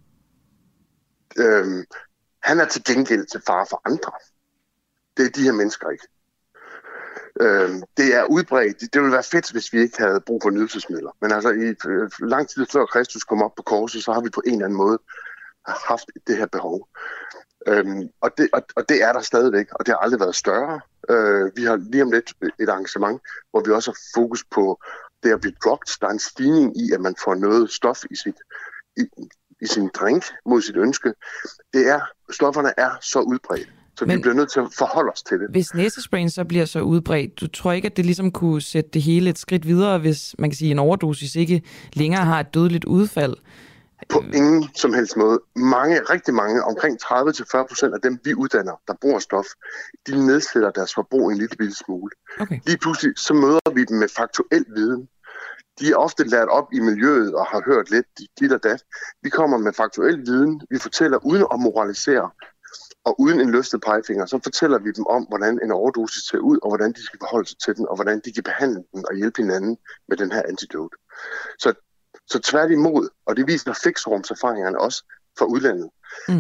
Han er til gengæld til fare for andre. Det er de her mennesker ikke. Det er udbredt. Det ville være fedt, hvis vi ikke havde brug for nydelsesmidler. Men altså i lang tid før Kristus kom op på korset, så har vi på en eller anden måde haft det her behov. Og det er der stadigvæk, og det har aldrig været større. Vi har lige om lidt et arrangement, hvor vi også har fokus på det at blive drugt. Der er en stigning i, at man får noget stof i sin drink mod sit ønske. Stofferne er så udbredt, så vi bliver nødt til at forholde os til det. Hvis næsesprayen så bliver så udbredt, du tror ikke, at det ligesom kunne sætte det hele et skridt videre, hvis man kan sige, en overdosis ikke længere har et dødeligt udfald? På ingen som helst måde. Rigtig mange, omkring 30-40% af dem, vi uddanner, der bruger stof, de nedsætter deres forbrug en lille smule. Okay. Lige pludselig, så møder vi dem med faktuel viden. De er ofte lært op i miljøet og har hørt lidt dit og dat. Vi kommer med faktuel viden. Vi fortæller uden at moralisere og uden en løftet pegefinger, så fortæller vi dem om, hvordan en overdosis ser ud, og hvordan de skal forholde sig til den, og hvordan de kan behandle den og hjælpe hinanden med den her antidote. Så tværtimod, og det viser fixerumserfaringerne også fra udlandet,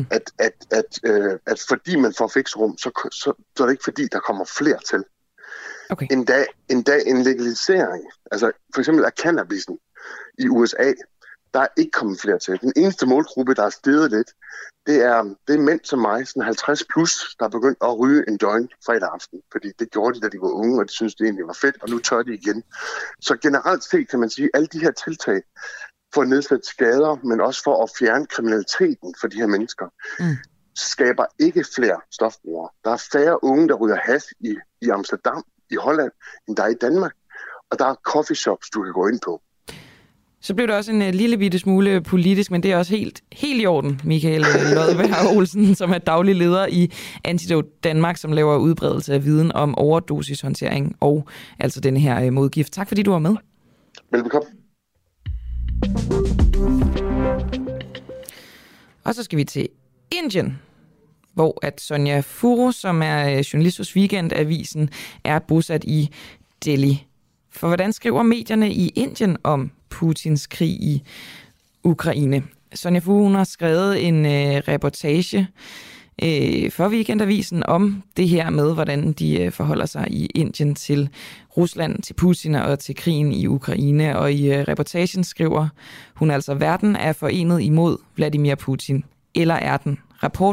at fordi man får fixerum, så er det ikke fordi, der kommer flere til. Okay. En legalisering, altså for eksempel af cannabisen i USA, der er ikke kommet flere til. Den eneste målgruppe, der er steget lidt, det er mænd som mig, sådan 50 plus, der er begyndt at ryge en joint fredag aften. Fordi det gjorde de, da de var unge, og de synes det egentlig var fedt, og nu tør de igen. Så generelt set kan man sige, at alle de her tiltag for at nedsætte skader, men også for at fjerne kriminaliteten for de her mennesker, skaber ikke flere stofbrugere. Der er færre unge, der ryger hash i Amsterdam, i Holland, end der er i Danmark. Og der er coffeeshops, du kan gå ind på. Så blev det også en lille bitte smule politisk, men det er også helt i orden, Michael Lodberg Olsen, som er daglig leder i Antidote Danmark, som laver udbredelse af viden om overdosishåndtering og altså denne her modgift. Tak fordi du var med. Velbekomme. Og så skal vi til Indien, hvor at Sonja Furu, som er journalist hos Weekendavisen, er bosat i Delhi. For hvordan skriver medierne i Indien om Putins krig i Ukraine? Sonja Furu har skrevet en reportage for Weekendavisen om det her med, hvordan de forholder sig i Indien til Rusland, til Putin og til krigen i Ukraine. Og i reportagen skriver hun altså, verden er forenet imod Vladimir Putin. Eller er den? Rapport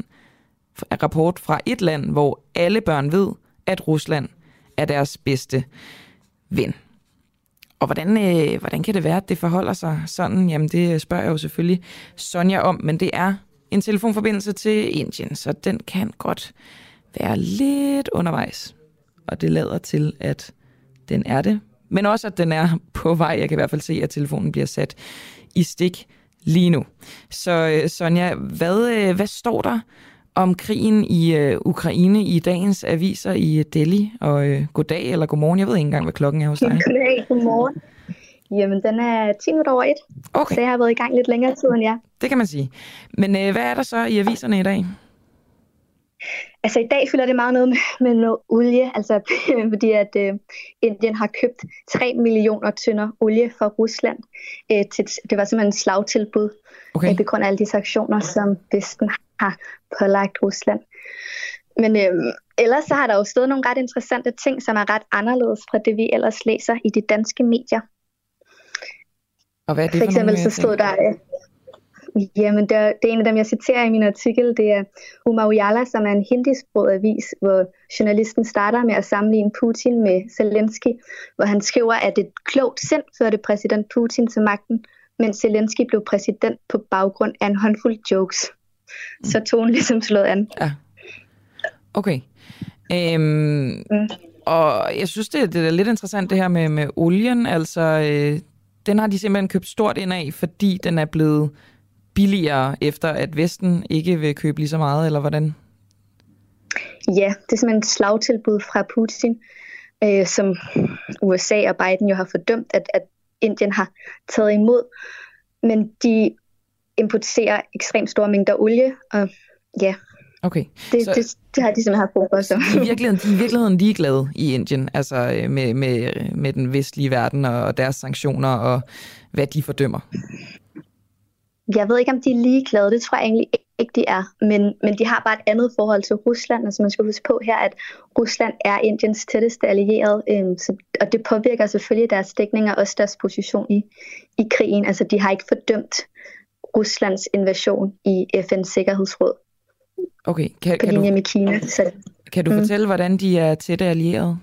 fra et land, hvor alle børn ved, at Rusland er deres bedste ven. Og hvordan kan det være, at det forholder sig sådan? Jamen det spørger jeg jo selvfølgelig Sonja om, men det er en telefonforbindelse til Indien, så den kan godt være lidt undervejs. Og det lader til, at den er det, men også at den er på vej. Jeg kan i hvert fald se, at telefonen bliver sat i stik lige nu. Så Sonja, hvad står der om krigen i Ukraine i dagens aviser i Delhi? Og goddag eller godmorgen, jeg ved ikke engang, hvad klokken er hos dig. Goddag, godmorgen. Jamen, den er 10 minutter over 1, okay. Så jeg har været i gang lidt længere tid end jer. Det kan man sige. Men hvad er der så i aviserne i dag? Altså, i dag fylder det meget noget med noget olie, altså fordi at Indien har købt 3 millioner tønder olie fra Rusland. Det var simpelthen et slagtilbud, på grund af alle de sanktioner, som Vesten har pålagt Rusland. Men ellers så har der jo stået nogle ret interessante ting, som er ret anderledes fra det, vi ellers læser i de danske medier. Og hvad er det for eksempel så stod der, jamen det er en af dem, jeg citerer i min artikel, det er Umar Ujala, som er en hindisproget avis, hvor journalisten starter med at sammenligne Putin med Zelensky, hvor han skriver, at et klogt sind førte præsident Putin til magten mens Zelensky blev præsident på baggrund af en håndfuld jokes. Så tonen ligesom slået an. Ja. Okay. Og jeg synes, det er lidt interessant det her med olien. Altså, den har de simpelthen købt stort ind af, fordi den er blevet billigere, efter at Vesten ikke vil købe lige så meget, eller hvordan? Ja, det er simpelthen et slagtilbud fra Putin, som USA og Biden jo har fordømt, at Indien har taget imod. Men de importerer ekstremt store mængder olie, og ja, okay. Det har de simpelthen haft brug for. Så. De er i virkeligheden ligeglade i Indien, altså med den vestlige verden og deres sanktioner og hvad de fordømmer. Jeg ved ikke, om de er ligeglade. Det tror jeg egentlig ikke, de er. Men de har bare et andet forhold til Rusland. Altså man skal huske på her, at Rusland er Indiens tætteste allierede. Og det påvirker selvfølgelig deres dækning og også deres position i krigen. Altså de har ikke fordømt Ruslands invasion i FN's Sikkerhedsråd. Okay. På linje med Kina. Kan du fortælle, hvordan de er tætte allierede?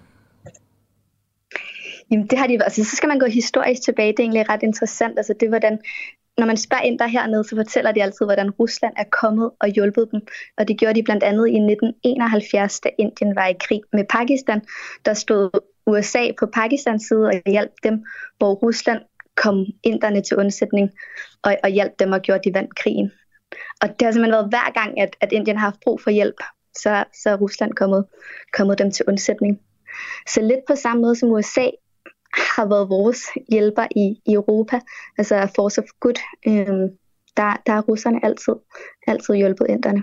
Jamen det har de. Altså så skal man gå historisk tilbage. Det er egentlig ret interessant. Altså det hvordan når man spørger ind der hernede, så fortæller de altid, hvordan Rusland er kommet og hjulpet dem. Og det gjorde de blandt andet i 1971, da Indien var i krig med Pakistan. Der stod USA på Pakistans side og hjalp dem, hvor Rusland kom inderne til undsætning og hjalp dem og gjorde, de vandt krigen. Og det har simpelthen været hver gang, at Indien har haft brug for hjælp, så er Rusland kommet dem til undsætning. Så lidt på samme måde som USA har været vores hjælper i Europa, altså Force of Good, der har russerne altid hjulpet inderne.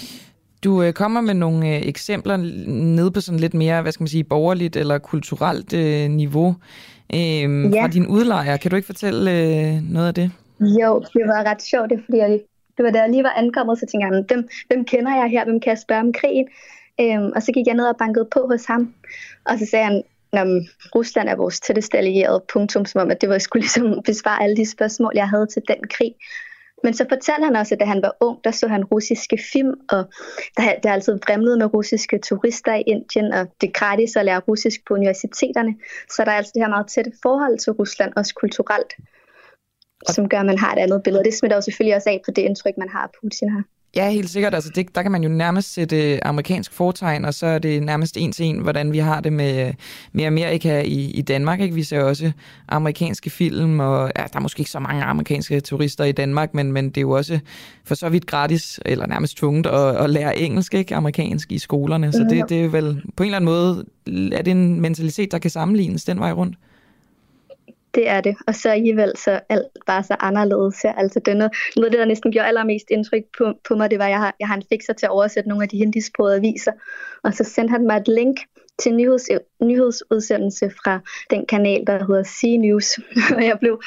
Du kommer med nogle eksempler nede på sådan lidt mere, hvad skal man sige, borgerligt eller kulturelt niveau fra din udlejer. Kan du ikke fortælle noget af det? Jo, det var ret sjovt, fordi det var da jeg lige var ankommet, så tænkte jeg, hvem kender jeg her, hvem kan jeg spørge om krigen? Og så gik jeg ned og bankede på hos ham, og så sagde han, Rusland er vores tætteste allierede, punktum, som om, at det var, jeg skulle ligesom besvare alle de spørgsmål, jeg havde til den krig. Men så fortalte han også, at da han var ung, der så han russiske film, og der er altid vrimlet med russiske turister i Indien, og det er gratis at lære russisk på universiteterne. Så der er altså det her meget tætte forhold til Rusland, også kulturelt, som gør, at man har et andet billede. Det smitter jo selvfølgelig også af på det indtryk, man har af Putin her. Ja, helt sikkert. Altså der kan man jo nærmest sætte amerikansk fortegn, og så er det nærmest en til en, hvordan vi har det med Amerika i Danmark. Ikke? Vi ser også amerikanske film, og der er måske ikke så mange amerikanske turister i Danmark, men det er jo også for så vidt gratis, eller nærmest tvunget at lære engelsk, ikke? Amerikansk i skolerne. Så det er vel på en eller anden måde, er det en mentalitet, der kan sammenlignes den vej rundt? Det er det, og så alligevel så alt bare så anderledes. Altså det noget af det, der næsten gjorde allermest indtryk på mig, det var, at jeg har en fikser til at oversætte nogle af de hindisprogede aviser, og så sendte han mig et link til nyhedsudsendelse fra den kanal, der hedder C-News. Og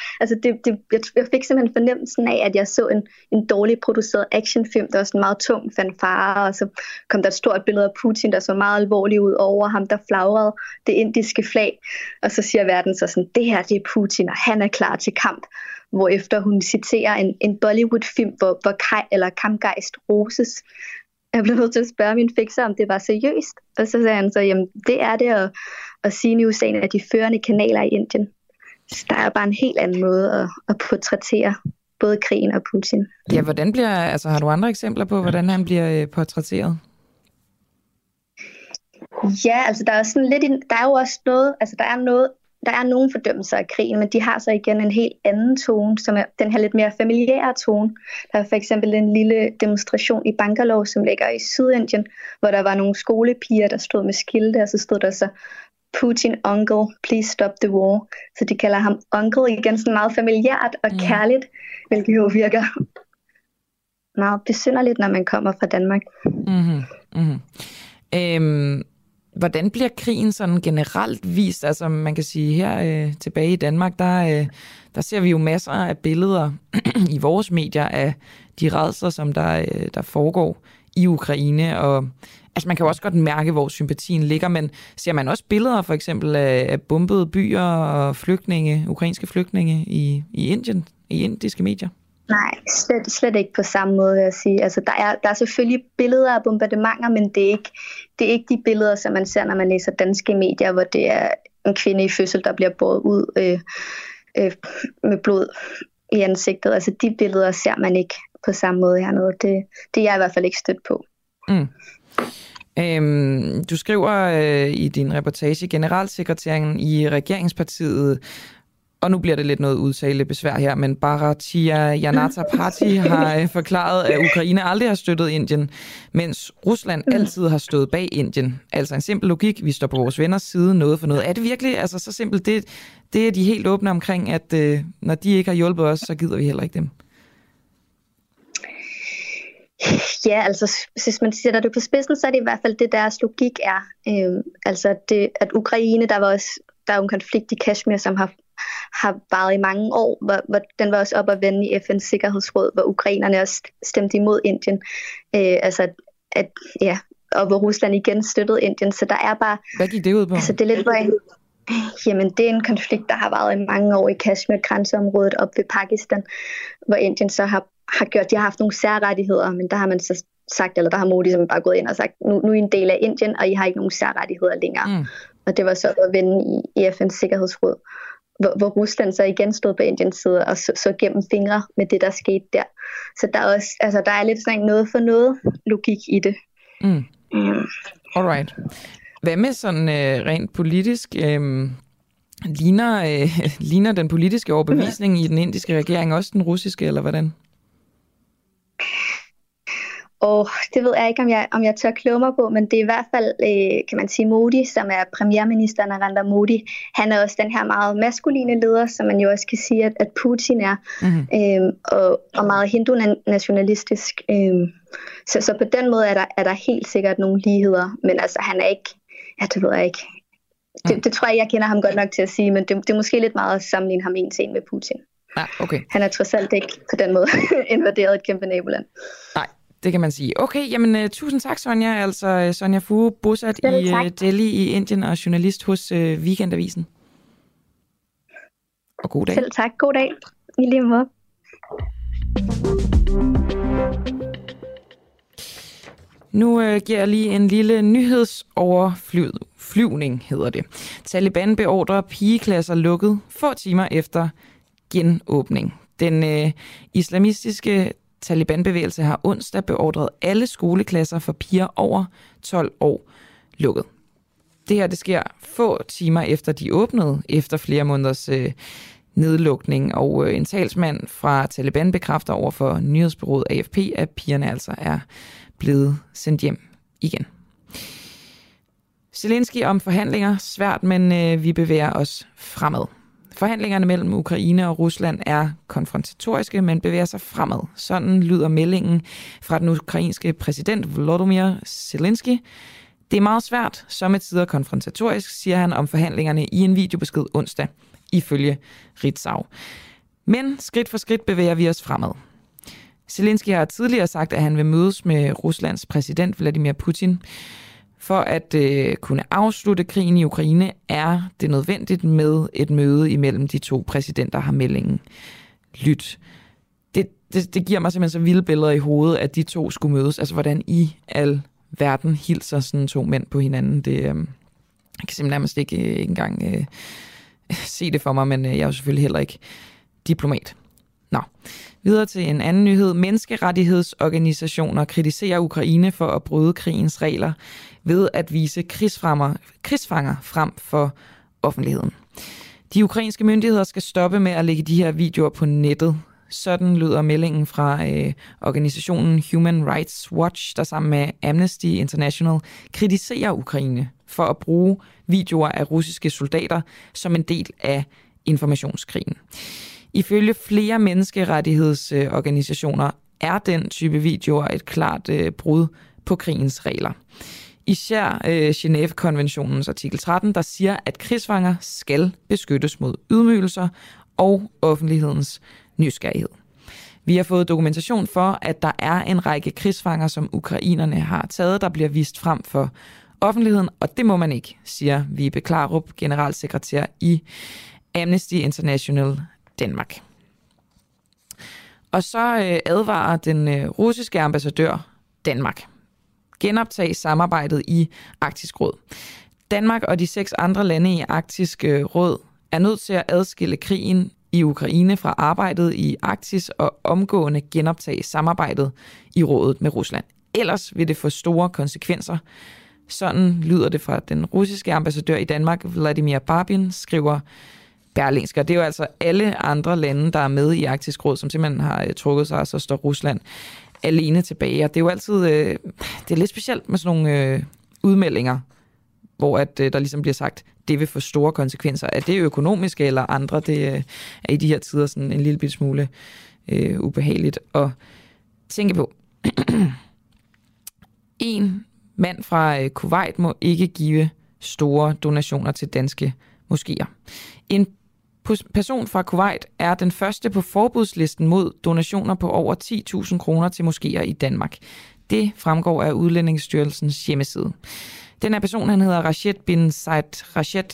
jeg fik simpelthen fornemmelsen af, at jeg så en dårligt produceret actionfilm, der var sådan meget tung fanfare, og så kom der et stort billede af Putin, der så meget alvorlig ud over ham, der flagrede det indiske flag. Og så siger verden så sådan, det her det er Putin, og han er klar til kamp. Hvorefter hun citerer en Bollywood-film, hvor kampgejst roses. Jeg blev nødt til at spørge min fikser, om det var seriøst. Og så sagde han så, jamen det er det, og C-News er en af de førende kanaler i Indien. Så der er bare en helt anden måde at portrættere både krigen og Putin. Ja, har du andre eksempler på, hvordan han bliver portrætteret? Ja, altså der er sådan lidt, der er jo også noget, altså der er nogle fordømmelser af krigen, men de har så igen en helt anden tone, som er den her lidt mere familiære tone. Der er for eksempel en lille demonstration i Bangalore, som ligger i Sydindien, hvor der var nogle skolepiger, der stod med skilte, og så stod der så, Putin, uncle, please stop the war. Så de kalder ham uncle igen, sådan meget familiært og kærligt, hvilket jo virker meget besynderligt, når man kommer fra Danmark. Hvordan bliver krigen sådan generelt vist? Altså man kan sige her tilbage i Danmark, der ser vi jo masser af billeder i vores medier af de rædsler, som der foregår i Ukraine. Og altså man kan jo også godt mærke, hvor sympatien ligger, men ser man også billeder for eksempel af bombede byer og ukrainske flygtninge i Indien, i indiske medier? Nej, slet ikke på samme måde, vil jeg sige. Altså, der er selvfølgelig billeder af bombardementer, men det er ikke de billeder, som man ser, når man læser danske medier, hvor det er en kvinde i fødsel, der bliver båret ud med blod i ansigtet. Altså de billeder ser man ikke på samme måde hernede. Det er jeg i hvert fald ikke stødt på. Mm. Du skriver i din reportage, generalsekretæren i regeringspartiet, og nu bliver det lidt noget udtalebesvær her, men Bharatiya Janata Party har forklaret, at Ukraine aldrig har støttet Indien, mens Rusland altid har stået bag Indien. Altså en simpel logik, vi står på vores venners side, noget for noget. Er det virkelig altså så simpelt? Det er de helt åbne omkring, at når de ikke har hjulpet os, så gider vi heller ikke dem. Ja, altså hvis man sætter det på spidsen, så er det i hvert fald det, deres logik er. Altså det, at Ukraine, der er jo en konflikt i Kashmir, som har varet i mange år, hvor den var også op at vende i FN's Sikkerhedsråd, hvor ukrainerne også stemte imod Indien. Og hvor Rusland igen støttede Indien, så der er bare... Hvad gik det ud på? Altså det er lidt jamen det er en konflikt, der har varet i mange år i Kashmir, grænseområdet op ved Pakistan, hvor Indien så har gjort, de har haft nogle særrettigheder, men der har man så sagt, eller der har Modi som bare gået ind og sagt, nu er I en del af Indien, og I har ikke nogen særrettigheder længere. Mm. Og det var så at vende i FN's Sikkerhedsråd, hvor Rusland så igen stod på Indiens side og så gennem fingre med det, der skete der. Så der er også, altså der er lidt sådan noget for noget logik i det. Mm. Alright. Hvad med sådan rent politisk? Ligner den politiske overbevisning i den indiske regering også den russiske, eller hvordan? Det ved jeg ikke, om jeg tør kloge mig på, men det er i hvert fald, kan man sige, Modi, som er premierminister Narendra Modi. Han er også den her meget maskuline leder, som man jo også kan sige, at Putin er, og meget hindu-nationalistisk. Så på den måde er der helt sikkert nogle ligheder, men altså han er ikke, det ved jeg ikke. Det tror jeg kender ham godt nok til at sige, men det er måske lidt meget at sammenligne ham en til med Putin. Ah, okay. Han er trods alt ikke på den måde invaderet et kæmpe naboland. Nej. Det kan man sige. Okay, jamen tusind tak, Sonja. Altså Sonja Fu, bosat i Delhi i Indien og journalist hos Weekendavisen. Og god dag. Selv tak. God dag. I lige måde. Nu giver jeg lige en lille nyhedsoverflyvning, hedder det. Taliban beordrer pigeklasser lukket få timer efter genåbning. Den islamistiske Taliban-bevægelse har onsdag beordret alle skoleklasser for piger over 12 år lukket. Det her det sker få timer efter de åbnede, efter flere måneders nedlukning, og en talsmand fra Taliban bekræfter over for nyhedsbureauet AFP, at pigerne altså er blevet sendt hjem igen. Zelensky om forhandlinger, svært, men vi bevæger os fremad. Forhandlingerne mellem Ukraine og Rusland er konfrontatoriske, men bevæger sig fremad. Sådan lyder meldingen fra den ukrainske præsident Volodymyr Zelensky. Det er meget svært, sommetider konfrontatorisk, siger han om forhandlingerne i en videobesked onsdag, ifølge Ritzau. Men skridt for skridt bevæger vi os fremad. Zelensky har tidligere sagt, at han vil mødes med Ruslands præsident Vladimir Putin. For at kunne afslutte krigen i Ukraine er det nødvendigt med et møde imellem de to præsidenter, har meldingen lydt. Det giver mig simpelthen så vilde billeder i hovedet, at de to skulle mødes. Altså hvordan i al verden hilser sådan to mænd på hinanden. Jeg kan simpelthen nærmest ikke engang se det for mig, men jeg er jo selvfølgelig heller ikke diplomat. Nå, videre til en anden nyhed. Menneskerettighedsorganisationer kritiserer Ukraine for at bryde krigens regler ved at vise krigsfanger frem for offentligheden. De ukrainske myndigheder skal stoppe med at lægge de her videoer på nettet. Sådan lyder meldingen fra organisationen Human Rights Watch, der sammen med Amnesty International kritiserer Ukraine for at bruge videoer af russiske soldater som en del af informationskrigen. Ifølge flere menneskerettighedsorganisationer er den type videoer et klart brud på krigens regler. Især Genève-konventionens artikel 13, der siger, at krigsfanger skal beskyttes mod ydmygelser og offentlighedens nysgerrighed. Vi har fået dokumentation for, at der er en række krigsfanger, som ukrainerne har taget, der bliver vist frem for offentligheden, og det må man ikke, siger Vibe Klarup, generalsekretær i Amnesty International Danmark. Og så advarer den russiske ambassadør Danmark. Genoptag samarbejdet i Arktisk Råd. Danmark og de 6 andre lande i Arktisk Råd er nødt til at adskille krigen i Ukraine fra arbejdet i Arktis og omgående genoptage samarbejdet i rådet med Rusland. Ellers vil det få store konsekvenser. Sådan lyder det fra den russiske ambassadør i Danmark, Vladimir Barbin, skriver Berlingske. Og det er jo altså alle andre lande, der er med i Arktisk Råd, som simpelthen har trukket sig, og så står Rusland alene tilbage. Og det er jo altid det er lidt specielt med sådan nogle udmeldinger, hvor at der ligesom bliver sagt, det vil få store konsekvenser. Er det økonomiske eller andre? Det er i de her tider sådan en lille bitte smule ubehageligt at tænke på. En mand fra Kuwait må ikke give store donationer til danske moskéer. En person fra Kuwait er den første på forbudslisten mod donationer på over 10.000 kroner til moskéer i Danmark. Det fremgår af Udlændingsstyrelsens hjemmeside. Den her person, han hedder Rashid bin Said Rashid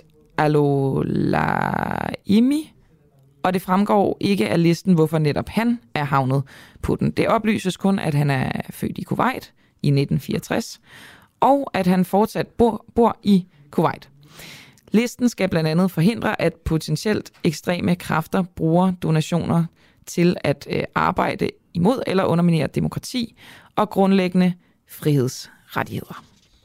Al-Olaimi, og det fremgår ikke af listen, hvorfor netop han er havnet på den. Det oplyses kun, at han er født i Kuwait i 1964, og at han fortsat bor i Kuwait. Listen skal blandt andet forhindre, at potentielt ekstreme kræfter bruger donationer til at arbejde imod eller underminere demokrati og grundlæggende frihedsrettigheder.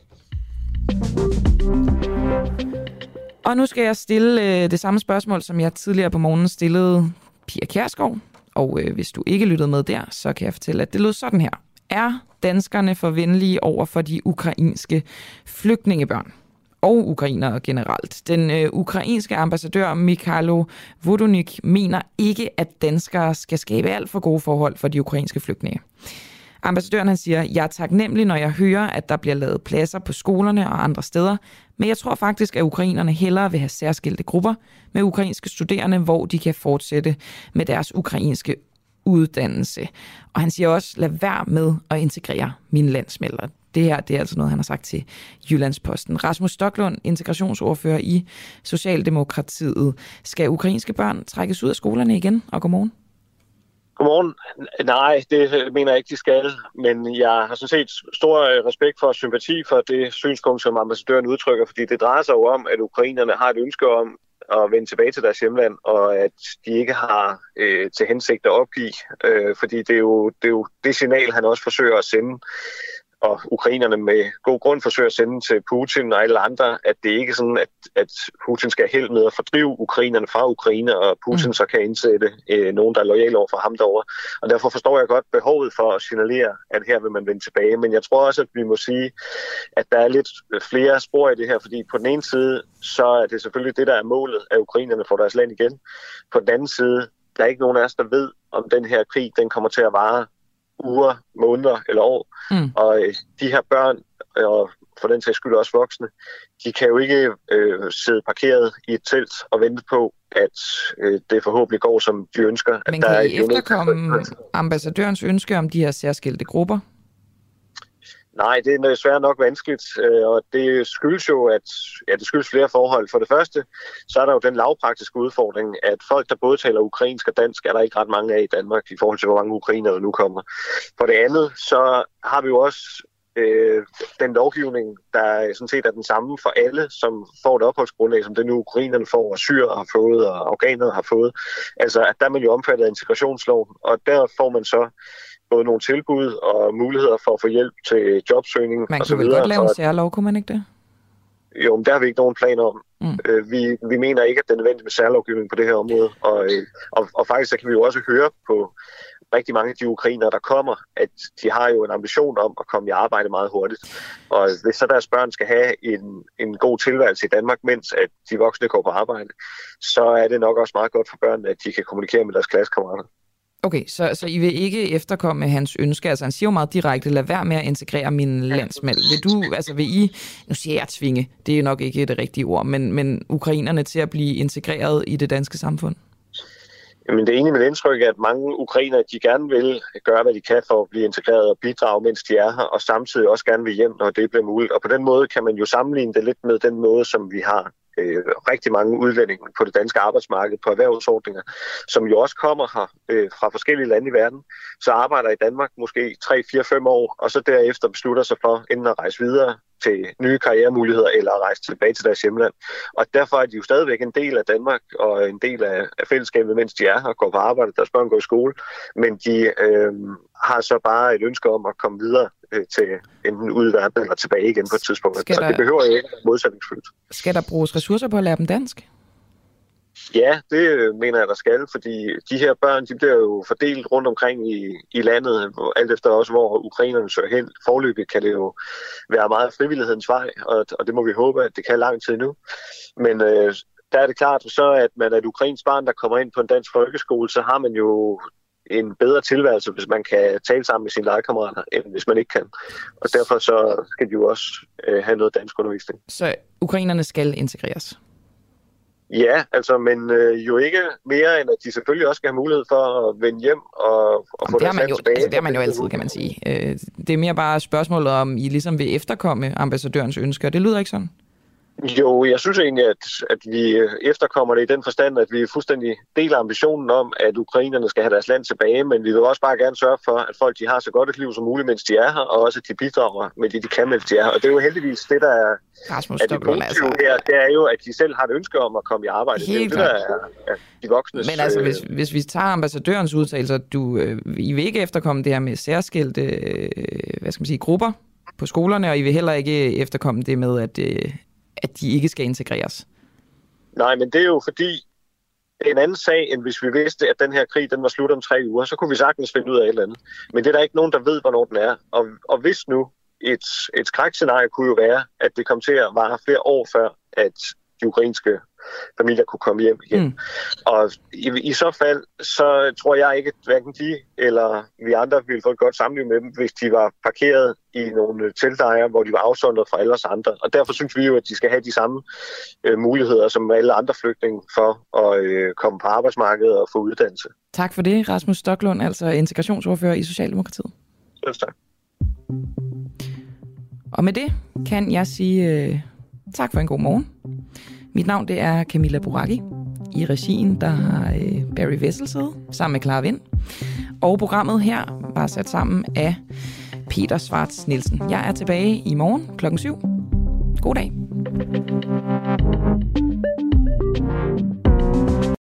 Og nu skal jeg stille det samme spørgsmål, som jeg tidligere på morgenen stillede Pia Kjærsgaard. Og hvis du ikke lyttede med der, så kan jeg fortælle, at det lød sådan her. Er danskerne for venlige over for de ukrainske flygtningebørn? Og ukrainere generelt. Den ukrainske ambassadør Mikhailo Vodonik mener ikke, at danskere skal skabe alt for gode forhold for de ukrainske flygtninge. Ambassadøren han siger, jeg er taknemmelig, når jeg hører, at der bliver lavet pladser på skolerne og andre steder, men jeg tror faktisk, at ukrainerne hellere vil have særskilte grupper med ukrainske studerende, hvor de kan fortsætte med deres ukrainske uddannelse. Og han siger også, lad være med at integrere mine landsmænd. Det her, det er altså noget, han har sagt til Jyllandsposten. Rasmus Stoklund, integrationsordfører i Socialdemokratiet. Skal ukrainske børn trækkes ud af skolerne igen? Og godmorgen. Godmorgen. Nej, det mener jeg ikke, de skal. Men jeg har sådan set stor respekt for og sympati for det synspunkt, som ambassadøren udtrykker, fordi det drejer sig jo om, at ukrainerne har et ønske om at vende tilbage til deres hjemland, og at de ikke har til hensigt at opgive. Fordi det er jo det signal, han også forsøger at sende, og ukrainerne med god grund forsøger at sende til Putin og alle andre, at det ikke er sådan, at Putin skal held med at fordrive ukrainerne fra Ukraine, og Putin så kan indsætte nogen, der er lojale over for ham derovre. Og derfor forstår jeg godt behovet for at signalere, at her vil man vende tilbage. Men jeg tror også, at vi må sige, at der er lidt flere spor i det her, fordi på den ene side, så er det selvfølgelig det, der er målet, at ukrainerne får deres land igen. På den anden side, der er ikke nogen af os, der ved, om den her krig, den kommer til at vare uger, måneder eller år. Og de her børn, og for den sags skyld også voksne, de kan jo ikke sidde parkeret i et telt og vente på, at det forhåbentlig går, som de ønsker. Men kan I efterkomme ambassadørens ønske om de her særskilte grupper? Nej, det er desværre nok vanskeligt, og det skyldes jo, det skyldes flere forhold. For det første, så er der jo den lavpraktiske udfordring, at folk, der både taler ukrainsk og dansk, er der ikke ret mange af i Danmark, i forhold til, hvor mange ukrainere der nu kommer. For det andet, så har vi jo også den lovgivning, der sådan set er den samme for alle, som får et opholdsgrundlag, som det nu ukrainerne får, og syrere har fået, og afghanere har fået. Altså, at der er man jo omfattet af integrationsloven, og der får man så både nogle tilbud og muligheder for at få hjælp til jobsøgning. Man kan vel godt lave en særlov, kunne man ikke det? Jo, men der har vi ikke nogen planer om. Vi mener ikke, at det er nødvendigt med særlovgivning på det her område. Og faktisk så kan vi jo også høre på rigtig mange af de ukrainere, der kommer, at de har jo en ambition om at komme i arbejde meget hurtigt. Og hvis så deres børn skal have en god tilværelse i Danmark, mens at de voksne går på arbejde, så er det nok også meget godt for børnene, at de kan kommunikere med deres klassekammerater. Okay, så I vil ikke efterkomme hans ønske? Altså han siger jo meget direkte, lad være med at integrere mine landsmænd. Vil I, nu siger jeg tvinge, det er nok ikke det rigtige ord, men ukrainerne til at blive integreret i det danske samfund? Jamen det er egentlig mit indtryk, at mange ukrainere, de gerne vil gøre, hvad de kan for at blive integreret og bidrage, mens de er her, og samtidig også gerne vil hjem, når det bliver muligt. Og på den måde kan man jo sammenligne det lidt med den måde, som vi har rigtig mange udlændinge på det danske arbejdsmarked på erhvervsordninger, som jo også kommer her fra forskellige lande i verden, så arbejder i Danmark måske 3, 4, 5 år, og så derefter beslutter sig for enten at rejse videre til nye karrieremuligheder eller at rejse tilbage til deres hjemland. Og derfor er de jo stadigvæk en del af Danmark og en del af fællesskabet, mens de er her og går på arbejde, deres børn går i skole. Men de har så bare et ønske om at komme videre til enten ud i verden eller tilbage igen på et tidspunkt. Så det behøver ikke modsætningsfyldt. Skal der bruges ressourcer på at lære dem dansk? Ja, det mener jeg, der skal, fordi de her børn, de bliver jo fordelt rundt omkring i landet, alt efter også, hvor ukrainerne søger hen. Forløbig kan det jo være meget frivillighedens vej, og det må vi håbe, at det kan lang tid nu. Men der er det klart så, at man er et ukrainsk barn, der kommer ind på en dansk folkeskole, så har man jo en bedre tilværelse, hvis man kan tale sammen med sine legekammerater, end hvis man ikke kan. Og derfor så skal de jo også have noget dansk undervisning. Så ukrainerne skal integreres? Ja, altså, men jo ikke mere, end at de selvfølgelig også skal have mulighed for at vende hjem og få deres land tilbage. Altså, det har man jo altid, kan man sige. Det er mere bare spørgsmålet om, I ligesom vil efterkomme ambassadørens ønsker. Det lyder ikke sådan? Jo, jeg synes egentlig, at vi efterkommer det i den forstand, at vi fuldstændig deler ambitionen om, at ukrainerne skal have deres land tilbage, men vi vil også bare gerne sørge for, at folk de har så godt et liv som muligt, mens de er her, og også at de bidrager med det, de kan, mens de er her. Og det er jo heldigvis det, der er det positive her, det er jo, at de selv har et ønske om at komme i arbejde. Helt det er jo det, der er de voksnes... Men altså, hvis vi tager ambassadørens udtalelser, I vil ikke efterkomme det her med særskilte grupper på skolerne, og I vil heller ikke efterkomme det med, at de ikke skal integreres? Nej, men det er jo fordi, det er en anden sag, end hvis vi vidste, at den her krig den var slut om 3 uger, så kunne vi sagtens finde ud af et eller andet. Men det er der ikke nogen, der ved, hvornår den er. Og hvis nu, et skrækscenarie kunne jo være, at det kom til at vare flere år før, at de ukrainske familier kunne komme hjem igen. Og i så fald, så tror jeg ikke, at hverken de eller vi andre ville få et godt samliv med dem, hvis de var parkeret i nogle teltlejre, hvor de var afsondret fra alle os andre. Og derfor synes vi jo, at de skal have de samme muligheder som alle andre flygtninge for at komme på arbejdsmarkedet og få uddannelse. Tak for det, Rasmus Stoklund, altså integrationsordfører i Socialdemokratiet. Tak. Og med det kan jeg sige tak for en god morgen. Mit navn det er Camilla Boracchi. I regien der har Barry Vessel siddet sammen med Clara Vind. Og programmet her var sat sammen af Peter Schwartz Nielsen. Jeg er tilbage i morgen 7:00. God dag.